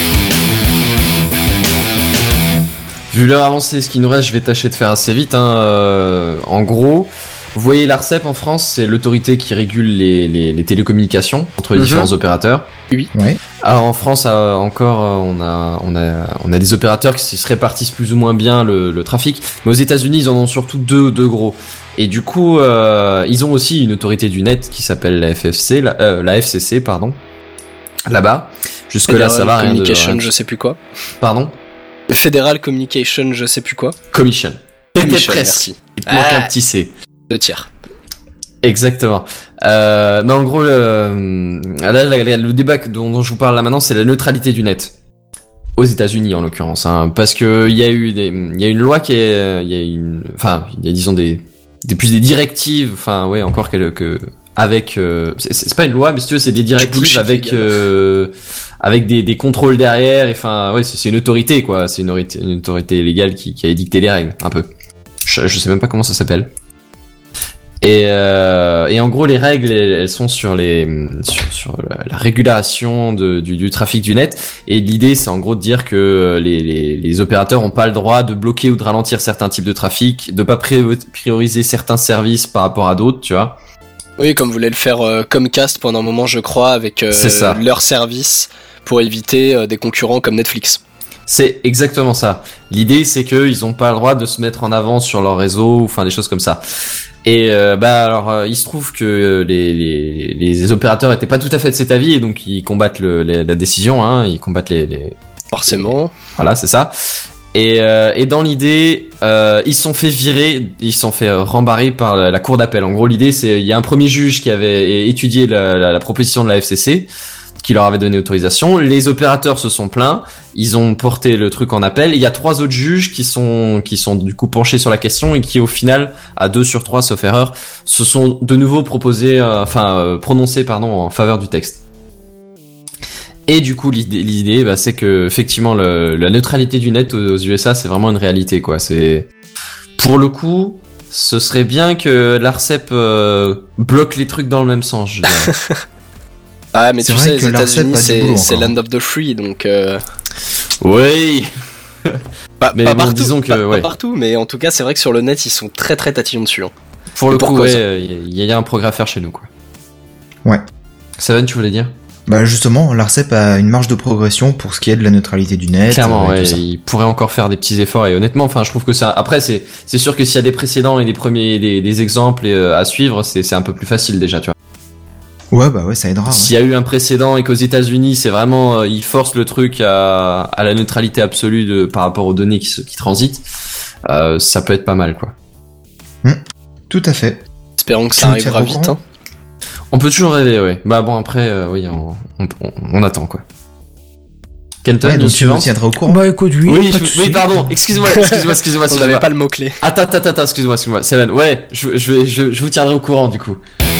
Vu l'heure avancée, ce qui nous reste, je vais tâcher de faire assez vite. En gros, vous voyez l'ARCEP en France, c'est l'autorité qui régule les télécommunications entre les différents opérateurs. Oui. Ouais. Alors en France, on a des opérateurs qui se répartissent plus ou moins bien le trafic, mais aux États-Unis, ils en ont surtout deux gros. Et du coup, ils ont aussi une autorité du net qui s'appelle la FCC, pardon. Là-bas. Jusque là, ça va. Communication, je sais plus quoi. Pardon. Federal Communication, je sais plus quoi. Commission. Merci. Il te manque un petit C. 2 tiers. Exactement. Mais en gros, le débat dont je vous parle là maintenant, c'est la neutralité du net. Aux États-Unis, en l'occurrence, parce que il y a une loi qui est, il y a disons des directives, encore avec, c'est pas une loi, mais si tu veux, c'est des directives avec des contrôles derrière, c'est une autorité, quoi. C'est une autorité légale qui a édicté les règles, un peu. Je sais même pas comment ça s'appelle. Et en gros, les règles, elles sont sur la régulation du trafic du net. Et l'idée, c'est en gros de dire que les opérateurs ont pas le droit de bloquer ou de ralentir certains types de trafic, de pas prioriser certains services par rapport à d'autres, tu vois. Oui, comme voulait le faire Comcast pendant un moment, je crois, avec leur service pour éviter des concurrents comme Netflix. C'est exactement ça. L'idée, c'est qu'ils ont pas le droit de se mettre en avant sur leur réseau, des choses comme ça. Et il se trouve que les opérateurs étaient pas tout à fait de cet avis, et donc ils combattent la décision, ils combattent forcément. Voilà, c'est ça. Et dans l'idée, ils se sont fait virer, ils se sont fait rembarrer par la cour d'appel. En gros, l'idée, c'est il y a un premier juge qui avait étudié la proposition de la FCC, qui leur avait donné autorisation. Les opérateurs se sont plaints, ils ont porté le truc en appel. Il y a 3 autres juges qui sont du coup penchés sur la question et qui au final, à 2 sur 3 sauf erreur, se sont de nouveau prononcés en faveur du texte. Et du coup l'idée c'est que effectivement la neutralité du net aux USA c'est vraiment une réalité quoi. C'est pour le coup, ce serait bien que l'ARCEP bloque les trucs dans le même sens, je dirais. Ah, mais tu sais, les États-Unis, c'est land of the free, donc. Oui. Pas bon, partout, disons que pas partout, mais en tout cas, c'est vrai que sur le net, ils sont très très tatillons dessus. Hein. Pour le coup, il y a un progrès à faire chez nous, quoi. Ouais. Seven, tu voulais dire? Bah justement, l'ARCEP a une marge de progression pour ce qui est de la neutralité du net. Clairement, il pourrait encore faire des petits efforts et honnêtement, enfin, je trouve que ça. Après, c'est sûr que s'il y a des précédents et des exemples à suivre, c'est un peu plus facile déjà, tu vois. Ouais, ça aidera. S'il y a eu un précédent et qu'aux États-Unis, c'est vraiment, ils forcent le truc à la neutralité absolue par rapport aux données qui transitent, ça peut être pas mal, quoi. Tout à fait. Espérons que ça arrivera vite, hein. On peut toujours rêver, ouais. Bah bon, après, oui, on attend, quoi. Kenton, donc tu me tiendras au courant. Bah écoute, oui, pardon, excuse-moi. On n'avait pas le mot-clé. Attends, excuse-moi, Seven. Ouais, je vous tiendrai au courant, du coup.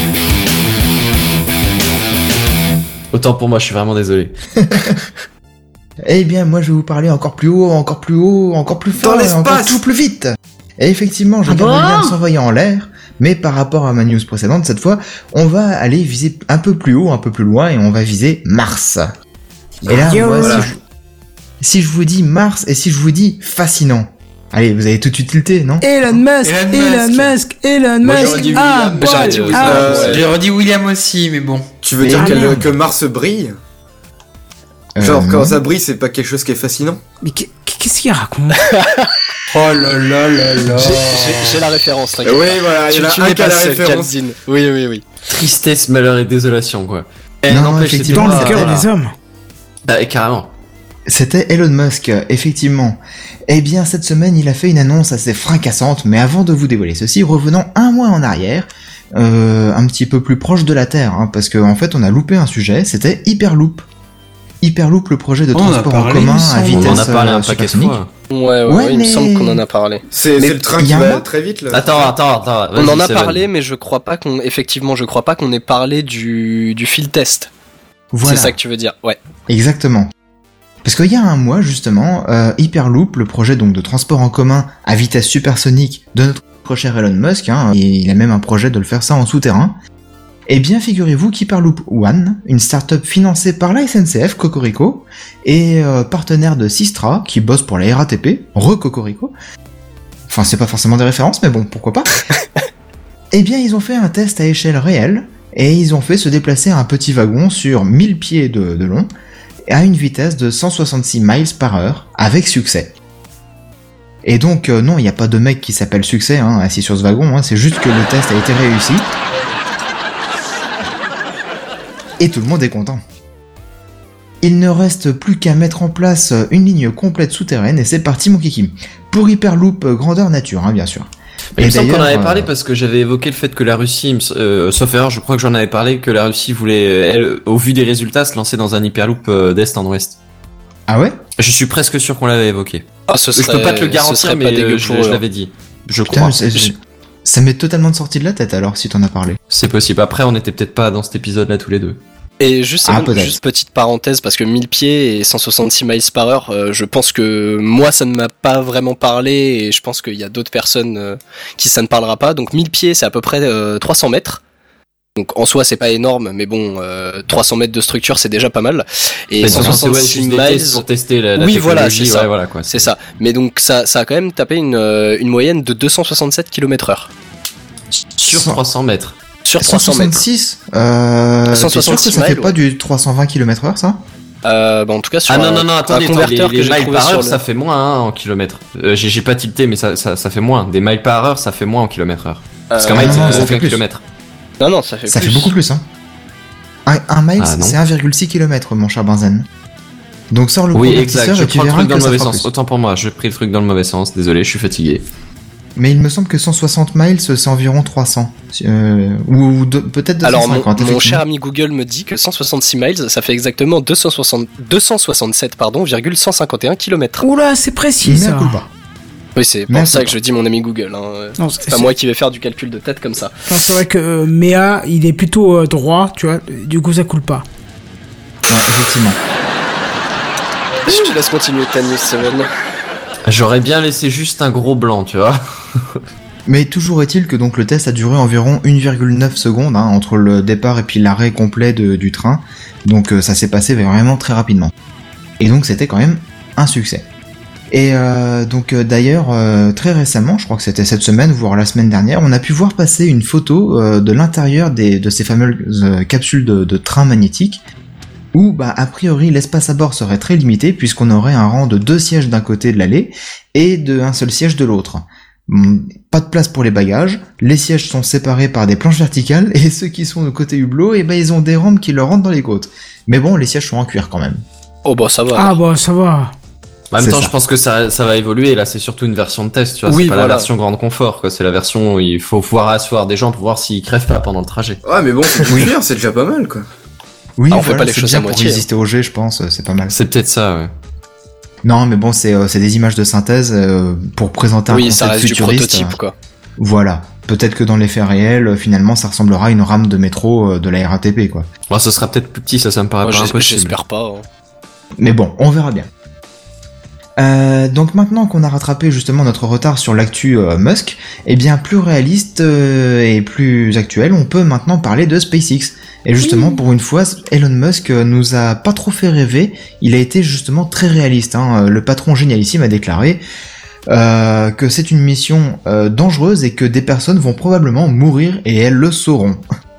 Autant pour moi, je suis vraiment désolé. Eh bien, moi, je vais vous parler encore plus haut, encore plus fort, encore tout plus vite. Et effectivement, je garde le lien s'envoyer en l'air, mais par rapport à ma news précédente, cette fois, on va aller viser un peu plus haut, un peu plus loin, et on va viser Mars. Et là, si je vous dis Mars, et si je vous dis fascinant, allez, vous avez tout de suite tilté, non? Elon Musk. Moi, j'aurais dit William. J'aurais dit William aussi, mais bon. Tu veux dire que Mars brille? Genre, quand ça brille, c'est pas quelque chose qui est fascinant? Mais qu'est-ce qu'il raconte? Oh là là là là. J'ai la référence, t'inquiète. Oui, voilà, il y en a un qui a la référence. Oui. Tristesse, malheur et désolation, quoi. Non, effectivement, dans le cœur des hommes. Bah, carrément. C'était Elon Musk, effectivement. Eh bien, cette semaine, il a fait une annonce assez fracassante, mais avant de vous dévoiler ceci, revenons un mois en arrière, un petit peu plus proche de la Terre, hein, parce qu'en fait, on a loupé un sujet, c'était Hyperloop. Hyperloop, le projet de transport en commun à vitesse on en a parlé un paquet de fois. Ouais, il me semble qu'on en a parlé. C'est le train qui va très vite, là. Attends. On en a parlé, mais je crois pas qu'on ait parlé du field test. Voilà. C'est ça que tu veux dire, ouais. Exactement. Parce qu'il y a un mois, justement, Hyperloop, le projet donc de transport en commun à vitesse supersonique de notre cher Elon Musk, hein, et il a même un projet de le faire ça en souterrain. Eh bien, figurez-vous qu'Hyperloop One, une start-up financée par la SNCF, Cocorico, et partenaire de Systra, qui bosse pour la RATP, Cocorico. Enfin, c'est pas forcément des références, mais bon, pourquoi pas. Eh bien, ils ont fait un test à échelle réelle, et ils ont fait se déplacer un petit wagon sur 1000 pieds de long, à une vitesse de 166 miles par heure, avec succès. Et donc, non, il n'y a pas de mec qui s'appelle Succès, hein, assis sur ce wagon, hein, c'est juste que le test a été réussi. Et tout le monde est content. Il ne reste plus qu'à mettre en place une ligne complète souterraine, et c'est parti mon kiki. Pour Hyperloop, grandeur nature, hein, bien sûr. Il me semble qu'on en avait parlé parce que j'avais évoqué le fait que la Russie, sauf erreur, je crois que j'en avais parlé, que la Russie voulait, elle, au vu des résultats, se lancer dans un Hyperloop d'est en ouest. Ah ouais? Je suis presque sûr qu'on l'avait évoqué. Je peux pas te le garantir, mais je l'avais dit. Je Putain, crois. Ça m'est totalement sorti de la tête alors, si t'en as parlé. C'est possible. Après, on était peut-être pas dans cet épisode-là tous les deux. Et juste petite parenthèse, parce que 1000 pieds et 166 miles par heure, je pense que moi ça ne m'a pas vraiment parlé, et je pense qu'il y a d'autres personnes qui ça ne parlera pas. Donc 1000 pieds, c'est à peu près 300 mètres. Donc en soi c'est pas énorme, mais bon, 300 mètres de structure c'est déjà pas mal. Et 166 miles pour tester la oui, voilà, c'est ça. Ouais, voilà, quoi. C'est ça. Mais donc ça a quand même tapé une moyenne de 267 km/h. Sur 300 mètres. Sur 366 166 ça fait pas du 320 km/h ça? En tout cas sur non, attendez, converteur les miles par heure ça fait moins en kilomètres. J'ai pas tilté, mais ça fait moins. Des miles par heure ça fait moins en kilomètres/heure. Parce qu'un mile c'est plus qu'un kilomètre. Non, ça fait plus. Ça fait beaucoup plus, hein. Un mile c'est 1,6 km, mon cher Benzen. Donc sors le convertisseur et tu verras que ça fera plus. Autant pour moi, j'ai pris le truc dans le mauvais sens, désolé, je suis fatigué. Mais il me semble que 160 miles c'est environ 300. Peut-être 250. Alors, mon cher ami Google me dit que 166 miles, ça fait exactement 267,151 km. Oula, c'est précis ça. Oui, c'est pour ça que je dis mon ami Google. Hein. Non, c'est pas moi qui vais faire du calcul de tête comme ça. Non, c'est vrai que Méa, il est plutôt droit, tu vois, du coup ça coule pas. Ouais, effectivement. Je te laisse continuer ta news, Seven. J'aurais bien laissé juste un gros blanc, tu vois. Mais toujours est-il que donc le test a duré environ 1,9 secondes entre le départ et puis l'arrêt complet du train. Donc ça s'est passé vraiment très rapidement. Et donc c'était quand même un succès. Et d'ailleurs très récemment, je crois que c'était cette semaine voire la semaine dernière, on a pu voir passer une photo de l'intérieur de ces fameuses capsules de train magnétique où a priori l'espace à bord serait très limité puisqu'on aurait un rang de 2 sièges d'un côté de l'allée et un seul siège de l'autre. Pas de place pour les bagages, les sièges sont séparés par des planches verticales et ceux qui sont de côté hublot, ils ont des rampes qui leur rentrent dans les côtes. Mais bon, les sièges sont en cuir quand même. Oh bah ça va. Ah bah ça va. En même temps, je pense que ça va évoluer. Là, c'est surtout une version de test, tu vois. Oui, c'est pas la version grande confort, quoi. C'est la version où il faut pouvoir asseoir des gens pour voir s'ils crèvent pas pendant le trajet. Ouais, mais bon, c'est du cuir, c'est déjà pas mal, quoi. Oui, on fait pas les choses à moitié. Pour résister au jet, je pense, c'est pas mal. C'est peut-être ça, ouais. Non, mais bon, c'est des images de synthèse pour présenter un concept ça reste futuriste. Du prototype, quoi. Voilà. Peut-être que dans les faits réels, finalement, ça ressemblera à une rame de métro de la RATP, quoi. Bon, ça sera peut-être plus petit, ça me paraît pas impossible. J'espère pas. Hein. Mais bon, on verra bien. Donc maintenant qu'on a rattrapé justement notre retard sur l'actu Musk, plus réaliste et plus actuel, on peut maintenant parler de SpaceX. Et justement, pour une fois, Elon Musk nous a pas trop fait rêver, il a été justement très réaliste. Le patron génialissime a déclaré que c'est une mission dangereuse et que des personnes vont probablement mourir et elles le sauront.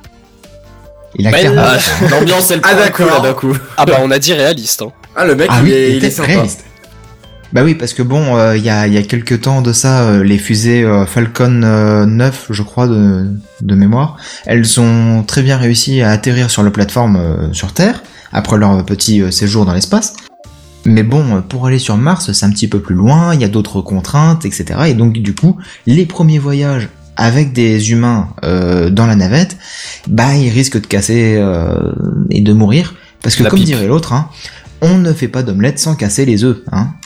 Il a clairement... l'ambiance, elle d'un coup. Ah bah on a dit réaliste. Hein. Ah le mec, il est sympa. Réaliste. Bah oui, parce que bon, il y a quelques temps de ça, les fusées Falcon 9, je crois, de mémoire, elles ont très bien réussi à atterrir sur la plateforme sur Terre, après leur petit séjour dans l'espace. Mais bon, pour aller sur Mars, c'est un petit peu plus loin, il y a d'autres contraintes, etc. Et donc du coup, les premiers voyages avec des humains dans la navette, ils risquent de casser et de mourir, parce que comme dirait l'autre, on ne fait pas d'omelette sans casser les œufs,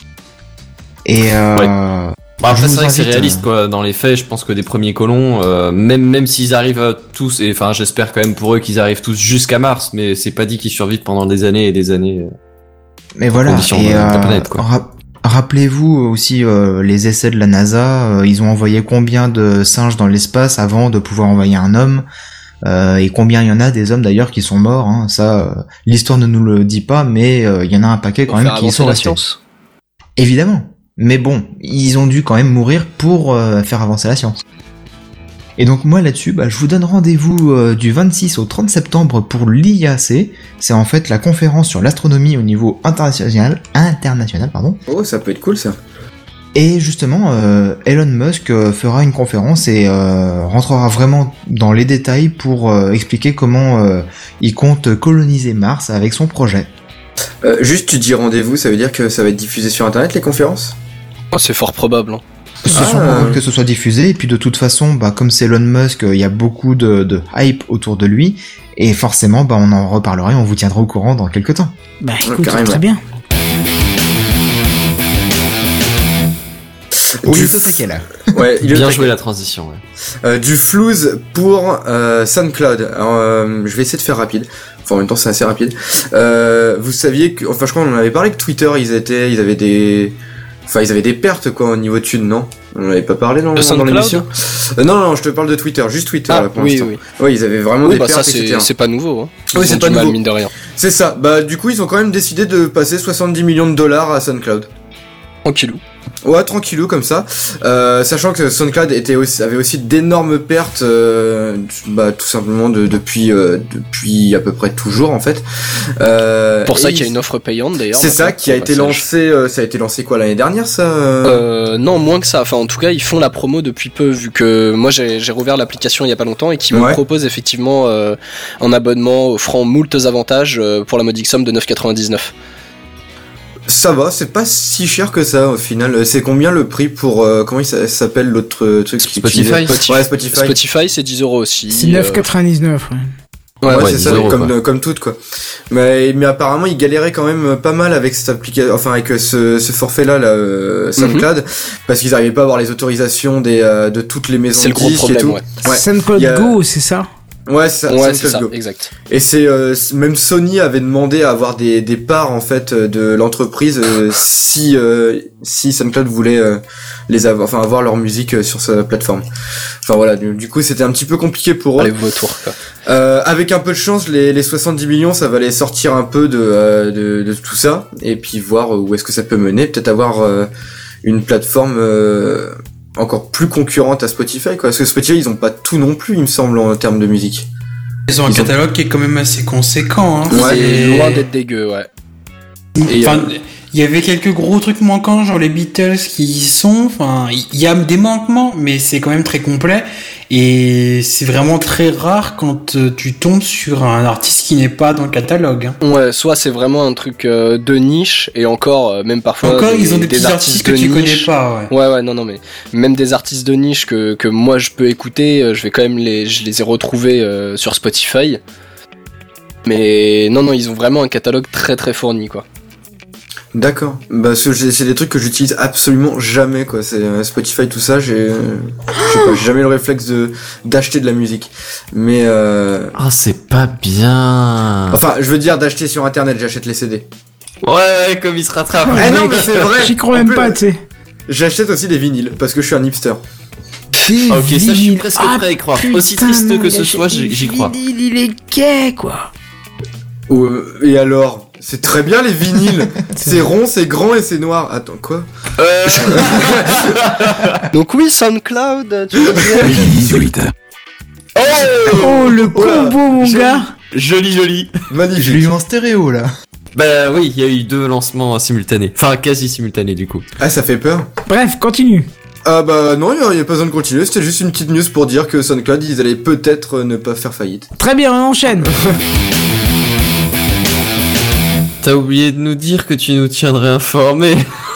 Et après c'est vrai que c'est réaliste quoi. Dans les faits, je pense que des premiers colons, même s'ils arrivent tous, et enfin j'espère quand même pour eux qu'ils arrivent tous jusqu'à Mars, mais c'est pas dit qu'ils survivent pendant des années et des années. Mais voilà. Et planète, quoi. Rappelez-vous aussi les essais de la NASA. Ils ont envoyé combien de singes dans l'espace avant de pouvoir envoyer un homme, et combien il y en a des hommes d'ailleurs qui sont morts. Ça, l'histoire ne nous le dit pas, mais il y en a un paquet quand même qui sont restés. Évidemment. Mais bon, ils ont dû quand même mourir pour faire avancer la science. Et donc moi là-dessus, je vous donne rendez-vous du 26 au 30 septembre pour l'IAC. C'est en fait la conférence sur l'astronomie au niveau international, pardon. Oh, ça peut être cool ça. Et justement, Elon Musk fera une conférence et rentrera vraiment dans les détails pour expliquer comment il compte coloniser Mars avec son projet. Juste, tu dis rendez-vous, ça veut dire que ça va être diffusé sur internet les conférences ? Oh, c'est fort probable. C'est probable que ce soit diffusé, et puis de toute façon, comme c'est Elon Musk, il y a beaucoup de hype autour de lui, et forcément, on en reparlera et on vous tiendra au courant dans quelques temps. Écoute, très bien. Oui, c'est au taquet là. Ouais, bien joué la transition. Ouais. Du flouze pour SoundCloud. Alors, je vais essayer de faire rapide. Enfin, en même temps, c'est assez rapide. Vous saviez que, enfin, je crois qu'on en avait parlé que Twitter, ils avaient des pertes quoi au niveau de thunes, non ? On n'avait pas parlé dans l'émission. Non, je te parle de Twitter, juste Twitter là pour l'instant. Oui, ils avaient vraiment des pertes, ça, etc. C'est pas nouveau. Oui, c'est pas nouveau. Mine de rien. C'est ça. Du coup, ils ont quand même décidé de passer 70 millions de dollars à SoundCloud. Tranquillou. Ouais, tranquillou comme ça. Sachant que SoundCloud avait aussi d'énormes pertes, tout simplement depuis à peu près toujours en fait. Pour ça qu'il y a une offre payante d'ailleurs. C'est ça qui a été lancé. Ça a été lancé quoi l'année dernière ça Non, moins que ça. Enfin, en tout cas, ils font la promo depuis peu, vu que moi j'ai rouvert l'application il y a pas longtemps et qui me propose effectivement un abonnement offrant moultes avantages pour la modique somme de 9,99. Ça va, c'est pas si cher que ça au final. C'est combien le prix pour comment il s'appelle l'autre truc qui Spotify. Ouais, Spotify. Spotify, c'est 10€ aussi. C'est 9,99. Ouais. Ouais, Ouais, c'est ça, 10 euros, comme toutes quoi. Mais apparemment il galérait quand même pas mal avec cette application, enfin avec ce forfait-là, SoundCloud, parce qu'ils arrivaient pas à avoir les autorisations de toutes les maisons C'est de le gros disques problème, et tout. ouais. SoundCloud Go, c'est ça? Ouais, c'est ça. Ouais, c'est SoundCloud ça, Go. exact. Et c'est même Sony avait demandé à avoir des parts en fait de l'entreprise si SoundCloud voulait avoir leur musique sur sa plateforme. Enfin voilà, du coup c'était un petit peu compliqué pour eux. Allez, vos tours, quoi. Avec un peu de chance, les 70 millions, ça va les sortir un peu de tout ça et puis voir où est-ce que ça peut mener. Peut-être avoir une plateforme encore plus concurrente à Spotify, quoi. Parce que Spotify, ils ont pas tout non plus, il me semble, en termes de musique. Ils ont un catalogue qui est quand même assez conséquent. Hein. Ouais, C'est loin d'être dégueu, ouais. Et, Enfin, il y avait quelques gros trucs manquants, genre les Beatles qui y sont. Enfin, il y a des manquements, mais c'est quand même très complet. Et c'est vraiment très rare quand tu tombes sur un artiste qui n'est pas dans le catalogue. Hein. Ouais, soit c'est vraiment un truc de niche, et encore, même parfois. Encore, ils ont des petits artistes que tu connais pas, ouais. Ouais, non, mais même des artistes de niche que moi je peux écouter, je vais quand même je les ai retrouvés sur Spotify. Mais non, ils ont vraiment un catalogue très très fourni, quoi. D'accord. Bah, c'est des trucs que j'utilise absolument jamais, quoi. C'est Spotify, tout ça. J'ai jamais le réflexe d'acheter de la musique. Mais Ah, c'est pas bien. enfin, je veux dire d'acheter sur internet. J'achète les CD. Ouais, comme il se rattrape. Eh non, mais c'est vrai. J'y crois En même plus, pas, tu sais. J'achète aussi des vinyles parce que je suis un hipster. Ah, ok, ça, je suis presque prêt à y croire. Aussi triste que ce soit, j'y crois. Il est gay, quoi. Et alors, c'est très bien les vinyles. C'est rond, c'est grand et c'est noir. Attends, quoi? Donc oui, SoundCloud, tu veux dire. Oh, le combo, mon gars. Joli. Je Magnifique. l'ai eu en stéréo là. Bah oui, il y a eu 2 lancements simultanés. Enfin, quasi simultanés, du coup. Ah, ça fait peur. Bref, continue. Ah bah non, il y a pas besoin de continuer. C'était juste une petite news pour dire que SoundCloud, ils allaient peut-être ne pas faire faillite. Très bien, on enchaîne. T'as oublié de nous dire que tu nous tiendrais informés.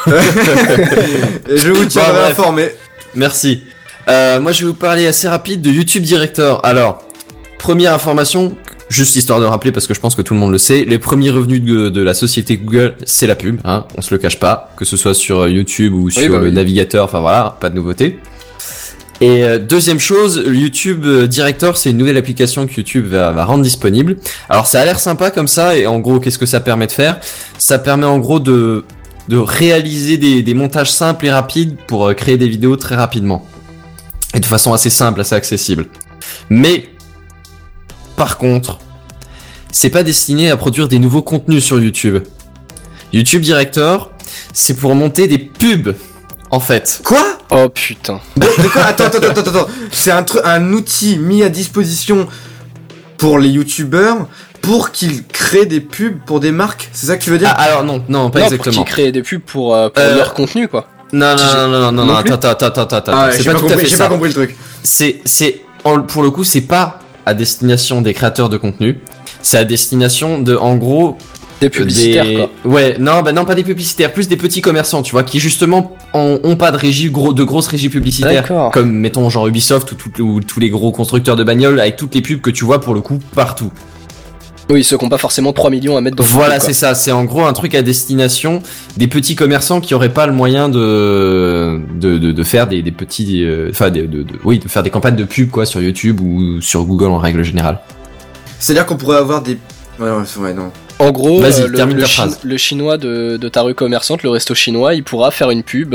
Et je vous tiendrai bref. informé. Merci. Moi, je vais vous parler assez rapide de YouTube Director. Alors, première information, juste histoire de rappeler parce que je pense que tout le monde le sait, les premiers revenus de la société Google, c'est la pub, hein, on se le cache pas, que ce soit sur YouTube ou sur le navigateur, enfin voilà, pas de nouveauté. Et deuxième chose, YouTube Director, c'est une nouvelle application que YouTube va rendre disponible. Alors ça a l'air sympa comme ça, et en gros, qu'est-ce que ça permet de faire? Ça permet en gros de réaliser des montages simples et rapides pour créer des vidéos très rapidement. Et de façon assez simple, assez accessible. Mais, par contre, c'est pas destiné à produire des nouveaux contenus sur YouTube. YouTube Director, c'est pour monter des pubs, en fait. Quoi? Oh putain. De quoi? Attends. C'est un outil mis à disposition pour les youtubeurs pour qu'ils créent des pubs pour des marques. C'est ça que tu veux dire? Ah, alors non, pas Non, exactement. pour qu'ils créent des pubs pour leur contenu, quoi. Non, plus attends. Ah, C'est j'ai pas tout à fait j'ai ça. pas compris le truc. Pour le coup, c'est pas à destination des créateurs de contenu. C'est à destination de, en gros, Des publicitaires, quoi. Ouais, non, pas des publicitaires, plus des petits commerçants, tu vois, qui justement ont pas de régie, de grosses régies publicitaires. D'accord. Comme, mettons, genre Ubisoft ou tous les gros constructeurs de bagnoles avec toutes les pubs que tu vois pour le coup partout. Oui, ceux qui n'ont pas forcément 3 millions à mettre dans le Voilà, truc, quoi. c'est ça. C'est en gros un truc à destination des petits commerçants qui auraient pas le moyen de faire des petits, de faire des campagnes de pub, quoi, sur YouTube ou sur Google en règle générale. C'est-à-dire qu'on pourrait avoir des... Ouais, non. En gros, Vas-y, termine ta phrase. le chinois de ta rue commerçante, le resto chinois, il pourra faire une pub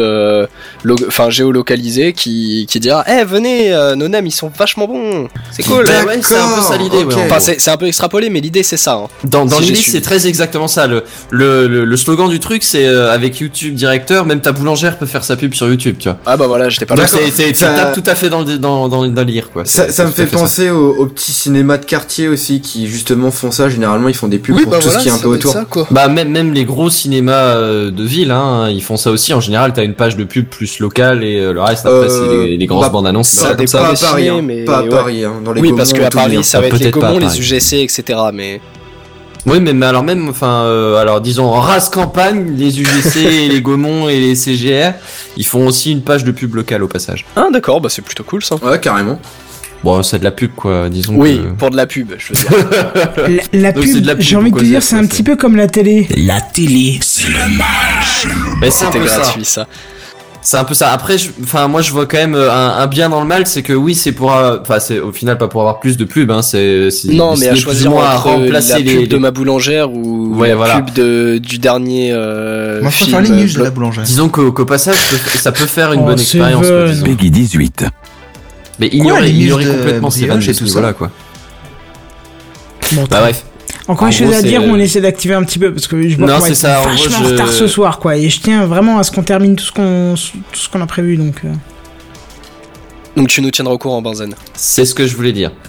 géolocalisée qui dira venez, nos nems ils sont vachement bons, c'est cool. Bah ouais, c'est un peu ça l'idée. ok. Ouais, en Enfin, gros. c'est un peu extrapolé, mais l'idée c'est ça. Hein. Dans Si l'idée, j'ai su. c'est très exactement ça. Le slogan du truc, c'est avec YouTube Directeur, même ta boulangère peut faire sa pub sur YouTube, tu vois. Ah bah voilà, j'étais pas Donc là. D'accord. tu Ça- tapes tout à fait dans le délire, quoi. Ça C'est me tout à fait ça. penser aux petits cinémas de quartier aussi qui justement font ça. Généralement, ils font des pubs Oui, pour bah tout voilà, ce qui est un ça peu doit être autour. ça, quoi. Bah même les gros cinémas de ville, hein, ils font ça aussi. En général, t'as une page de pub plus locale et le reste après c'est les grosses bah, bandes annonces. ça comme dépend. ça. Pas à des Paris, ciné, hein. mais Pas à ouais. Paris, hein. Dans les Oui, Gaumont, parce qu'à tout Paris, bien. ça va être les Peut-être pas à Gaumont, les Paris. UGC, etc. Mais Oui, mais alors même, alors disons en race campagne, les UGC, les Gaumont et les CGR, ils font aussi une page de pub locale au passage. Ah d'accord, bah c'est plutôt cool ça. Ouais, carrément. Bon, c'est de la pub quoi, disons. Oui, pour de la pub, je veux dire. La pub, j'ai envie de te dire, c'est un petit peu comme la télé. La télé, c'est le mal. Mais c'est un C'était peu gratuit ça. C'est un peu ça. Après, moi, je vois quand même un bien dans le mal, c'est que oui, c'est pour, c'est au final pas pour avoir plus de pub, hein. Non, mais à choisir entre remplacer la pub de ma boulangère ou la pub du dernier. Moi, je préfère les news de la boulangère. Disons qu'au passage, ça peut faire une bonne expérience. Quoi, disons. Peggy 18. Mais ignorer complètement ces vannes et tout ça, là, quoi. Bon, bah bref. Encore une chose à dire, on essaie d'activer un petit peu parce que je vois qu'on va être vachement en retard ce soir, quoi. Et je tiens vraiment à ce qu'on termine tout ce qu'on a prévu, donc. Donc tu nous tiendras au courant, Benzen. C'est ce que je voulais dire.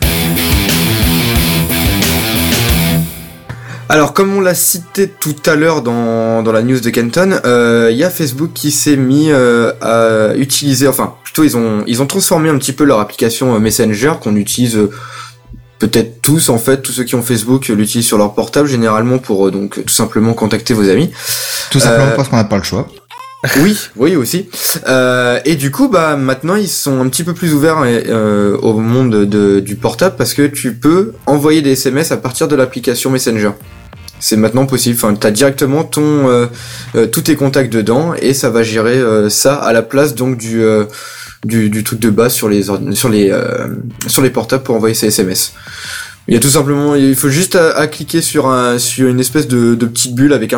Alors, comme on l'a cité tout à l'heure dans la news de Kenton, il y a Facebook qui s'est mis à utiliser, enfin, plutôt ils ont transformé un petit peu leur application Messenger qu'on utilise. Peut-être tous en fait, tous ceux qui ont Facebook l'utilisent sur leur portable généralement pour donc tout simplement contacter vos amis. Tout simplement parce qu'on n'a pas le choix. Oui aussi. Et du coup bah maintenant ils sont un petit peu plus ouverts au monde du portable parce que tu peux envoyer des SMS à partir de l'application Messenger. C'est maintenant possible. Enfin, t'as directement tous tes contacts dedans et ça va gérer ça à la place donc du truc de base sur les portables pour envoyer ses SMS. Il y a tout simplement, il faut juste à cliquer sur une espèce de petite bulle avec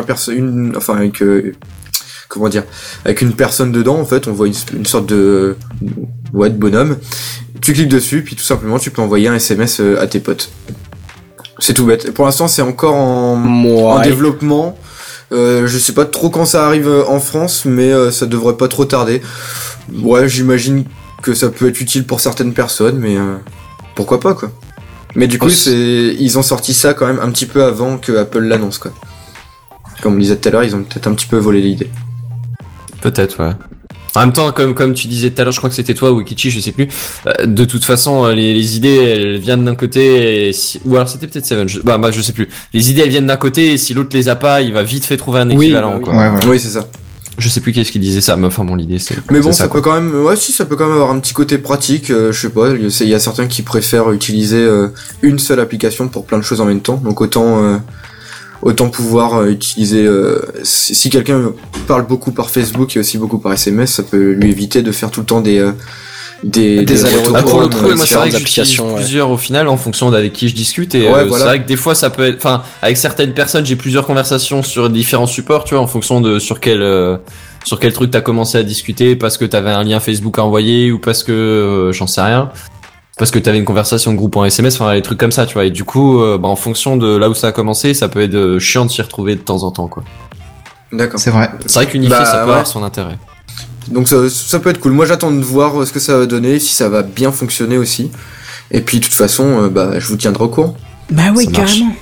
avec une personne dedans en fait, on voit une sorte de bonhomme. Tu cliques dessus puis tout simplement tu peux envoyer un SMS à tes potes. C'est tout bête. Pour l'instant, c'est encore en développement. Je sais pas trop quand ça arrive en France, mais ça devrait pas trop tarder. Ouais, j'imagine que ça peut être utile pour certaines personnes, mais pourquoi pas quoi. Mais du coup, ils ont sorti ça quand même un petit peu avant que Apple l'annonce quoi. Comme on disait tout à l'heure, ils ont peut-être un petit peu volé l'idée. Peut-être, ouais. En même temps, comme tu disais tout à l'heure, je crois que c'était toi ou Kichi, je sais plus. De toute façon, les idées, elles viennent d'un côté, ou alors c'était peut-être Seven. Je sais plus. Les idées, elles viennent d'un côté, et si l'autre les a pas, il va vite fait trouver un équivalent, quoi. Ouais. Oui, c'est ça. Je sais plus qui est-ce qui disait ça, mais enfin bon, l'idée c'est. Mais bon, ça peut quand même, ça peut quand même avoir un petit côté pratique. Je sais pas, il y a certains qui préfèrent utiliser une seule application pour plein de choses en même temps. Donc autant pouvoir utiliser si quelqu'un parle beaucoup par Facebook et aussi beaucoup par SMS, ça peut lui éviter de faire tout le temps des allers-retours. Pour le coup, moi c'est vrai que j'utilise plusieurs au final en fonction d'avec qui je discute et voilà. C'est vrai que des fois ça peut être, enfin avec certaines personnes j'ai plusieurs conversations sur différents supports, tu vois, en fonction de sur quel truc t'as commencé à discuter, parce que t'avais un lien Facebook à envoyer ou parce que j'en sais rien. Parce que t'avais une conversation de groupe en SMS, enfin, des trucs comme ça, tu vois. Et du coup, en fonction de là où ça a commencé, ça peut être chiant de s'y retrouver de temps en temps, quoi. D'accord. C'est vrai. C'est vrai qu'unifier, ça peut avoir son intérêt. Donc ça peut être cool. Moi, j'attends de voir ce que ça va donner, si ça va bien fonctionner aussi. Et puis, de toute façon, je vous tiendrai au courant. Bah oui, carrément.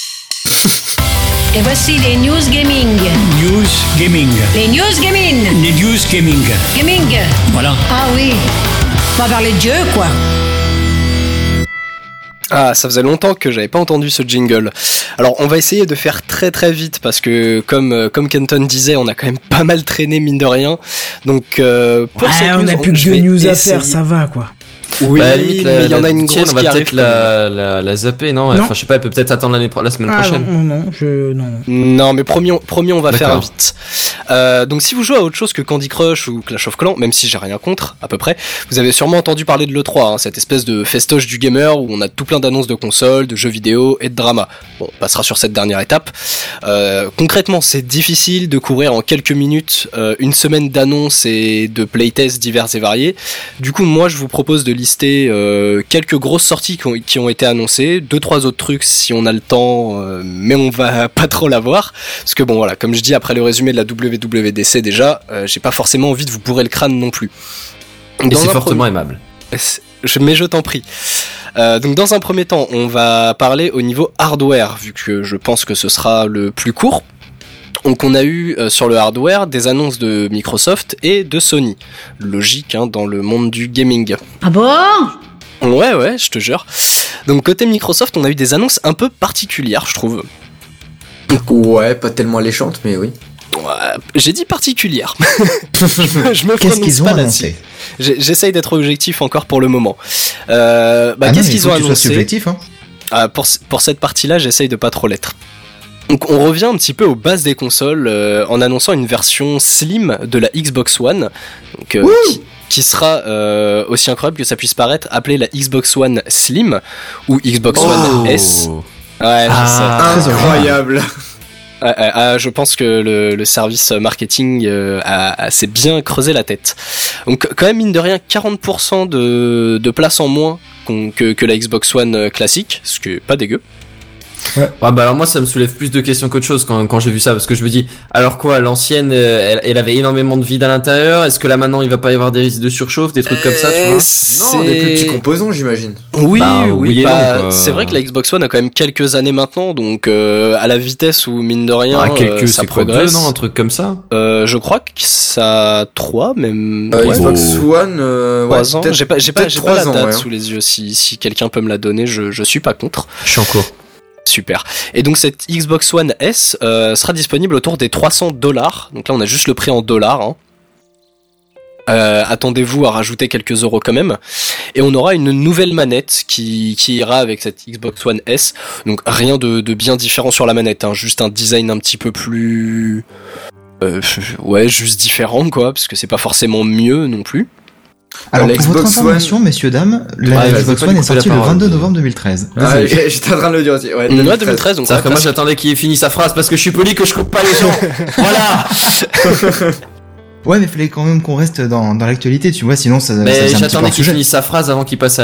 Et voici les news gaming. News gaming. Les news gaming. Les news gaming. Gaming. Voilà. Ah oui. On va parler de Dieu, quoi. Ah, ça faisait longtemps que j'avais pas entendu ce jingle. Alors, on va essayer de faire très très vite parce que, comme Kenton disait, on a quand même pas mal traîné mine de rien. Donc, pour cette on news, a plus que 2 news à faire, ça va quoi. Oui, mais il y en a une grosse on va qui arrive. peut-être la zapper, non? Enfin, je sais pas, elle peut peut-être attendre la semaine prochaine. Non, mais promis, on va faire vite. Donc, si vous jouez à autre chose que Candy Crush ou Clash of Clans, même si j'ai rien contre, à peu près, vous avez sûrement entendu parler de l'E3, cette espèce de festoche du gamer où on a tout plein d'annonces de consoles, de jeux vidéo et de drama. Bon, on passera sur cette dernière étape. Concrètement, c'est difficile de couvrir en quelques minutes une semaine d'annonces et de playtests divers et variés. Du coup, moi, je vous propose de lister quelques grosses sorties qui ont été annoncées, 2-3 autres trucs si on a le temps, mais on va pas trop l'avoir, parce que bon voilà, comme je dis après le résumé de la WWDC déjà, j'ai pas forcément envie de vous bourrer le crâne non plus. Et c'est fortement aimable. Mais je t'en prie. Donc dans un premier temps, on va parler au niveau hardware, vu que je pense que ce sera le plus court. Donc on a eu sur le hardware des annonces de Microsoft et de Sony. Logique dans le monde du gaming. Ah bon ? Ouais, je te jure. Donc côté Microsoft, on a eu des annonces un peu particulières, je trouve. Ouais, pas tellement alléchante, mais oui. J'ai dit particulière. Je me Qu'est-ce qu'ils prononce ont pas là-dessus. annoncé? J'essaye d'être objectif encore pour le moment. Qu'est-ce qu'ils ont annoncé? Subjectif, hein. Pour cette partie-là, j'essaye de pas trop l'être. Donc on revient un petit peu aux bases des consoles en annonçant une version slim de la Xbox One, donc, qui sera aussi incroyable que ça puisse paraître, appelée la Xbox One Slim ou Xbox One S. Ouais, je sais. Incroyable. Je pense que le service marketing s'est bien creusé la tête. Donc quand même mine de rien 40% de place en moins que la Xbox One classique, ce qui est pas dégueu. Ouais, bah alors moi ça me soulève plus de questions qu'autre chose quand j'ai vu ça, parce que je me dis, alors quoi, l'ancienne elle avait énormément de vide à l'intérieur, est-ce que là maintenant il va pas y avoir des risques de surchauffe, des trucs comme ça, tu vois? Non, des plus petits composants, j'imagine. Oui, c'est vrai que la Xbox One a quand même quelques années maintenant, donc à la vitesse où mine de rien ça progresse. 2 ans, un truc comme ça. Je crois que ça a 3 même. Xbox One 3 ans. J'ai pas la date ans, sous les yeux. Si quelqu'un peut me la donner, je suis pas contre. Je suis en cours. Super. Et donc cette Xbox One S sera disponible autour des $300. Donc là on a juste le prix en dollars. Hein. Attendez-vous à rajouter quelques euros quand même. Et on aura une nouvelle manette qui ira avec cette Xbox One S. Donc rien de bien différent sur la manette. Hein. Juste un design un petit peu plus... juste différent quoi. Parce que c'est pas forcément mieux non plus. Alors pour votre information, messieurs, dames, la Xbox One est sortie le 22 novembre 202013. J'étais en train de le dire aussi. Ouais, 2013, donc c'est-à-dire que moi j'attendais qu'il ait fini sa phrase parce que je suis poli que je coupe pas les gens. Voilà. Ouais, mais fallait quand même qu'on reste dans l'actualité, tu vois, sinon ça. Mais j'attendais qu'il finisse sa phrase avant qu'il passe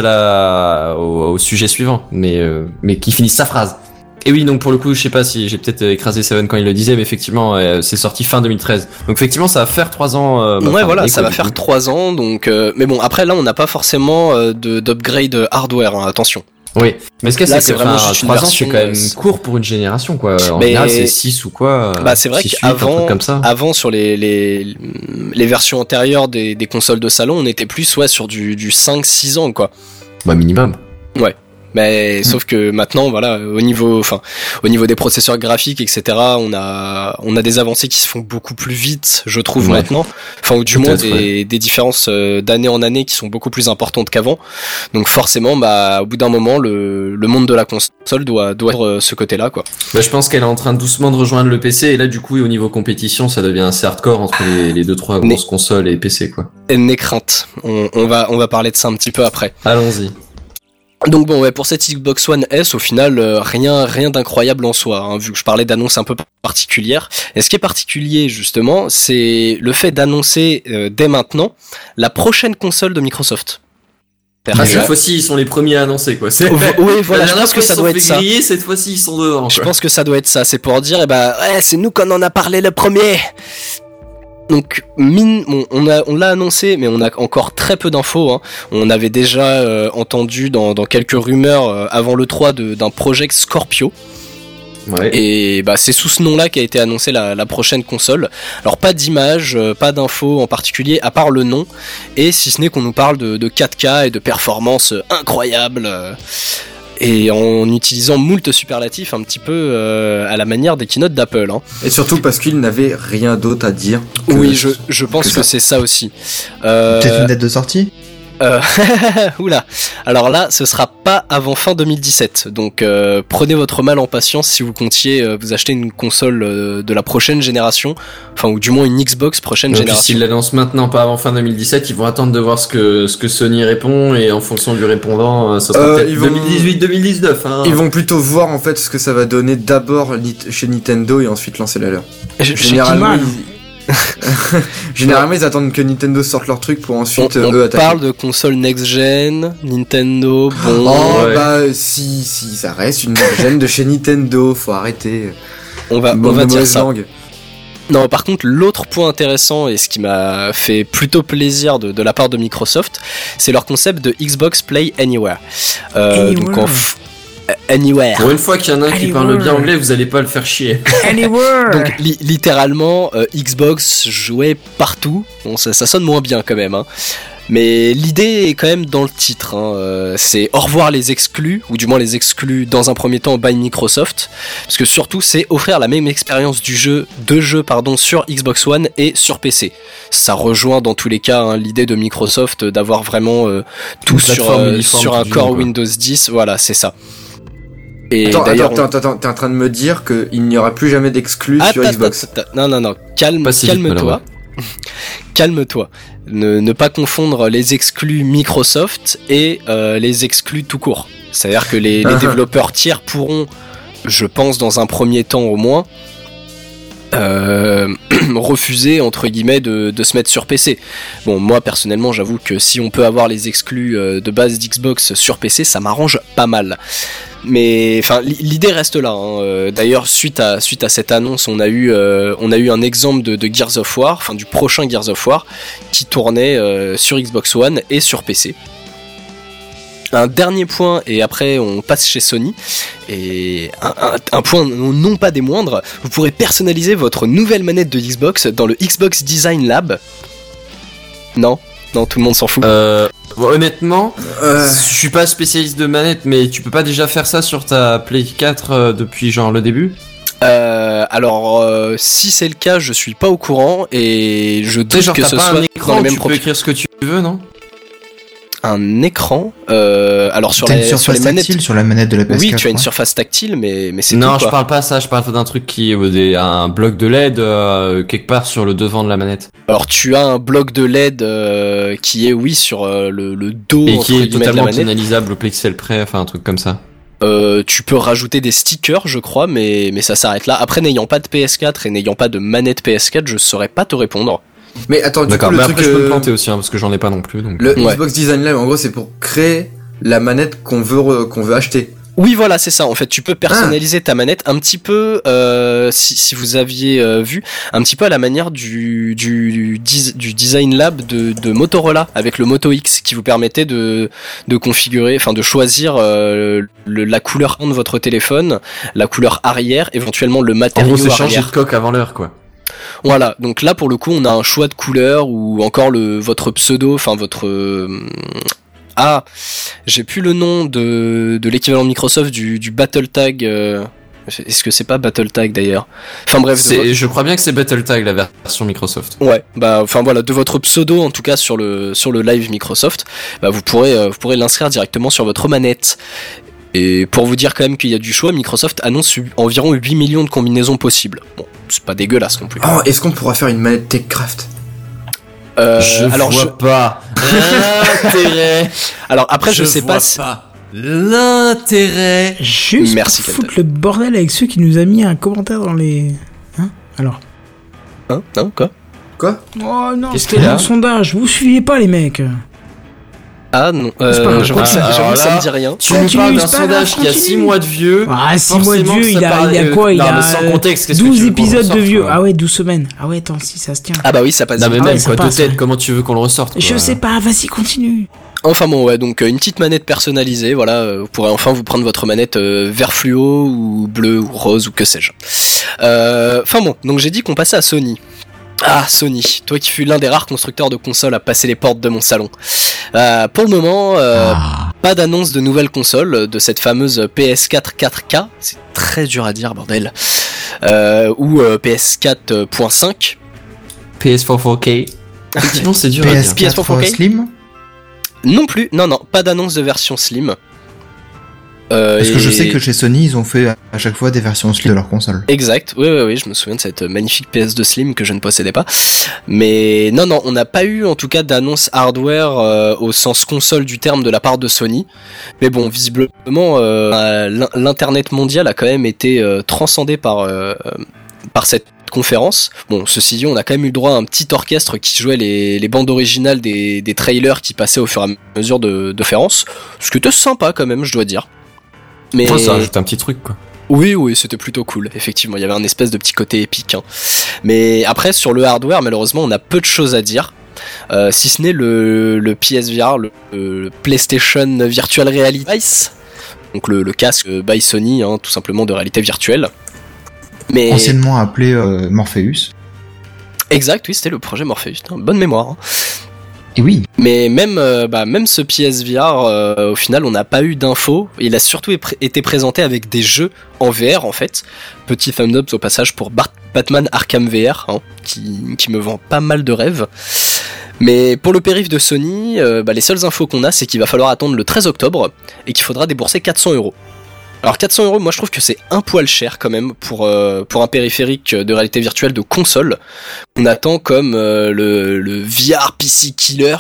au sujet suivant, mais qu'il finisse sa phrase. Et oui, donc pour le coup, je sais pas si j'ai peut-être écrasé Seven quand il le disait, mais effectivement, c'est sorti fin 2013. Donc effectivement, ça va faire 3 ans. Ça va faire 3 ans. Donc, mais bon, après là, on n'a pas forcément d'upgrade hardware. Hein, attention. Oui, mais ce que c'est vraiment juste une 3 ans, version, c'est quand même court pour une génération, quoi. En général, c'est 6 ou quoi. C'est vrai qu'avant, sur les versions antérieures des consoles de salon, on était plus sur du 5-6 ans, quoi. Bah minimum. Ouais. Mais sauf que maintenant, voilà, au niveau des processeurs graphiques, etc., on a des avancées qui se font beaucoup plus vite, je trouve maintenant. Enfin, ou du moins des différences d'année en année qui sont beaucoup plus importantes qu'avant. Donc forcément, au bout d'un moment, le monde de la console doit être ce côté-là, quoi. Bah, je pense qu'elle est en train doucement de rejoindre le PC, et là, du coup, au niveau compétition, ça devient assez hardcore entre les 2-3 grosses consoles et PC, quoi. N'aie crainte. On va parler de ça un petit peu après. Allons-y. Donc bon, pour cette Xbox One S, au final, rien d'incroyable en soi, hein, vu que je parlais d'annonces un peu particulières. Et ce qui est particulier, justement, c'est le fait d'annoncer dès maintenant la prochaine console de Microsoft. Cette fois-ci, ils sont les premiers à annoncer, quoi. Oui, voilà, je pense que ça doit être ça. Cette fois-ci, ils sont devant. Je pense que ça doit être ça. C'est pour dire, c'est nous qu'on en a parlé le premier. Donc on l'a annoncé, mais on a encore très peu d'infos. Hein. On avait déjà entendu dans quelques rumeurs avant le 3 d'un Project Scorpio. Ouais. Et c'est sous ce nom-là qu'a été annoncée la prochaine console. Alors pas d'image, pas d'infos en particulier, à part le nom. Et si ce n'est qu'on nous parle de 4K et de performances incroyables. Et en utilisant moult superlatifs un petit peu à la manière des keynotes d'Apple. Hein. Et surtout parce qu'il n'avait rien d'autre à dire. Oui, je pense que c'est ça aussi. Peut-être une date de sortie ? Oula. Alors là, ce sera pas avant fin 2017. Donc prenez votre mal en patience si vous comptiez vous acheter une console de la prochaine génération, enfin ou du moins une Xbox prochaine génération. S'ils l'annoncent maintenant, pas avant fin 2017, ils vont attendre de voir ce que Sony répond, et en fonction du répondant, ça sera peut-être 2018-2019. Hein. Ils vont plutôt voir en fait ce que ça va donner d'abord chez Nintendo et ensuite lancer la leur. Généralement, ils attendent que Nintendo sorte leur truc pour ensuite on attaquer. Parle de console next-gen, Nintendo, bon... si, ça reste une next-gen de chez Nintendo, faut arrêter. On va dire ça. Langue. Non, par contre, l'autre point intéressant, et ce qui m'a fait plutôt plaisir de la part de Microsoft, c'est leur concept de Xbox Play Anywhere. Donc Anywhere. Pour une fois qu'il y en a un qui parle bien anglais, vous allez pas le faire chier. Anywhere. Donc littéralement Xbox jouait partout. Bon, ça sonne moins bien quand même. Hein. Mais l'idée est quand même dans le titre, hein. C'est au revoir les exclus, ou du moins les exclus dans un premier temps by Microsoft, parce que surtout c'est offrir la même expérience de jeu sur Xbox One et sur PC. Ça rejoint dans tous les cas hein, l'idée de Microsoft d'avoir vraiment tout sur un Core Windows 10, voilà c'est ça. Et attends, d'ailleurs, t'es en train de me dire qu'il n'y aura plus jamais d'exclus sur Xbox. Non, calme-toi. Calme-toi. Ne pas confondre les exclus Microsoft et les exclus tout court. C'est-à-dire que les développeurs tiers pourront, je pense dans un premier temps au moins, refuser entre guillemets de se mettre sur PC. Bon, moi personnellement j'avoue que si on peut avoir les exclus de base d'Xbox sur PC, ça m'arrange pas mal. Mais enfin l'idée reste là hein. D'ailleurs suite à cette annonce on a eu un exemple de Gears of War, enfin du prochain Gears of War qui tournait sur Xbox One et sur PC. Un dernier point et après on passe chez Sony et un point non pas des moindres, vous pourrez personnaliser votre nouvelle manette de Xbox dans le Xbox Design Lab. Non, tout le monde s'en fout. Bon, honnêtement, je suis pas spécialiste de manette, mais tu peux pas déjà faire ça sur ta Play 4 depuis genre le début ? Alors si c'est le cas, je suis pas au courant et je doute que ce soit dans le même. Tu peux écrire ce que tu veux, non ? Un écran, alors sur les manettes, sur la manette de la PS4. Oui, tu as une surface tactile, mais c'est non, tout, je parle pas ça. Je parle d'un truc qui est un bloc de LED quelque part sur le devant de la manette. Alors tu as un bloc de LED qui est sur le dos et qui est totalement de la manette, tonalisable au pixel près, enfin un truc comme ça. Tu peux rajouter des stickers, je crois, mais ça s'arrête là. Après, n'ayant pas de PS4 et n'ayant pas de manette PS4, je saurais pas te répondre. Mais attends, d'accord, mais après je peux me planter aussi parce que j'en ai pas non plus. Donc. Le Xbox Design Lab, en gros, c'est pour créer la manette qu'on veut acheter. Oui, voilà, c'est ça. En fait, tu peux personnaliser ta manette un petit peu, si vous aviez vu, un petit peu à la manière du Design Lab de Motorola avec le Moto X, qui vous permettait de configurer, enfin de choisir la couleur de votre téléphone, la couleur arrière, éventuellement le matériau arrière. En gros, c'est changer de coque avant l'heure, quoi. Voilà, donc là pour le coup on a un choix de couleur ou encore votre pseudo, enfin votre j'ai plus le nom de l'équivalent de Microsoft du Battle Tag. Est-ce que c'est pas Battle Tag d'ailleurs ? Enfin bref, je crois bien que c'est Battle Tag la version Microsoft. Ouais, enfin voilà, de votre pseudo en tout cas sur le live Microsoft, vous pourrez l'inscrire directement sur votre manette. Et pour vous dire quand même qu'il y a du choix, Microsoft annonce environ 8 millions de combinaisons possibles. Bon, c'est pas dégueulasse non plus. Oh, est-ce qu'on pourra faire une manette TechCraft ? Je vois pas l'intérêt. Alors après, je sais pas. L'intérêt. Juste merci, pour foutre le bordel avec ceux qui nous a mis un commentaire dans les... Alors. Non, quoi ? Oh non, qu'est-ce c'était un sondage. Vous suivez pas les mecs. Ah non, j'avoue que ça me dit rien. Tu nous parles d'un sondage qui a 6 mois de vieux. 6 mois de vieux, il a quoi ? Il a sans contexte, 12 épisodes de vieux. Ah ouais, 12 semaines. Ah ouais, attends, si ça se tient. Ah bah oui, ça passe. Non mais même, ça quoi, passe, de tête, comment tu veux qu'on le ressorte, quoi. Je sais pas, vas-y, continue. Enfin bon, ouais, donc une petite manette personnalisée, voilà, vous pourrez enfin vous prendre votre manette vert fluo ou bleu ou rose ou que sais-je. Enfin bon, donc j'ai dit qu'on passait à Sony. Ah, Sony, toi qui fus l'un des rares constructeurs de consoles à passer les portes de mon salon. Pour le moment, pas d'annonce de nouvelle console de cette fameuse PS4 4K, c'est très dur à dire, bordel, ou PS4.5. PS4 4K. Effectivement, c'est dur à dire. PS4 4K Slim ? Non plus, non, pas d'annonce de version Slim. Parce que je sais que chez Sony, ils ont fait à chaque fois des versions Slim de leur console. Exact, oui, je me souviens de cette magnifique PS2 Slim que je ne possédais pas. Mais non, on n'a pas eu en tout cas d'annonce hardware au sens console du terme de la part de Sony. Mais bon, visiblement, l'internet mondial a quand même été transcendé par cette conférence. Bon, ceci dit, on a quand même eu le droit à un petit orchestre qui jouait les bandes originales des trailers qui passaient au fur et à mesure de conférence. Ce qui était sympa quand même, je dois dire. Mais ça rajoute un petit truc, quoi. Oui, c'était plutôt cool, effectivement, il y avait un espèce de petit côté épique, hein. Mais après, sur le hardware, malheureusement, on a peu de choses à dire, si ce n'est le PSVR, le PlayStation Virtual Reality Device, donc le casque by Sony, hein, tout simplement de réalité virtuelle. Mais... anciennement appelé Morpheus. Exact, oui, c'était le projet Morpheus, hein, bonne mémoire, hein. Et oui. Mais même ce PSVR, au final, on n'a pas eu d'infos. Il a surtout été présenté avec des jeux en VR, en fait. Petit thumbs up au passage pour Batman Arkham VR, hein, qui me vend pas mal de rêves. Mais pour le périph' de Sony, les seules infos qu'on a, c'est qu'il va falloir attendre le 13 octobre et qu'il faudra débourser 400€. Alors 400€, moi je trouve que c'est un poil cher quand même pour un périphérique de réalité virtuelle de console. On attend comme le VR PC Killer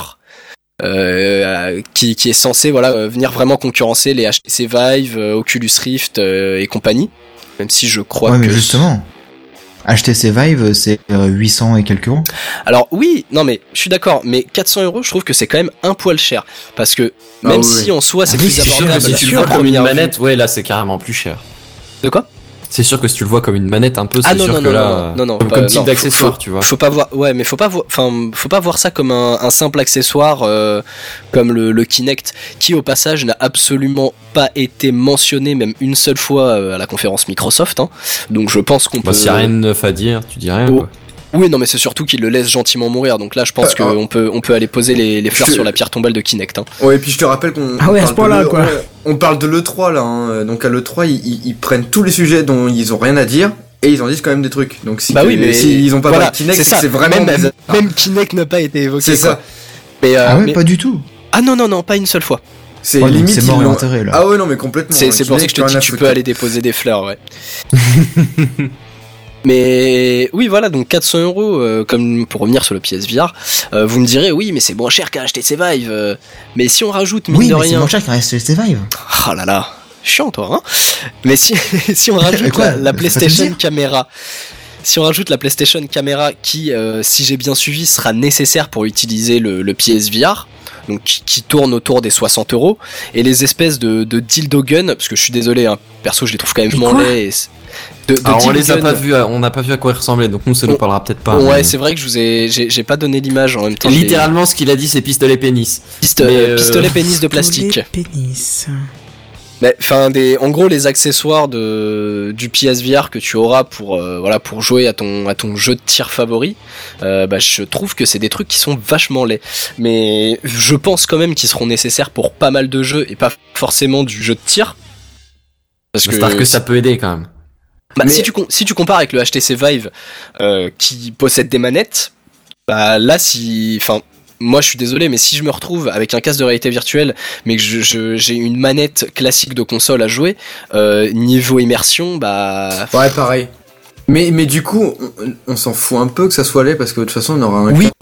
qui est censé venir vraiment concurrencer les HTC Vive, Oculus Rift et compagnie. Même si je crois mais justement, HTC Vive c'est 800 et quelques euros. Alors oui, non mais je suis d'accord, mais 400€, je trouve que c'est quand même un poil cher parce que même si en soi c'est plus abordable, si tu le vois comme une manette, ouais là c'est carrément plus cher. De quoi ? C'est sûr que si tu le vois comme une manette un peu, c'est sûr que là, comme type d'accessoire, tu vois. Faut pas voir, ouais, mais faut pas voir ça comme un simple accessoire comme le Kinect, qui au passage n'a absolument pas été mentionné même une seule fois à la conférence Microsoft. Hein. Donc je pense qu'on peut. S'il y a rien de neuf à dire, tu dis rien. Quoi. Oui, non, mais c'est surtout qu'il le laisse gentiment mourir. Donc là, je pense qu'on peut aller poser les fleurs sur la pierre tombale de Kinect. Hein. Ouais, et puis je te rappelle qu'on à ce point-là, quoi. On parle de l'E3 là. Hein. Donc à l'E3, ils prennent tous les sujets dont ils ont rien à dire et ils en disent quand même des trucs. Donc si ils ont pas parlé de Kinect, c'est vraiment même Kinect n'a pas été évoqué. C'est ça. Mais, pas du tout. Ah non, pas une seule fois. C'est limite c'est mort et enterré là. Ah ouais, non mais complètement. C'est pour ça que je te dis que tu peux aller déposer des fleurs, ouais. Mais oui, voilà, donc 400€, comme pour revenir sur le PSVR, vous me direz, oui, mais c'est moins cher qu'un HTC Vive. Mais si on rajoute, mine de rien... c'est moins cher qu'un HTC Vive. Oh là là, chiant toi, hein. Mais si on rajoute la PlayStation Camera... Si on rajoute la PlayStation Camera qui, si j'ai bien suivi, sera nécessaire pour utiliser le PSVR, donc qui tourne autour des 60€, et les espèces de dildo gun, parce que je suis désolé, hein, perso je les trouve quand même laids. Alors on les a pas vus, on n'a pas vu à quoi ils ressemblaient, donc nous ça nous parlera peut-être pas. Ouais, mais... c'est vrai que j'ai pas donné l'image en même temps. Littéralement, ce qu'il a dit, c'est pistolet pénis. Pistolet pénis de plastique. Pénis. Mais en gros les accessoires du PSVR que tu auras pour jouer à ton jeu de tir favori, je trouve que c'est des trucs qui sont vachement laids. Mais je pense quand même qu'ils seront nécessaires pour pas mal de jeux et pas forcément du jeu de tir. J'espère que ça peut aider quand même. Mais... si tu compares avec le HTC Vive qui possède des manettes, là moi je suis désolé, mais si je me retrouve avec un casque de réalité virtuelle mais que j'ai une manette classique de console à jouer, niveau immersion, ouais, pareil. Mais du coup, on s'en fout un peu que ça soit laid parce que de toute façon on aura un oui,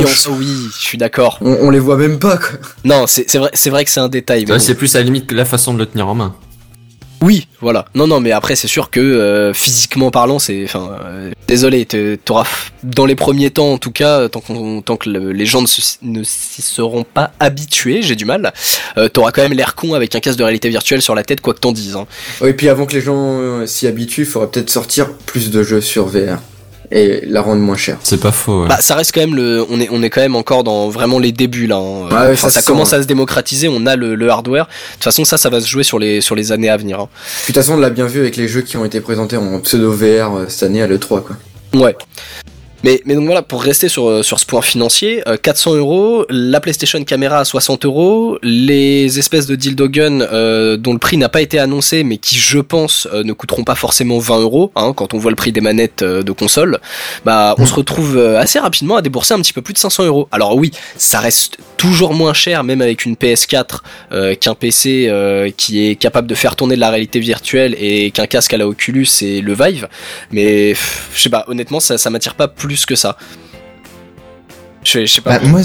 je suis d'accord. On les voit même pas quoi. Non, c'est vrai que c'est un détail. Mais c'est plus à la limite que la façon de le tenir en main. Oui, voilà. Non, mais après c'est sûr que physiquement parlant, désolé, t'auras dans les premiers temps en tout cas, tant que les gens ne s'y seront pas habitués, j'ai du mal. T'auras quand même l'air con avec un casque de réalité virtuelle sur la tête, quoi que t'en dises. Hein. Oui, et puis avant que les gens s'y habituent, il faudrait peut-être sortir plus de jeux sur VR. Et la rendre moins chère. C'est pas faux. Ouais. Ça reste quand même on est quand même encore dans vraiment les débuts là. Hein. Ouais, ça commence à se démocratiser. On a le hardware. De toute façon, ça va se jouer sur les années à venir. Hein. De toute façon, on l'a bien vu avec les jeux qui ont été présentés en pseudo VR cette année à l'E3 quoi. Ouais. Mais donc voilà, pour rester sur ce point financier, 400€, la PlayStation Camera à 60€, les espèces de dildo gun dont le prix n'a pas été annoncé, mais qui je pense ne coûteront pas forcément 20€, hein, quand on voit le prix des manettes de console, on se retrouve assez rapidement à débourser un petit peu plus de 500€. Alors oui, ça reste toujours moins cher, même avec une PS4, qu'un PC qui est capable de faire tourner de la réalité virtuelle et qu'un casque à la Oculus et le Vive, mais je sais pas, honnêtement ça m'attire pas plus que ça. Je sais pas. Moi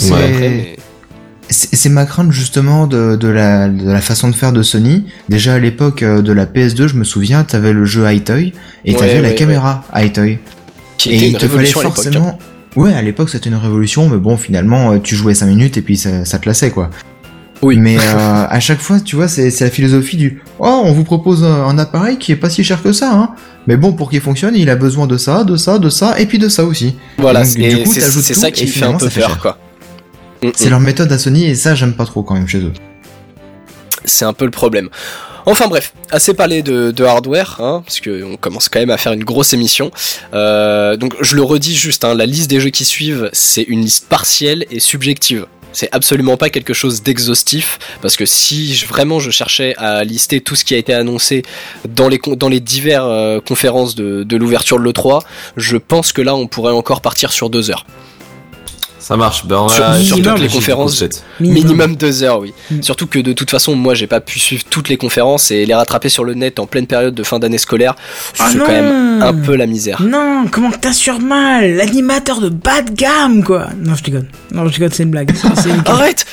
c'est ma crainte justement de la façon de faire de Sony. Déjà à l'époque de la PS2, je me souviens, t'avais le jeu Hi-Toy et t'avais la caméra Hi-Toy. Et il te fallait forcément. Ouais, à l'époque c'était une révolution, mais bon finalement tu jouais 5 minutes et puis ça te lassait quoi. Oui. Mais à chaque fois, tu vois, c'est la philosophie du on vous propose un appareil qui est pas si cher que ça, hein. Mais bon, pour qu'il fonctionne, il a besoin de ça, et puis de ça aussi. Voilà, donc, du coup, c'est ça qui me fait un peu peur, quoi. C'est leur méthode à Sony et ça, j'aime pas trop quand même chez eux. C'est un peu le problème. Enfin bref, assez parlé de hardware, hein, parce qu'on commence quand même à faire une grosse émission. Donc je le redis juste, hein, la liste des jeux qui suivent, c'est une liste partielle et subjective. C'est absolument pas quelque chose d'exhaustif, parce que si vraiment je cherchais à lister tout ce qui a été annoncé dans les divers conférences de l'ouverture de l'E3, je pense que là on pourrait encore partir sur 2 heures. Ça marche, ben sur toutes les conférences, minimum 2 heures, oui. Surtout que de toute façon, moi j'ai pas pu suivre toutes les conférences et les rattraper sur le net en pleine période de fin d'année scolaire, c'est quand même un peu la misère. Non, comment que t'assures mal? L'animateur de bas de gamme, quoi. Non, je déconne, c'est une blague. Arrête.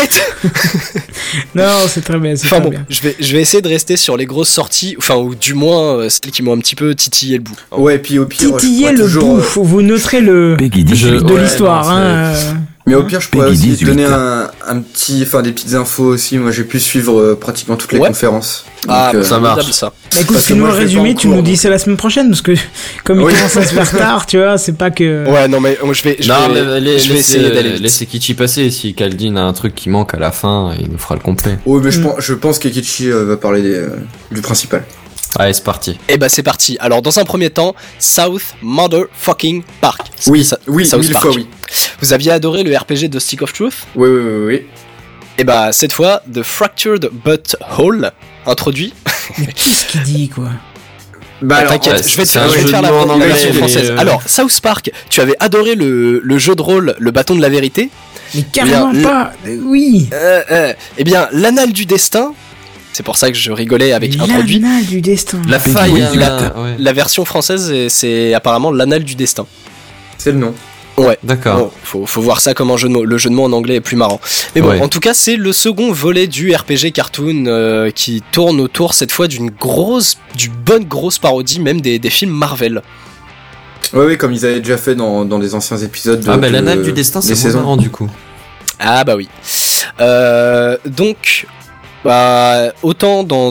Non, c'est très bien, très bien. Je vais essayer de rester sur les grosses sorties, ou du moins celles qui m'ont un petit peu titillé le bout. Ouais, et puis au pire, titiller le bout, vous noterez le de l'histoire, hein. Mais au pire, je pourrais aussi donner un petit, des petites infos aussi. Moi, j'ai pu suivre pratiquement toutes les conférences. Donc, ça marche. Ça. Bah écoute, fais-nous le résumé, tu nous dis c'est la semaine prochaine, parce que comme il commence à se faire tard, tu vois, c'est pas que... Ouais, non, mais je vais essayer d'aller vite. Laissez Kichi passer, si Kaldin a un truc qui manque à la fin, il nous fera le complet. Oui, mais je pense que Kichi va parler du principal. Allez, c'est parti. Et bah c'est parti. Alors dans un premier temps, South Motherfucking Park. Oui, South mille Park. fois oui. Vous aviez adoré le RPG de Stick of Truth ? Oui. Et bah cette fois, The Fractured But Whole, introduit. Mais qu'est-ce qu'il dit, quoi ? Bah alors, t'inquiète, je vais te faire la version française. Alors, South Park, tu avais adoré le jeu de rôle, le bâton de la vérité ? Mais carrément pas, oui. Eh bien, l'anal du destin... C'est pour ça que je rigolais avec introduit. L'anal du destin. La faille. La version française, c'est apparemment l'anal du destin. C'est le nom. Ouais. D'accord. Bon, faut voir ça comme un jeu de mots. Le jeu de mots en anglais est plus marrant. Mais bon, en tout cas, c'est le second volet du RPG cartoon qui tourne autour cette fois d'une bonne grosse parodie, même des films Marvel. Oui, comme ils avaient déjà fait dans des anciens épisodes. L'anal du destin, c'est marrant du coup. Ah bah oui. Donc. Bah, autant dans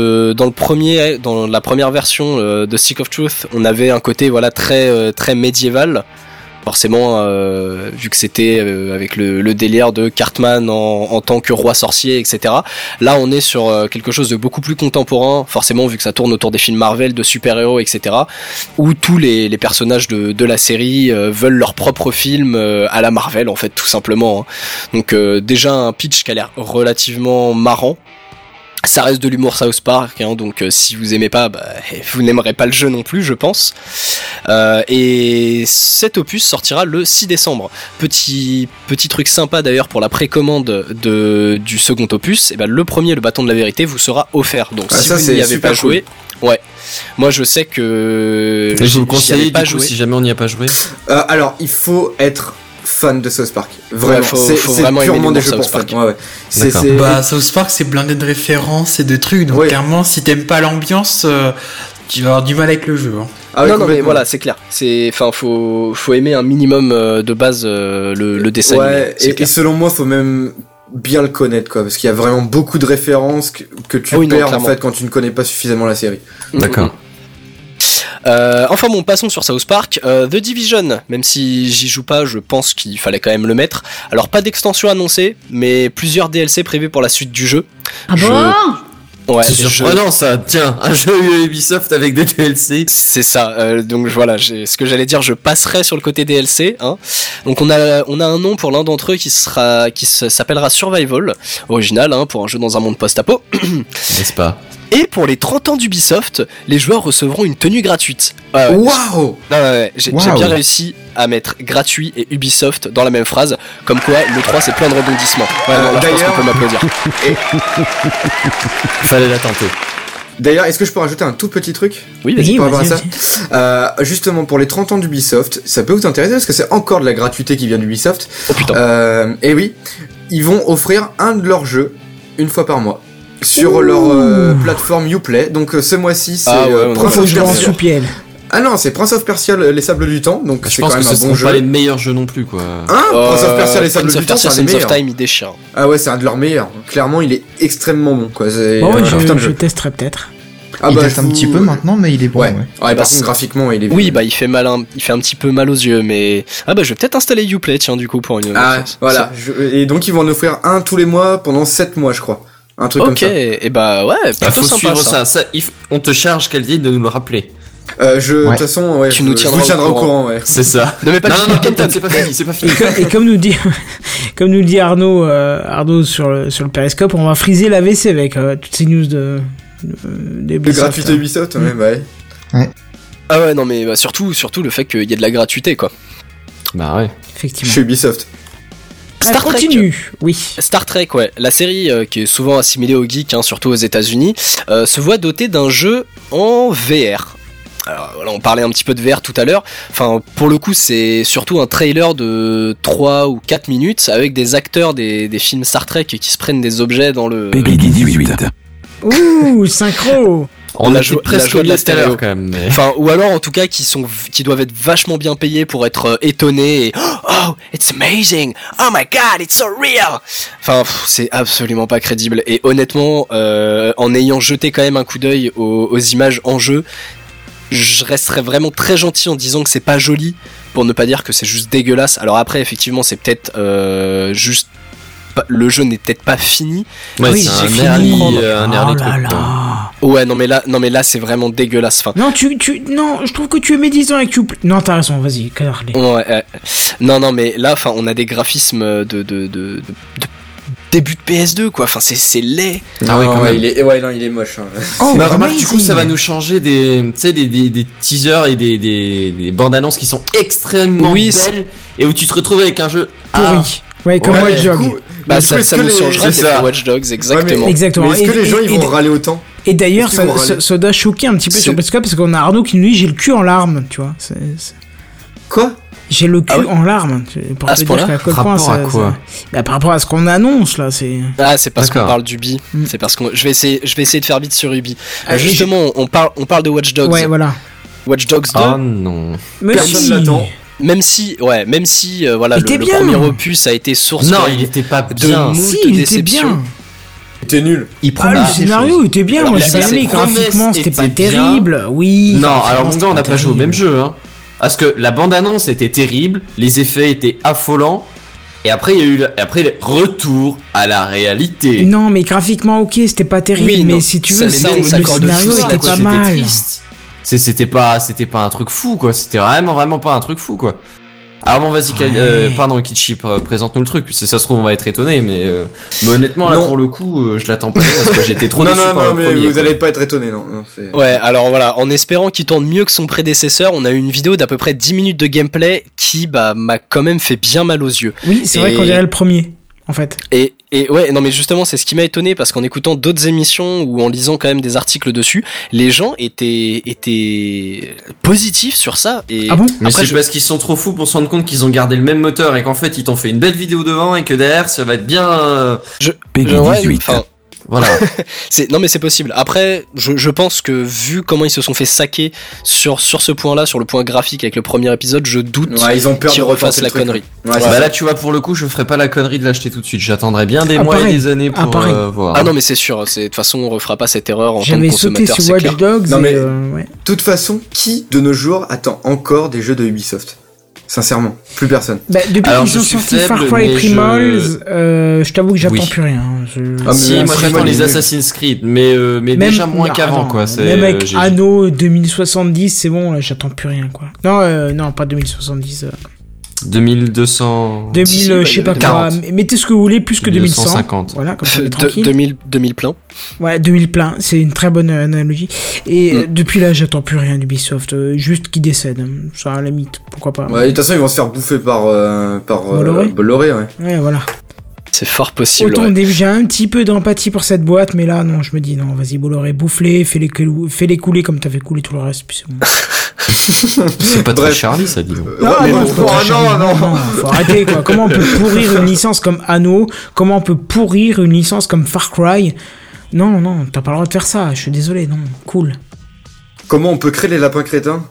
la première version de Stick of Truth, on avait un côté très médiéval. Forcément, vu que c'était avec le délire de Cartman en tant que roi sorcier, etc. Là, on est sur quelque chose de beaucoup plus contemporain, forcément, vu que ça tourne autour des films Marvel, de super-héros, etc. Où tous les personnages de la série veulent leur propre film à la Marvel, en fait, tout simplement. Hein. Donc, déjà, un pitch qui a l'air relativement marrant. Ça reste de l'humour South Park, hein, donc si vous aimez pas, vous n'aimerez pas le jeu non plus, je pense. Et cet opus sortira le 6 décembre. Petit truc sympa d'ailleurs pour la précommande du second opus, le premier, le bâton de la vérité, vous sera offert. Donc si vous n'y avez pas joué, moi je sais que je vous le conseille du coup si jamais on n'y a pas joué. Alors il faut être fan de South Park, vraiment. Faut c'est vraiment purement aimer des jeux pour fans. South Park c'est blindé de références et de trucs, donc clairement si t'aimes pas l'ambiance, tu vas avoir du mal avec le jeu. Hein. Non mais voilà, c'est clair. Faut aimer un minimum de base le dessin. Ouais, et selon moi, faut même bien le connaître, quoi, parce qu'il y a vraiment beaucoup de références que tu perds en fait quand tu ne connais pas suffisamment la série. D'accord. Passons sur South Park. The Division, même si j'y joue pas, je pense qu'il fallait quand même le mettre. Alors pas d'extension annoncée, mais plusieurs DLC prévus pour la suite du jeu. Ah bon ? Ouais, c'est surprenant ça, tiens, un jeu Ubisoft avec des DLC. C'est ça, donc voilà, ce que j'allais dire, je passerai sur le côté DLC. Hein. Donc on a un nom pour l'un d'entre eux qui s'appellera Survival, original, hein, pour un jeu dans un monde post-apo. N'est-ce pas ? Et pour les 30 ans d'Ubisoft, les joueurs recevront une tenue gratuite. Waouh! J'ai bien réussi à mettre gratuit et Ubisoft dans la même phrase. Comme quoi, le 3 c'est plein de rebondissements. Je pense qu'on peut m'applaudir. Fallait la tenter. D'ailleurs, est-ce que je peux rajouter un tout petit truc ? Oui, vas-y. Par rapport à ça. Justement, pour les 30 ans d'Ubisoft, ça peut vous intéresser parce que c'est encore de la gratuité qui vient d'Ubisoft. Oh putain. Et oui, ils vont offrir un de leurs jeux une fois par mois. Sur leur plateforme Uplay. Donc ce mois-ci c'est Prince of Persia. Ah non, c'est Prince of Persia les Sables du Temps. Donc je pense que ce sont pas les meilleurs jeux non plus, quoi. Prince of Persia les Sables du Temps, c'est un des meilleurs. Time, il déchire. Ah ouais, c'est un de leurs meilleurs. Clairement, il est extrêmement bon, quoi. Je testerai peut-être. Il date un petit peu maintenant, mais il est bon. Ouais. Par contre, graphiquement, il est. Oui, il fait un petit peu mal aux yeux, mais je vais peut-être installer Uplay, tiens, du coup, pour une. Voilà. Et donc ils vont en offrir un tous les mois pendant 7 mois, je crois. Un truc comme ça. Ok, et plutôt faut sympa suivre ça. On te charge, Kaldin, de nous le rappeler. De toute façon, tu nous tiendras au courant, ouais. C'est ça. Ne mets pas non, c'est pas fini. Et comme comme nous le dit Arnaud sur le périscope, on va friser la WC avec toutes ces news de gratuité Ubisoft, ouais. Ah ouais, non mais bah, surtout le fait qu'il y ait de la gratuité quoi. Bah ouais. Effectivement. Chez Ubisoft. Star Trek. Continue, oui. Star Trek, ouais. La série qui est souvent assimilée aux geeks, surtout aux États-Unis, se voit dotée d'un jeu en VR. Alors voilà, on parlait un petit peu de VR tout à l'heure. Enfin, pour le coup, c'est surtout un trailer de 3 ou 4 minutes avec des acteurs des films Star Trek qui se prennent des objets dans le. Ouh, synchro. On a joué presque de la stéréo quand même. Mais... Enfin, ou alors en tout cas qui doivent être vachement bien payés pour être étonnés et oh, it's amazing, oh my god, it's so real. Enfin, c'est absolument pas crédible. Et honnêtement, en ayant jeté quand même un coup d'œil aux images en jeu, je resterais vraiment très gentil en disant que c'est pas joli, pour ne pas dire que c'est juste dégueulasse. Alors après, effectivement, c'est peut-être juste le jeu n'est peut-être pas fini. Ouais, oui, c'est un early truc. Ouais, non mais là c'est vraiment dégueulasse. Enfin, non, non, je trouve que tu es médisant et que tu... Non, t'as raison, vas-y, Carly. Ouais, non, mais là, enfin, on a des graphismes de début de PS2 quoi. Enfin, c'est laid. Ah oui, quand même. Il est moche. Oh, bah, remarque, du coup, ça va nous changer des teasers et des bandes annonces qui sont extrêmement belles et où tu te retrouves avec un jeu pourri. Ouais, comme Watch Dogs. Bah, ça nous changera des Watch Dogs, exactement. Ouais, exactement. Mais est-ce que les gens ils vont râler autant? Et d'ailleurs, ça doit choquer un petit peu sur Periscope parce qu'on a Arnaud qui nous dit j'ai le cul en larmes, tu vois. Quoi? J'ai le cul en larmes. Pour te dire qu'à quel point ça. Bah, par rapport à ce qu'on annonce là, c'est. Ah, c'est parce qu'on parle d'Ubi. C'est parce que je vais essayer de faire vite sur Ubi. Justement, on parle de Watch Dogs. Ouais, voilà. Watch Dogs 2. Ah non. Personne l'attend. Même si voilà, le premier opus a été source il était pas bien. Il était bien. Il était nul. Le scénario était bien, moi j'ai aimé, graphiquement c'était pas terrible. Oui. Non, alors mon gars, on n'a pas joué au même jeu, hein. Parce que la bande-annonce était terrible, les effets étaient affolants, et après il y a eu le retour à la réalité. Non, mais graphiquement ok, c'était pas terrible, mais si tu veux, le scénario était pas mal. C'était pas un truc fou quoi, c'était vraiment pas un truc fou quoi. Alors bon vas-y, pardon Kichi, présente-nous le truc, ça se trouve on va être étonné, mais honnêtement là pour le coup je l'attends pas parce que j'étais trop déçu par le premier. Vous allez pas être étonné non. Ouais, alors voilà, en espérant qu'il tourne mieux que son prédécesseur, on a eu une vidéo d'à peu près 10 minutes de gameplay qui m'a quand même fait bien mal aux yeux. Oui, c'est vrai qu'on dirait le premier. En fait. Et ouais, non mais justement c'est ce qui m'a étonné parce qu'en écoutant d'autres émissions ou en lisant quand même des articles dessus, les gens étaient positifs sur ça. Et ah bon? Mais après, c'est parce qu'ils sont trop fous pour se rendre compte qu'ils ont gardé le même moteur et qu'en fait ils t'ont fait une belle vidéo devant et que derrière ça va être bien. Voilà. Non mais c'est possible. Après, je pense que vu comment ils se sont fait saquer sur ce point-là, sur le point graphique avec le premier épisode, je doute ils ont peur qu'ils refassent la connerie. Ouais, bah là tu vois pour le coup je ferai pas la connerie de l'acheter tout de suite. J'attendrai bien des mois et des années pour voir. Ah non mais c'est sûr. De toute façon on refera pas cette erreur en tant que J'avais consommateur. sauté sur Watch Dogs. Non mais de toute façon, qui de nos jours attend encore des jeux de Ubisoft? Sincèrement, plus personne. Bah, depuis qu'ils ont sorti Far Cry Primals, je t'avoue que j'attends plus rien. Si, moi j'attends les Assassin's Creed, mais déjà moins qu'avant, quoi. Même avec Anno 2070, c'est bon, là, j'attends plus rien, quoi. Non, pas 2070. 2200... 2000, je sais pas quoi. Mettez ce que vous voulez, plus que 2100. 250. Voilà, comme ça, tranquille. 2000 plein. Ouais, 2000 plein, c'est une très bonne analogie. Et depuis là, j'attends plus rien d'Ubisoft. Juste qu'ils décèdent. Ça, à la limite, pourquoi pas. Ouais, de toute façon, ils vont se faire bouffer par Bolloré, ouais. Ouais, voilà. C'est fort possible. Autant au début, j'ai un petit peu d'empathie pour cette boîte, mais là, non, je me dis, non, vas-y, Bolloré, bouffe-les, fais-les couler comme t'as fait couler tout le reste, puis c'est bon. C'est pas très Charlie, ça dit. Non, faut arrêter, quoi. Comment on peut pourrir une licence comme Anno? Comment on peut pourrir une licence comme Far Cry? Non, t'as pas le droit de faire ça, je suis désolé, non, cool. Comment on peut créer les lapins crétins?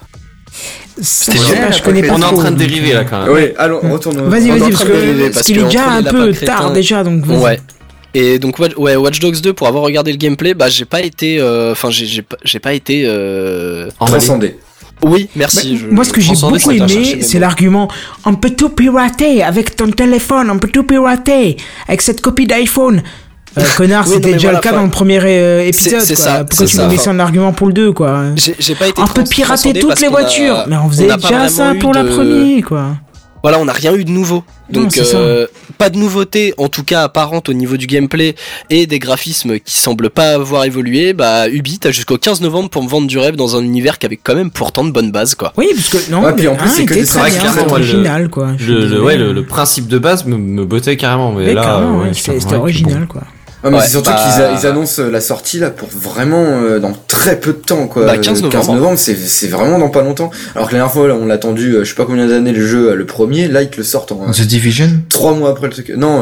Je connais pas. On est en train de dériver là quand même. Oui, allons, retournons. Vas-y, parce qu'il est déjà un peu tard déjà, donc vas-y. Ouais. Et donc Watch Dogs 2, pour avoir regardé le gameplay, j'ai pas été j'ai pas été transcendé. Oui, merci. Moi, ce que j'ai beaucoup aimé, c'est l'argument on peut tout pirater avec ton téléphone, on peut tout pirater avec cette copie d'iPhone. Connard, c'était déjà le cas dans le premier épisode, quoi. Ça, pourquoi tu m'as laissé un argument pour le 2, quoi? J'ai pas été on peut pirater toutes les voitures, mais on faisait déjà ça pour la première, quoi. Voilà, on n'a rien eu de nouveau. Donc pas de nouveauté, en tout cas apparente au niveau du gameplay et des graphismes qui semblent pas avoir évolué. Bah Ubi, t'as jusqu'au 15 novembre pour me vendre du rêve dans un univers qui avait quand même pourtant de bonnes bases, quoi. Oui, parce que non, Ouais, puis en plus, c'est que des très bien, clairement, original, quoi. Le principe de base me bottait carrément, mais là, carrément, ouais, c'était original, quoi. Ouais, mais Ouais, c'est surtout qu'ils annoncent la sortie là pour vraiment dans très peu de temps, quoi. Bah, 15 novembre, c'est vraiment dans pas longtemps. Alors que la dernière fois, là, on l'a attendu, je sais pas combien d'années le jeu, le premier, là ils te le sortent en The Division 3 mois après le truc. Non,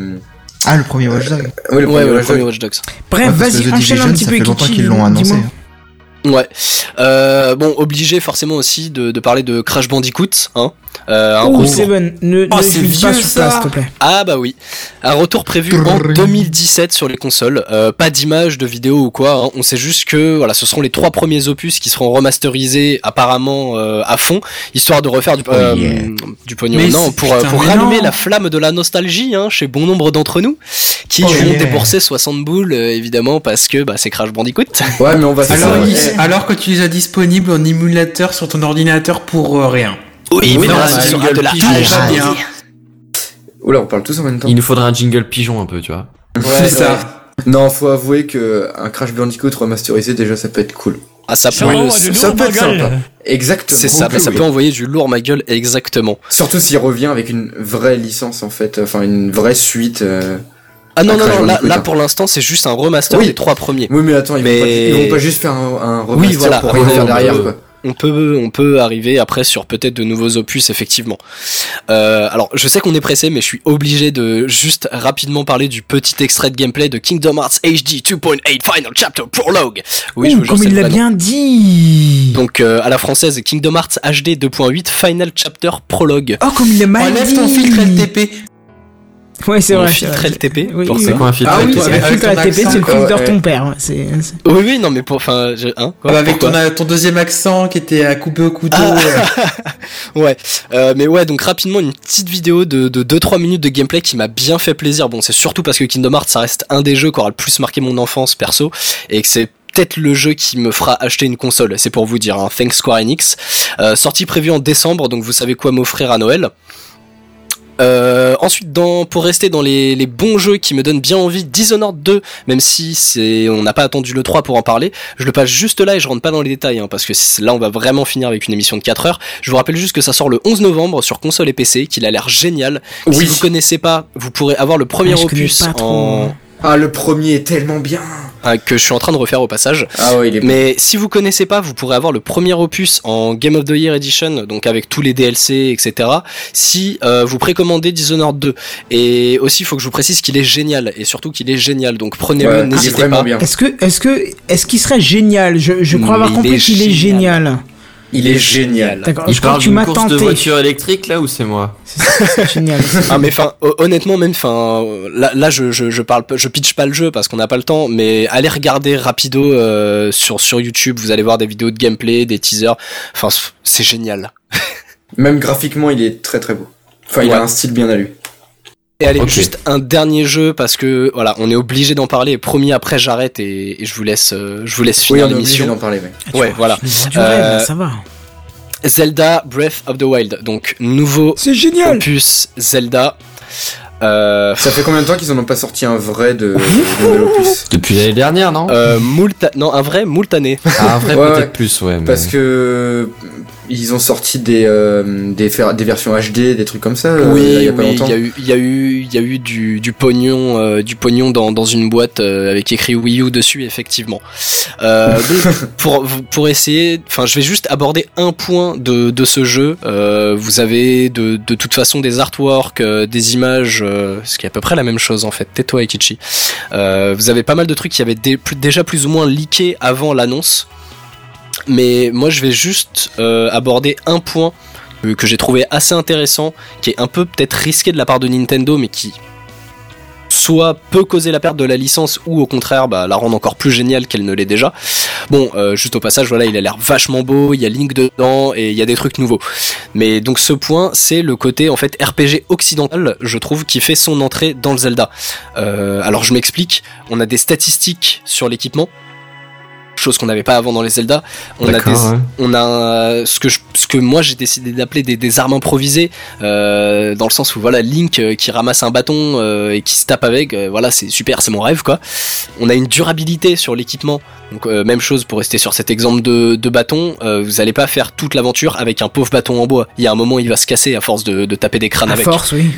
Ah, le premier Watch Dogs. ouais, le premier le Watch premier Dogs. Watch Dogs. Bref, Ouais, parce que vas-y, The enchaîne Division, un petit ça peu, fait longtemps Kichi, qu'ils l'ont annoncé. dis-moi. Ouais. Bon, obligé forcément aussi de parler de Crash Bandicoot, hein. Un Oh, retour. Seven, ne c'est suis pas vieux, sur place, ça. s'il te plaît. Ah bah oui, un retour prévu en 2017 sur les consoles, pas d'image, de vidéo ou quoi, hein. On sait juste que voilà, ce seront les 3 premiers opus qui seront remasterisés apparemment à fond, histoire de refaire du pognon, Mais non, c'est- pour putain, mais rallumer non. la flamme de la nostalgie, hein, chez bon nombre d'entre nous, qui Oh vont yeah. débourser 60 boules, évidemment, parce que bah, c'est Crash Bandicoot. Ouais, mais on va Alors que tu les as disponibles en émulateur sur ton ordinateur pour rien. Oui, mais non, là, c'est c'est jingle de la pigeon. Pas bien. Oula, on parle tous en même temps. Il nous faudra un jingle pigeon un peu, tu vois. C'est ça. Non, faut avouer que un Crash Bandicoot remasterisé, déjà, ça peut être cool. Ah, ça peut, Ça peut être sympa. Exactement. c'est ça, Oui, ça oui. peut envoyer du lourd ma gueule, exactement. Surtout s'il revient avec une vraie licence, en fait, enfin une vraie suite. Ah non, Un non, Crash non, là, Bandicoot, là hein. pour l'instant c'est juste un remaster Oui. des 3 premiers. Oui, mais attends, Mais- ils vont pas juste faire un remaster Oui, voilà. pour rien Ouais, faire on derrière, peut- quoi. On peut arriver après sur peut-être de nouveaux opus, effectivement. Alors, je sais qu'on est pressé, mais je suis obligé de juste rapidement parler du petit extrait de gameplay de Kingdom Hearts HD 2.8 Final Chapter Prologue. Oui, je vous jure, Comme c'est il le l'a vrai nom. bien dit. Donc, à la française, Kingdom Hearts HD 2.8 Final Chapter Prologue. Oh, comme il l'a mal Enlève dit. ton filtre LTP. Ouais, c'est On vrai. filtre LTP, Oui, pour oui. C'est quoi un filtre Ah oui, C'est c'est le avec filtre ton ATP, c'est le accent, filtre de ouais. ton père. Ouais, c'est... Oui, oui, non, mais pour, enfin, quoi, Avec pourquoi ton deuxième accent qui était à couper au couteau. Ouais, mais ouais, donc rapidement une petite vidéo de 2-3 minutes de gameplay qui m'a bien fait plaisir. Bon, c'est surtout parce que Kingdom Hearts, ça reste un des jeux qui aura le plus marqué mon enfance perso, et que c'est peut-être le jeu qui me fera acheter une console, c'est pour vous dire, hein. Thanks Square Enix. Sortie prévue en décembre, donc vous savez quoi m'offrir à Noël. Ensuite, pour rester dans les bons jeux qui me donnent bien envie, Dishonored 2, même si on n'a pas attendu le 3 pour en parler, je le passe juste là et je rentre pas dans les détails, hein, parce que là on va vraiment finir avec une émission de 4 heures. Je vous rappelle juste que ça sort le 11 novembre sur console et PC, qu'il a l'air génial. Oui. Si vous connaissez pas, vous pourrez avoir le premier je connais opus pas trop. Ah, le premier est tellement bien. que je suis en train de refaire au passage. Ah ouais, il est Mais si vous connaissez pas, vous pourrez avoir le premier opus en Game of the Year Edition, donc avec tous les DLC, etc. Si vous précommandez Dishonored 2. Et aussi, il faut que je vous précise qu'il est génial, et surtout qu'il est génial. Donc prenez-le, Ouais, il est n'hésitez vraiment pas. bien. Est-ce qu'il serait génial? Je crois Mais avoir il compris est qu'il est génial. Il est génial. D'accord, Il je crois parle que tu d'une m'as course de tenté. voiture électrique là ou c'est moi? C'est génial. Ah mais enfin honnêtement même là je parle je pitch pas le jeu parce qu'on n'a pas le temps, mais allez regarder rapido sur YouTube, vous allez voir des vidéos de gameplay, des teasers. Enfin c'est génial. Même graphiquement, il est très très beau. Enfin, il a Ouais. un style bien à lui. Et allez, Ok. juste un dernier jeu parce que voilà, on est obligé d'en parler. Et promis, après j'arrête et je vous laisse Oui, finir on est obligé l'émission. d'en parler, ouais. Ouais, voilà. Du rêve, là, ça va. Zelda Breath of the Wild, donc nouveau C'est génial. opus Zelda. Ça fait combien de temps qu'ils en ont pas sorti un vrai de nouvel opus? Depuis l'année dernière, non? Non, un vrai moult années. Ah, un vrai Ouais, peut-être ouais. plus, ouais. Mais... Parce que ils ont sorti des versions HD, des trucs comme ça. il y a pas longtemps. il y a eu du pognon dans une boîte avec écrit Wii U dessus, effectivement. Donc pour essayer, enfin je vais juste aborder un point de ce jeu. Vous avez de toute façon des artworks, des images, ce qui est à peu près la même chose en fait. Tais-toi Ikichi. Vous avez pas mal de trucs qui avaient déjà plus ou moins leaké avant l'annonce. Mais moi je vais juste aborder un point que j'ai trouvé assez intéressant, qui est un peu peut-être risqué de la part de Nintendo, mais qui soit peut causer la perte de la licence ou au contraire la rendre encore plus géniale qu'elle ne l'est déjà. Bon, juste au passage, voilà, il a l'air vachement beau, il y a Link dedans et il y a des trucs nouveaux. Mais donc ce point, c'est le côté en fait RPG occidental, je trouve, qui fait son entrée dans le Zelda. Alors je m'explique, on a des statistiques sur l'équipement. chose qu'on n'avait pas avant dans les Zelda. On a ce que moi j'ai décidé d'appeler des armes improvisées, dans le sens où voilà, Link qui ramasse un bâton et qui se tape avec, voilà, c'est super, c'est mon rêve quoi. On a une durabilité sur l'équipement, donc même chose pour rester sur cet exemple de bâton, vous allez pas faire toute l'aventure avec un pauvre bâton en bois. Il y a un moment il va se casser à force de taper des crânes avec. À force, oui.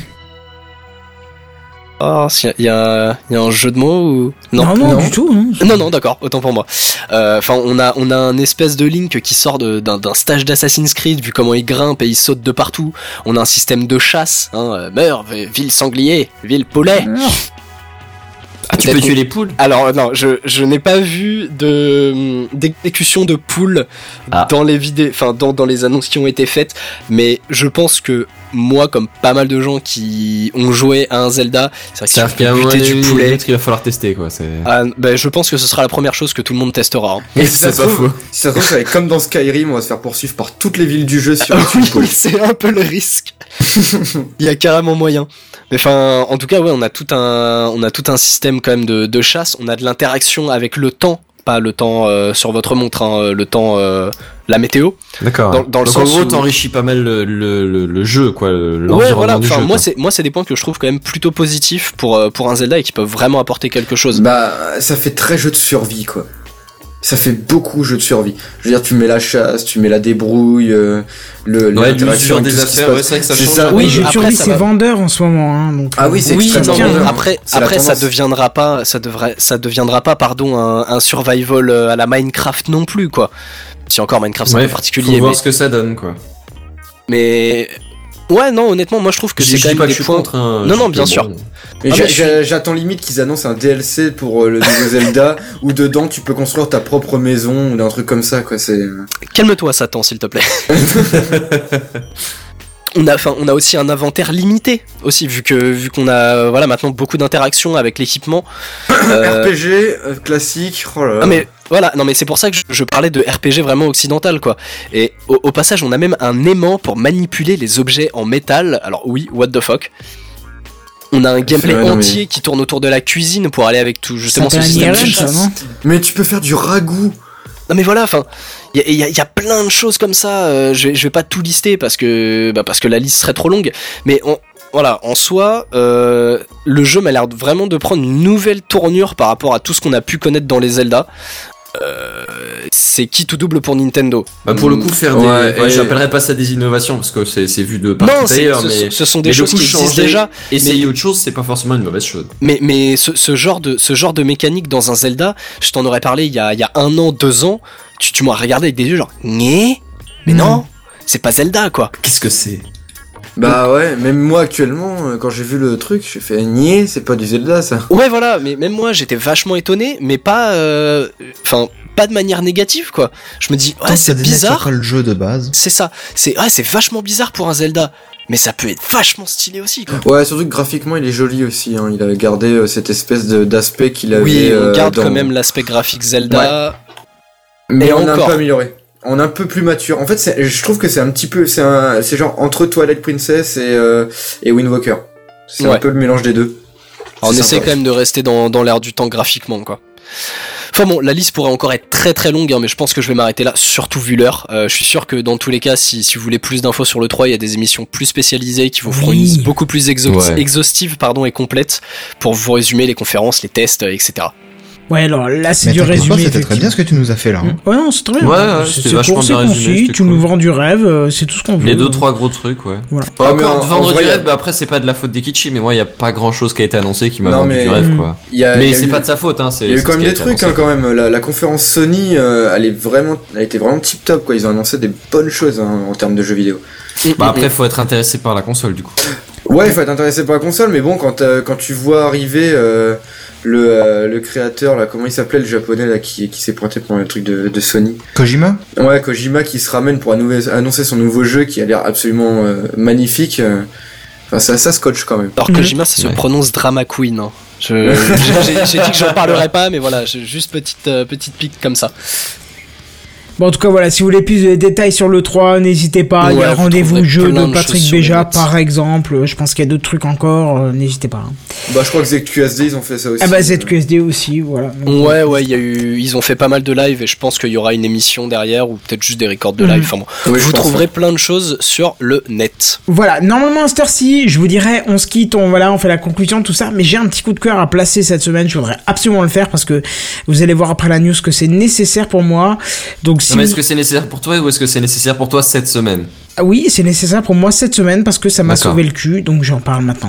Oh, il y a un jeu de mots ou non, du tout. Hein. Non, d'accord, autant pour moi. Enfin, on a un espèce de Link qui sort d'un stage d'Assassin's Creed, vu comment il grimpe et il saute de partout. On a un système de chasse, hein, meurs, ville sanglier, ville poulet. Ah, tu peux tuer les poules? Alors non, je n'ai pas vu d'exécution de poules dans les vidéos, enfin dans les annonces qui ont été faites, mais je pense que moi, comme pas mal de gens qui ont joué à un Zelda, c'est vrai qu'il faut buter du poulet. Il va falloir tester quoi. Je pense que ce sera la première chose que tout le monde testera. Hein. Et si ça se trouve, ça va être comme dans Skyrim, on va se faire poursuivre par toutes les villes du jeu sur une poule. C'est un peu le risque. Il y a carrément moyen. Mais enfin, en tout cas, ouais, on a tout un système quand même de chasse. On a de l'interaction avec le temps, pas le temps sur votre montre, hein, le temps, la météo. D'accord. Dans le donc sens en gros, où t'enrichis pas mal le jeu, quoi. Ouais, voilà. Du enfin, jeu, moi, c'est des points que je trouve quand même plutôt positifs pour un Zelda et qui peuvent vraiment apporter quelque chose. Bah, ça fait très jeu de survie, quoi. Ça fait beaucoup jeu de survie. Je veux dire, tu mets la chasse, tu mets la débrouille, l'interaction des affaires, ouais, c'est vrai que ça change. Ça. Oui, jeu de survie, c'est vendeur en ce moment, hein. Donc, ah oui, c'est extrêmement vendeur. Après, ça deviendra pas, pardon, un survival à la Minecraft non plus, quoi. Si encore Minecraft c'est un peu particulier. Faut voir ce que ça donne, quoi. Mais ouais, non, honnêtement, moi je trouve que c'est quand même des points. Non, bien sûr. Et j'attends limite qu'ils annoncent un DLC pour le nouveau Zelda où dedans tu peux construire ta propre maison ou d'un truc comme ça, quoi. Calme-toi, Satan, s'il te plaît. On a aussi un inventaire limité aussi, vu qu'on a voilà maintenant beaucoup d'interactions avec l'équipement. RPG classique. Oh là là. Ah, mais voilà, non mais c'est pour ça que je parlais de RPG vraiment occidental, quoi. Et au passage, on a même un aimant pour manipuler les objets en métal. Alors oui, what the fuck. On a un gameplay entier qui tourne autour de la cuisine pour aller avec tout justement ce système de chasse. Mais tu peux faire du ragoût. Non mais voilà, enfin, il y a plein de choses comme ça. Je vais pas tout lister parce que la liste serait trop longue. Mais voilà, en soi, le jeu m'a l'air vraiment de prendre une nouvelle tournure par rapport à tout ce qu'on a pu connaître dans les Zelda. C'est qui tout double pour Nintendo. Bah pour le coup, faire j'appellerais pas ça des innovations parce que c'est vu de partout d'ailleurs, mais ce sont des choses qui existent déjà. Essayer autre chose, c'est pas forcément une mauvaise chose. Mais ce genre de mécanique dans un Zelda, je t'en aurais parlé il y a 1 an, 2 ans, tu m'aurais regardé avec des yeux genre mais non, c'est pas Zelda quoi. Qu'est-ce que c'est? Bah ouais, même moi actuellement, quand j'ai vu le truc, j'ai fait nier, c'est pas du Zelda ça. Ouais voilà, mais même moi j'étais vachement étonné, mais pas pas de manière négative quoi. Je me dis ouais, c'est bizarre. Pas le jeu de base. C'est ça. C'est vachement bizarre pour un Zelda, mais ça peut être vachement stylé aussi quoi. Ouais, surtout que graphiquement il est joli aussi, hein. Il avait gardé cette espèce d'aspect qu'il avait. Oui, on garde quand même l'aspect graphique Zelda. Ouais. Mais on a un peu amélioré. On est un peu plus mature. En fait, je trouve que c'est un petit peu, c'est genre entre Twilight Princess et Wind Walker. C'est un peu le mélange des deux. Alors on essaie quand même de rester dans l'air du temps graphiquement, quoi. Enfin bon, la liste pourrait encore être très très longue, hein, mais je pense que je vais m'arrêter là, surtout vu l'heure. Je suis sûr que dans tous les cas, si vous voulez plus d'infos sur le 3, il y a des émissions plus spécialisées qui vous feront une liste beaucoup plus exhaustive et complète pour vous résumer les conférences, les tests, etc. Ouais, alors là c'est du résumé. C'était très bien ce que tu nous as fait là. Hein. Ouais, non, c'est très bien. Ouais, c'est vachement bien résumé. Tu nous vends du rêve, c'est tout ce qu'on veut. Les 2-3 gros trucs, ouais. Voilà. Encore vendre du rêve, après c'est pas de la faute d'Ekichi, mais moi il y a pas grand chose qui a été annoncé qui m'a vendu du rêve, quoi. Mais c'est pas de sa faute, hein. Il y a eu quand même des trucs, hein, quand même. La conférence Sony, elle était vraiment tip top, quoi. Ils ont annoncé des bonnes choses en termes de jeux vidéo. Bah après faut être intéressé par la console, du coup. Ouais, il faut être intéressé par la console, mais bon, quand tu vois arriver le créateur là, comment il s'appelait, le japonais là qui s'est pointé pour un truc de Sony, Kojima. Ouais, Kojima qui se ramène pour annoncer son nouveau jeu qui a l'air absolument magnifique. Enfin ça scotche quand même. Alors Kojima ça se prononce Drama Queen, hein. J'ai dit que j'en parlerai pas, mais voilà, juste petite pique comme ça. Bon, en tout cas, voilà, si vous voulez plus de détails sur le 3, n'hésitez pas. Il y a le rendez-vous jeu de Patrick Béja, par exemple. Je pense qu'il y a d'autres trucs encore, n'hésitez pas. Hein. Bah, je crois que ZQSD, ils ont fait ça aussi. Ah bah, ZQSD aussi, voilà. Ouais, ils ont fait pas mal de live et je pense qu'il y aura une émission derrière ou peut-être juste des records de live. Enfin bon, Oui, vous trouverez plein de choses sur le net. Voilà, normalement à cette heure-ci, je vous dirais, on se quitte, on fait la conclusion, tout ça, mais j'ai un petit coup de cœur à placer cette semaine, je voudrais absolument le faire parce que vous allez voir après la news que c'est nécessaire pour moi. Donc si mais est-ce que c'est nécessaire pour toi ou est-ce que c'est nécessaire pour toi cette semaine? Ah oui, c'est nécessaire pour moi cette semaine parce que ça m'a sauvé le cul, donc j'en parle maintenant.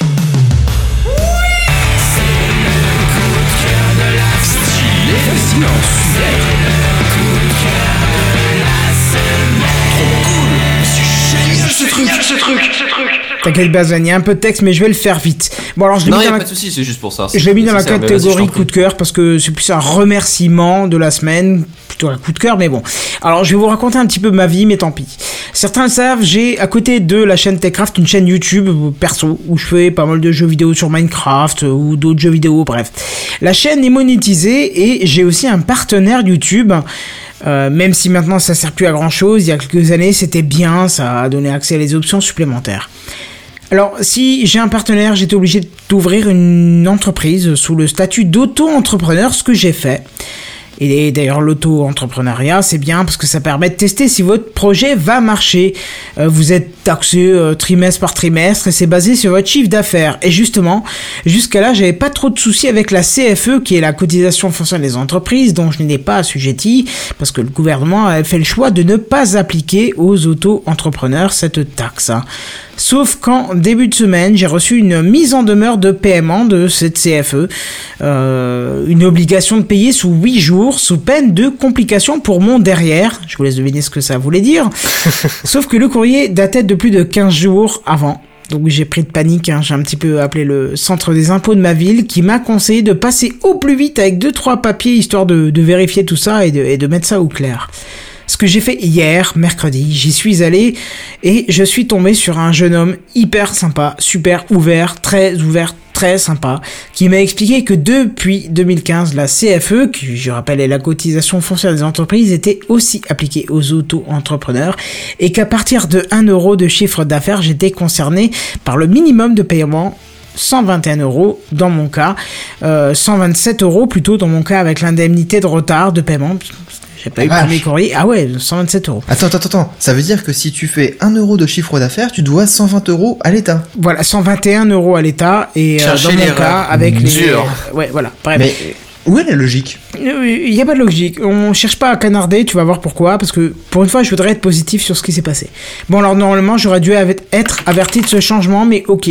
Ce truc. T'inquiète, Bazan, il y a un peu de texte, mais je vais le faire vite. Bon, alors, Non, il n'y a pas de soucis, c'est juste pour ça. Je l'ai mis dans la catégorie coup de cœur parce que c'est plus un remerciement de la semaine, plutôt un coup de cœur, mais bon. Alors, je vais vous raconter un petit peu ma vie, mais tant pis. Certains le savent, j'ai à côté de la chaîne Techcraft une chaîne YouTube perso où je fais pas mal de jeux vidéo sur Minecraft ou d'autres jeux vidéo, bref. La chaîne est monétisée et j'ai aussi un partenaire YouTube. Même si maintenant ça sert plus à grand chose, il y a quelques années c'était bien, ça a donné accès à des options supplémentaires. Alors si j'ai un partenaire, j'étais obligé d'ouvrir une entreprise sous le statut d'auto-entrepreneur, ce que j'ai fait. Et d'ailleurs l'auto-entrepreneuriat c'est bien parce que ça permet de tester si votre projet va marcher. Vous êtes taxé trimestre par trimestre et c'est basé sur votre chiffre d'affaires. Et justement, jusqu'à là j'avais pas trop de soucis avec la CFE qui est la cotisation foncière des entreprises dont je n'étais pas assujetti parce que le gouvernement a fait le choix de ne pas appliquer aux auto-entrepreneurs cette taxe. Sauf qu'en début de semaine, j'ai reçu une mise en demeure de paiement de cette CFE, une obligation de payer sous 8 jours, sous peine de complications pour mon derrière. Je vous laisse deviner ce que ça voulait dire. Sauf que le courrier datait de plus de 15 jours avant. Donc j'ai pris de panique, j'ai un petit peu appelé le centre des impôts de ma ville qui m'a conseillé de passer au plus vite avec 2-3 papiers histoire de vérifier tout ça et de mettre ça au clair. Ce que j'ai fait hier, mercredi, j'y suis allé et je suis tombé sur un jeune homme hyper sympa, super ouvert, très sympa, qui m'a expliqué que depuis 2015, la CFE, qui je rappelle est la cotisation foncière des entreprises, était aussi appliquée aux auto-entrepreneurs et qu'à partir de 1 euro de chiffre d'affaires, j'étais concerné par le minimum de paiement 121 € dans mon cas, 127 € plutôt dans mon cas avec l'indemnité de retard de paiement. J'ai pas eu le premier courrier. Ah ouais, 127 €. Attends. Ça veut dire que si tu fais 1 euro de chiffre d'affaires, tu dois 120 € à l'État. Voilà, 121 € à l'État et dans mon cas avec les. Ouais, voilà. Bref. Mais où est la logique ? Il y a pas de logique. On cherche pas à canarder. Tu vas voir pourquoi. Parce que pour une fois, je voudrais être positif sur ce qui s'est passé. Bon, alors normalement, j'aurais dû être averti de ce changement, mais ok.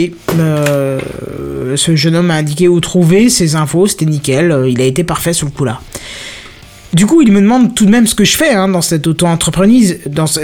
Ce jeune homme m'a indiqué où trouver ses infos. C'était nickel. Il a été parfait sur le coup là. Du coup, il me demande tout de même ce que je fais dans cette auto-entreprise,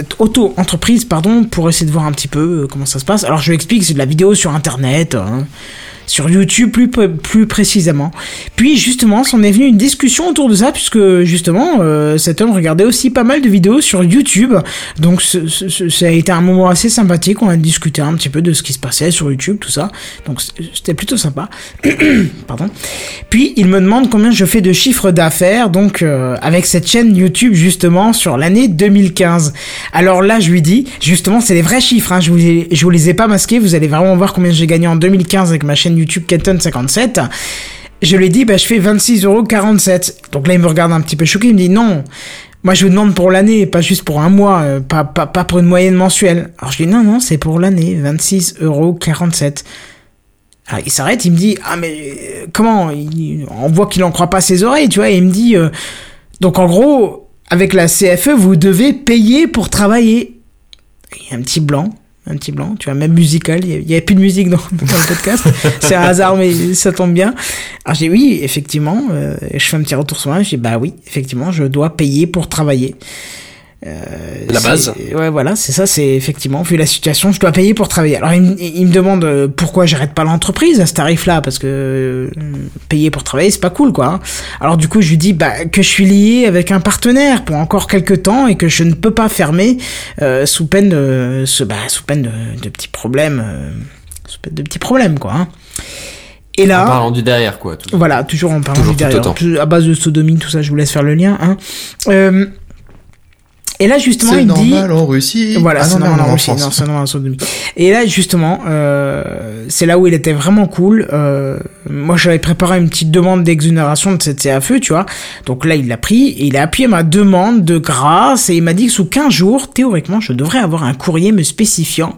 pour essayer de voir un petit peu comment ça se passe. Alors, je lui explique, c'est de la vidéo sur Internet, sur YouTube plus précisément. Puis, justement, s'en est venu une discussion autour de ça, puisque, justement, cet homme regardait aussi pas mal de vidéos sur YouTube. Donc, ça a été un moment assez sympathique. On a discuté un petit peu de ce qui se passait sur YouTube, tout ça. Donc, c'était plutôt sympa. Pardon. Puis, il me demande combien je fais de chiffre d'affaires, donc, avec cette chaîne YouTube, justement, sur l'année 2015. Alors là, je lui dis, justement, c'est les vrais chiffres, je vous les ai pas masqués. Vous allez vraiment voir combien j'ai gagné en 2015 avec ma chaîne YouTube Kenton57. Je lui ai dit, je fais 26,47 €. Donc là, il me regarde un petit peu choqué, il me dit non. Moi, je vous demande pour l'année, pas juste pour un mois, pas pour une moyenne mensuelle. Alors je lui dis non, c'est pour l'année, 26,47 €. Alors, il s'arrête, il me dit, mais comment on voit qu'il en croit pas ses oreilles, tu vois, et il me dit, donc en gros, avec la CFE, vous devez payer pour travailler. Il y a un petit blanc, tu vois, même musical, il y avait plus de musique dans le podcast, c'est un hasard, mais ça tombe bien. Alors j'ai dit oui, effectivement, je fais un petit retour sur moi, je dis oui, effectivement, je dois payer pour travailler. La base. Ouais, voilà, c'est ça, c'est effectivement, vu la situation, je dois payer pour travailler. Alors, il me demande pourquoi j'arrête pas l'entreprise à ce tarif-là, parce que payer pour travailler, c'est pas cool, quoi. Alors, du coup, je lui dis, que je suis lié avec un partenaire pour encore quelques temps et que je ne peux pas fermer, sous peine de petits problèmes, quoi, Et là. En parlant du derrière, quoi. Voilà, toujours en parlant du derrière. À base de sodomie, tout ça, je vous laisse faire le lien, Et là justement c'est il dit normal en Russie. voilà, c'est normal en Russie, France. non, c'est normal en sodomie. Et là justement c'est là où il était vraiment cool. Moi j'avais préparé une petite demande d'exonération de cette CFE, tu vois. Donc là il l'a pris et il a appuyé ma demande de grâce et il m'a dit que sous 15 jours théoriquement je devrais avoir un courrier me spécifiant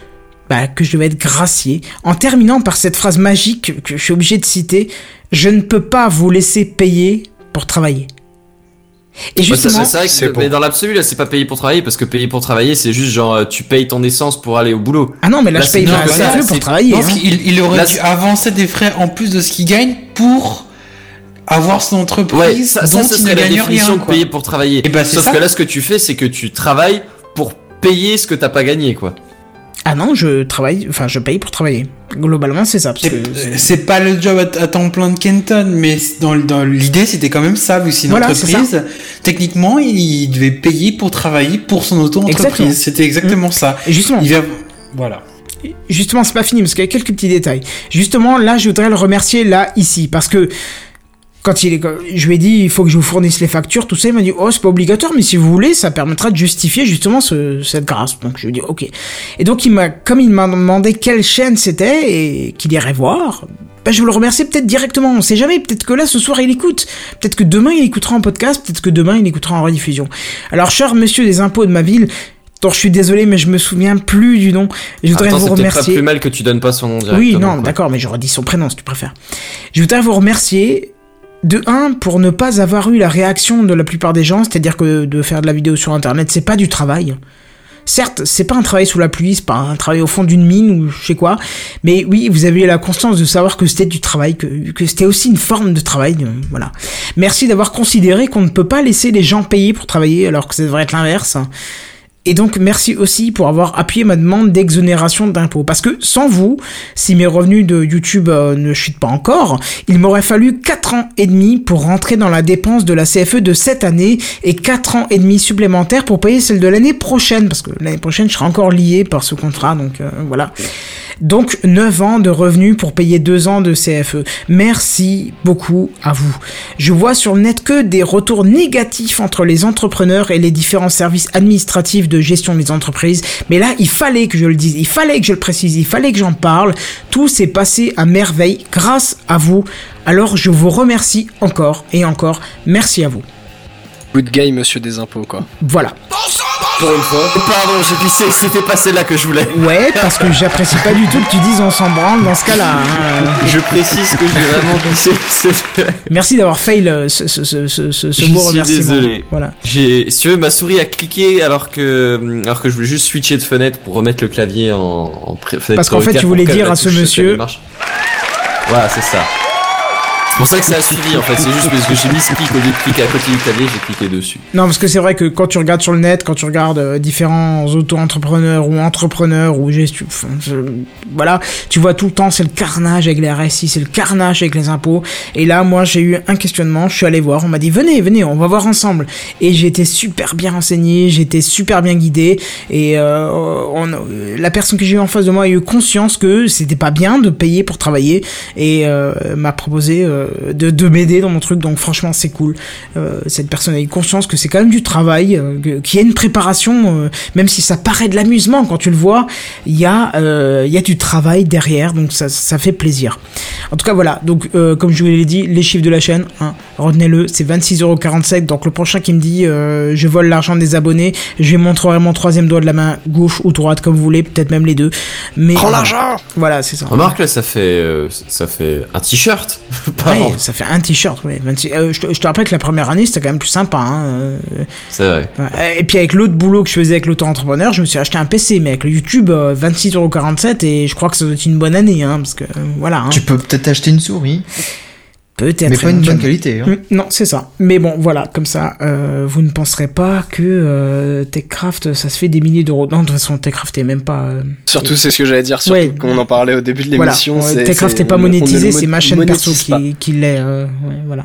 que je devais être gracié, en terminant par cette phrase magique que je suis obligé de citer: je ne peux pas vous laisser payer pour travailler. Et justement, c'est vrai que mais dans l'absolu là, c'est pas payer pour travailler, parce que payer pour travailler, c'est juste genre tu payes ton essence pour aller au boulot. Ah non, mais là je paye ma CFE pour travailler. Non, il aurait dû avancer des frais en plus de ce qu'il gagne pour avoir son entreprise dont ce il serait ne la gagne définition rien. de payer pour travailler. Sauf que là, ce que tu fais, c'est que tu travailles pour payer ce que t'as pas gagné, quoi. Ah non, je paye pour travailler. Globalement, c'est ça. Parce que c'est pas le job à temps plein de Kenton, mais dans l'idée, c'était quand même ça, vu que c'est une entreprise. Techniquement, il devait payer pour travailler pour son auto-entreprise. C'était exactement ça. Et justement. Voilà. Justement, c'est pas fini, parce qu'il y a quelques petits détails. Justement, là, je voudrais le remercier, là, ici, parce que quand je lui ai dit, il faut que je vous fournisse les factures, tout ça, il m'a dit, oh, c'est pas obligatoire, mais si vous voulez, ça permettra de justifier justement cette grâce. Donc, je lui ai dit, ok. Et donc, comme il m'a demandé quelle chaîne c'était et qu'il irait voir, je veux le remercier peut-être directement. On sait jamais. Peut-être que là, ce soir, il écoute. Peut-être que demain, il écoutera en podcast. Peut-être que demain, il écoutera en rediffusion. Alors, cher monsieur des impôts de ma ville, dont je suis désolé, mais je me souviens plus du nom. Je voudrais vous remercier. C'est pas plus mal que tu donnes pas son nom directement. Oui, non, d'accord, mais j'aurais dit son prénom si tu préfères. Je voudrais vous remercier. De 1, pour ne pas avoir eu la réaction de la plupart des gens, c'est-à-dire que de faire de la vidéo sur internet, c'est pas du travail. Certes, c'est pas un travail sous la pluie, c'est pas un travail au fond d'une mine ou je sais quoi, mais oui, vous avez eu la conscience de savoir que c'était du travail, que c'était aussi une forme de travail, voilà. Merci d'avoir considéré qu'on ne peut pas laisser les gens payer pour travailler alors que ça devrait être l'inverse. Et donc, merci aussi pour avoir appuyé ma demande d'exonération d'impôts. Parce que sans vous, si mes revenus de YouTube ne chutent pas encore, il m'aurait fallu 4 ans et demi pour rentrer dans la dépense de la CFE de cette année et 4 ans et demi supplémentaires pour payer celle de l'année prochaine. Parce que l'année prochaine, je serai encore lié par ce contrat, donc voilà. Donc 9 ans de revenus pour payer 2 ans de CFE. Merci beaucoup à vous. Je vois sur le net que des retours négatifs entre les entrepreneurs et les différents services administratifs de gestion des entreprises. Mais là, il fallait que je le dise, il fallait que je le précise, il fallait que j'en parle. Tout s'est passé à merveille grâce à vous. Alors je vous remercie encore et encore. Merci à vous. Good guy, monsieur des impôts, quoi. Voilà. Pour une fois. Pardon, j'ai glissé, c'était pas celle-là que je voulais. Ouais, parce que j'apprécie pas du tout que tu dises on s'en branle dans ce cas-là. Je précise que j'ai vraiment glissé. Merci d'avoir fail ce beau remerciement. Désolé. Voilà. Si tu veux, ma souris a cliqué alors que je voulais juste switcher de fenêtre pour remettre le clavier en fenêtre. Parce qu'en fait, tu voulais dire à ce monsieur. Voilà, c'est ça. C'est pour ça que ça a suivi en fait, c'est juste parce que j'ai mis ce clic au lieu de cliquer à côté du clavier, j'ai cliqué dessus. Non, parce que c'est vrai que quand tu regardes sur le net, quand tu regardes différents auto-entrepreneurs ou entrepreneurs ou voilà, tu vois tout le temps c'est le carnage avec les RSI, c'est le carnage avec les impôts. Et là, moi, j'ai eu un questionnement, je suis allé voir, on m'a dit venez, on va voir ensemble. Et j'ai été super bien renseigné, j'ai été super bien guidé. Et la personne que j'ai eu en face de moi a eu conscience que c'était pas bien de payer pour travailler et m'a proposé de m'aider dans mon truc, donc franchement c'est cool. Cette personne a eu conscience que c'est quand même du travail, qu'il y a une préparation, même si ça paraît de l'amusement quand tu le vois, il y a du travail derrière, donc ça fait plaisir. En tout cas voilà, donc comme je vous l'ai dit, les chiffres de la chaîne, hein, retenez-le, c'est 26,47€, donc le prochain qui me dit je vole l'argent des abonnés, je lui montrerai mon troisième doigt de la main gauche ou droite comme vous voulez, peut-être même les deux, mais prends l'argent. Voilà, c'est ça. Remarque là, ça fait un t-shirt. Ouais, ça fait un t-shirt, ouais. Je te rappelle que la première année c'était quand même plus sympa, hein. C'est vrai. Et puis avec l'autre boulot que je faisais avec l'auto-entrepreneur, je me suis acheté un PC, mais avec le YouTube, 26,47€, et je crois que ça doit être une bonne année, hein, parce que voilà. Hein. Tu peux peut-être acheter une souris. Peut-être. Mais pas une bonne qualité. Hein. Non, c'est ça. Mais bon, voilà, comme ça, vous ne penserez pas que TechCraft, ça se fait des milliers d'euros. Non, de toute façon, TechCraft est même pas... Surtout, c'est ce que j'allais dire, surtout qu'on en parlait au début de l'émission. Voilà, TechCraft n'est pas monétisé, c'est ma chaîne perso qui l'est. Ouais, voilà.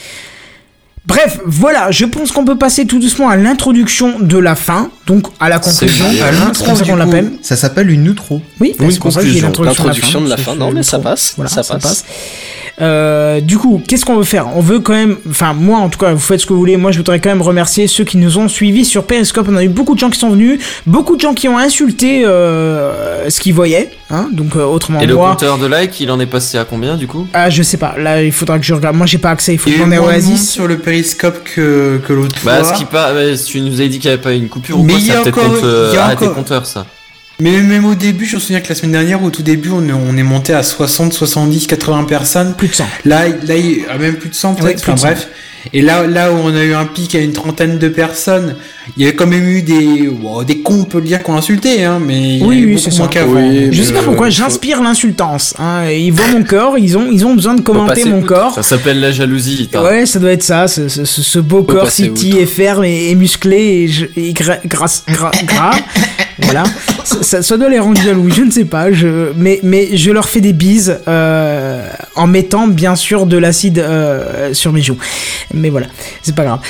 Bref, voilà, je pense qu'on peut passer tout doucement à l'introduction de la fin, donc à la conclusion, c'est comme ça qu'on l'appelle. Ça s'appelle une outro. Oui, c'est pour ça qu'il y a l'introduction de la fin. Non, mais ça passe. Voilà, ça passe. Du coup, qu'est-ce qu'on veut faire? On veut quand même, enfin moi en tout cas, vous faites ce que vous voulez. Moi, je voudrais quand même remercier ceux qui nous ont suivis sur Periscope. On a eu beaucoup de gens qui sont venus, beaucoup de gens qui ont insulté ce qu'ils voyaient. Hein, donc autrement, et le moi, compteur de like, il en est passé à combien du coup? Ah, je sais pas. Là, il faudra que je regarde. Moi, j'ai pas accès. Il faut que j'en ai moins de monde Oasis. sur le périscope que l'autre fois. Tu nous avais dit qu'il n'y avait pas une coupure ou Mais quoi, il y a ça a peut-être encore- arrêté le compteur, ça. Mais même au début, je me souviens que la semaine dernière, au tout début, on est monté à 60, 70, 80 personnes. Plus de 100. Là, il y a même plus de 100 peut-être. Ouais, plus de 100. Bref. Et là où on a eu un pic à une trentaine de personnes, il y a quand même eu des cons, on peut le dire, qui ont insulté, hein, mais Oui, il y a eu oui, beaucoup c'est ça. moins qu'avant. Oui, Je sais pas pourquoi j'inspire l'insultance. Hein. Ils voient mon corps, ils ont besoin de commenter passer mon outre. corps. Ça s'appelle la jalousie. Ouais, ça doit être ça, ce beau corps passer si petit et ferme et musclé et gras. Voilà, ça doit les rendre jaloux, je ne sais pas, mais je leur fais des bises en mettant bien sûr de l'acide sur mes joues. Mais voilà, c'est pas grave.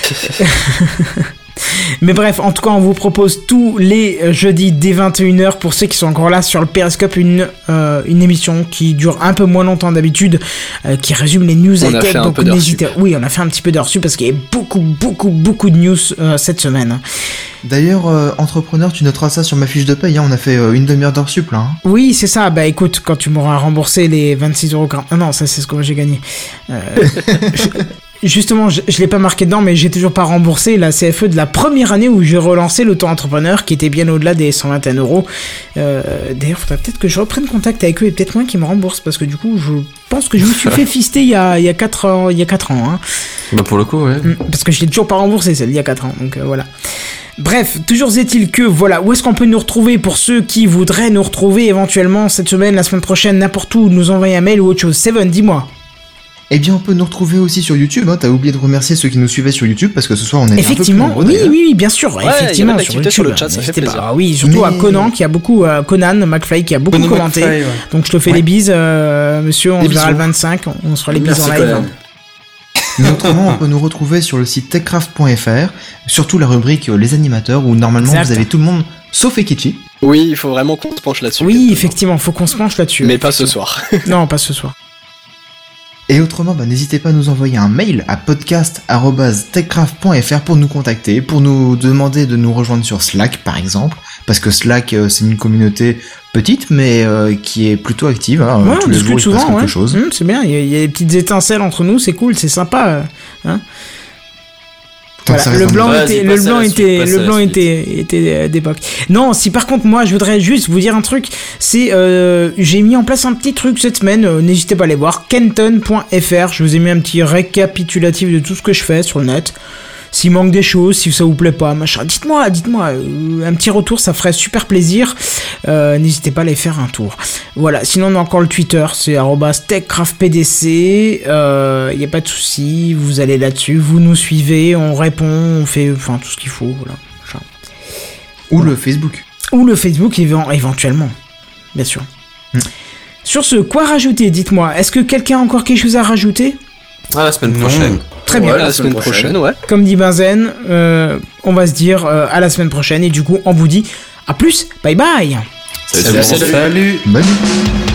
Mais bref, en tout cas, on vous propose tous les jeudis dès 21h pour ceux qui sont encore là sur le Periscope une émission qui dure un peu moins longtemps d'habitude, qui résume les news On a high-tech. fait un Donc peu d'heures n'hésitez. Oui, on a fait un petit peu d'heures dessus parce qu'il y a beaucoup de news cette semaine. D'ailleurs, entrepreneur, tu noteras ça sur ma fiche de paye, hein, on a fait une demi-heure d'heure sup là. Hein. Oui, c'est ça. Bah écoute, quand tu m'auras remboursé les 26,40€. Ah non, ça c'est ce que j'ai gagné. Justement, je l'ai pas marqué dedans, mais j'ai toujours pas remboursé la CFE de la première année où j'ai relancé l'auto-entrepreneur, qui était bien au-delà des 121€. D'ailleurs, faudrait peut-être que je reprenne contact avec eux et peut-être moi qui me rembourse, parce que du coup, je pense que je me suis fait fister il y a 4 ans. Hein. Bah pour le coup, ouais. Parce que je l'ai toujours pas remboursé, celle d'il y a 4 ans. Donc voilà. Bref, toujours est-il que, voilà, où est-ce qu'on peut nous retrouver pour ceux qui voudraient nous retrouver éventuellement cette semaine, la semaine prochaine, n'importe où, nous envoyer un mail ou autre chose. Seven, dis-moi. Eh bien, on peut nous retrouver aussi sur YouTube, hein. T'as oublié de remercier ceux qui nous suivaient sur YouTube, parce que ce soir on est Effectivement, un peu plus nombreux, oui, bien sûr, Ouais, effectivement, il y a pas d'activité sur le chat, ça fait n'hésitez plaisir. pas. Oui, surtout à Mais- Conan, qui a beaucoup, Conan McFly, qui a beaucoup Conan commenté. McFly, ouais. Donc je te fais Ouais. les bises, monsieur, on Des se verra le bisous. 25, on se fera les bises Merci, en live. Conan. Mais autrement, on peut nous retrouver sur le site techcraft.fr, surtout la rubrique Les animateurs, où normalement Exact. vous avez tout le monde, sauf Ekichi. Oui, il faut vraiment qu'on se penche là-dessus. Oui, peut-être. effectivement, faut qu'on se penche là-dessus. Mais pas ce soir. Non, pas ce soir. Et autrement, n'hésitez pas à nous envoyer un mail à podcast@techcraft.fr pour nous contacter, pour nous demander de nous rejoindre sur Slack par exemple, parce que Slack c'est une communauté petite mais qui est plutôt active. Hein, Ouais, tous on les jours discute il se passe souvent, quelque ouais. chose. C'est bien, il y a des petites étincelles entre nous, c'est cool, c'est sympa. Hein. Tant Voilà, que ça le reste blanc dans Vas-y, était, passe à la suite, passe à la suite. était d'époque. Non, si par contre moi je voudrais juste vous dire un truc, c'est j'ai mis en place un petit truc cette semaine, n'hésitez pas à aller voir kenton.fr, je vous ai mis un petit récapitulatif de tout ce que je fais sur le net. S'il manque des choses, si ça vous plaît pas, machin, dites-moi, un petit retour, ça ferait super plaisir. N'hésitez pas à aller faire un tour. Voilà, sinon on a encore le Twitter, c'est @techcraftpdc. Y a pas de souci, vous allez là-dessus, vous nous suivez, on répond, on fait, enfin tout ce qu'il faut, voilà. Machin. Ou le Facebook. Ou le Facebook éventuellement, bien sûr. Sur ce, quoi rajouter, dites-moi. Est-ce que quelqu'un a encore quelque chose à rajouter? Ah, la semaine Non. prochaine. Très bien. Ouais, la semaine prochaine, ouais. Comme dit Benzen, on va se dire à la semaine prochaine et du coup on vous dit à plus, bye bye. Salut. Salut. Bonne nuit.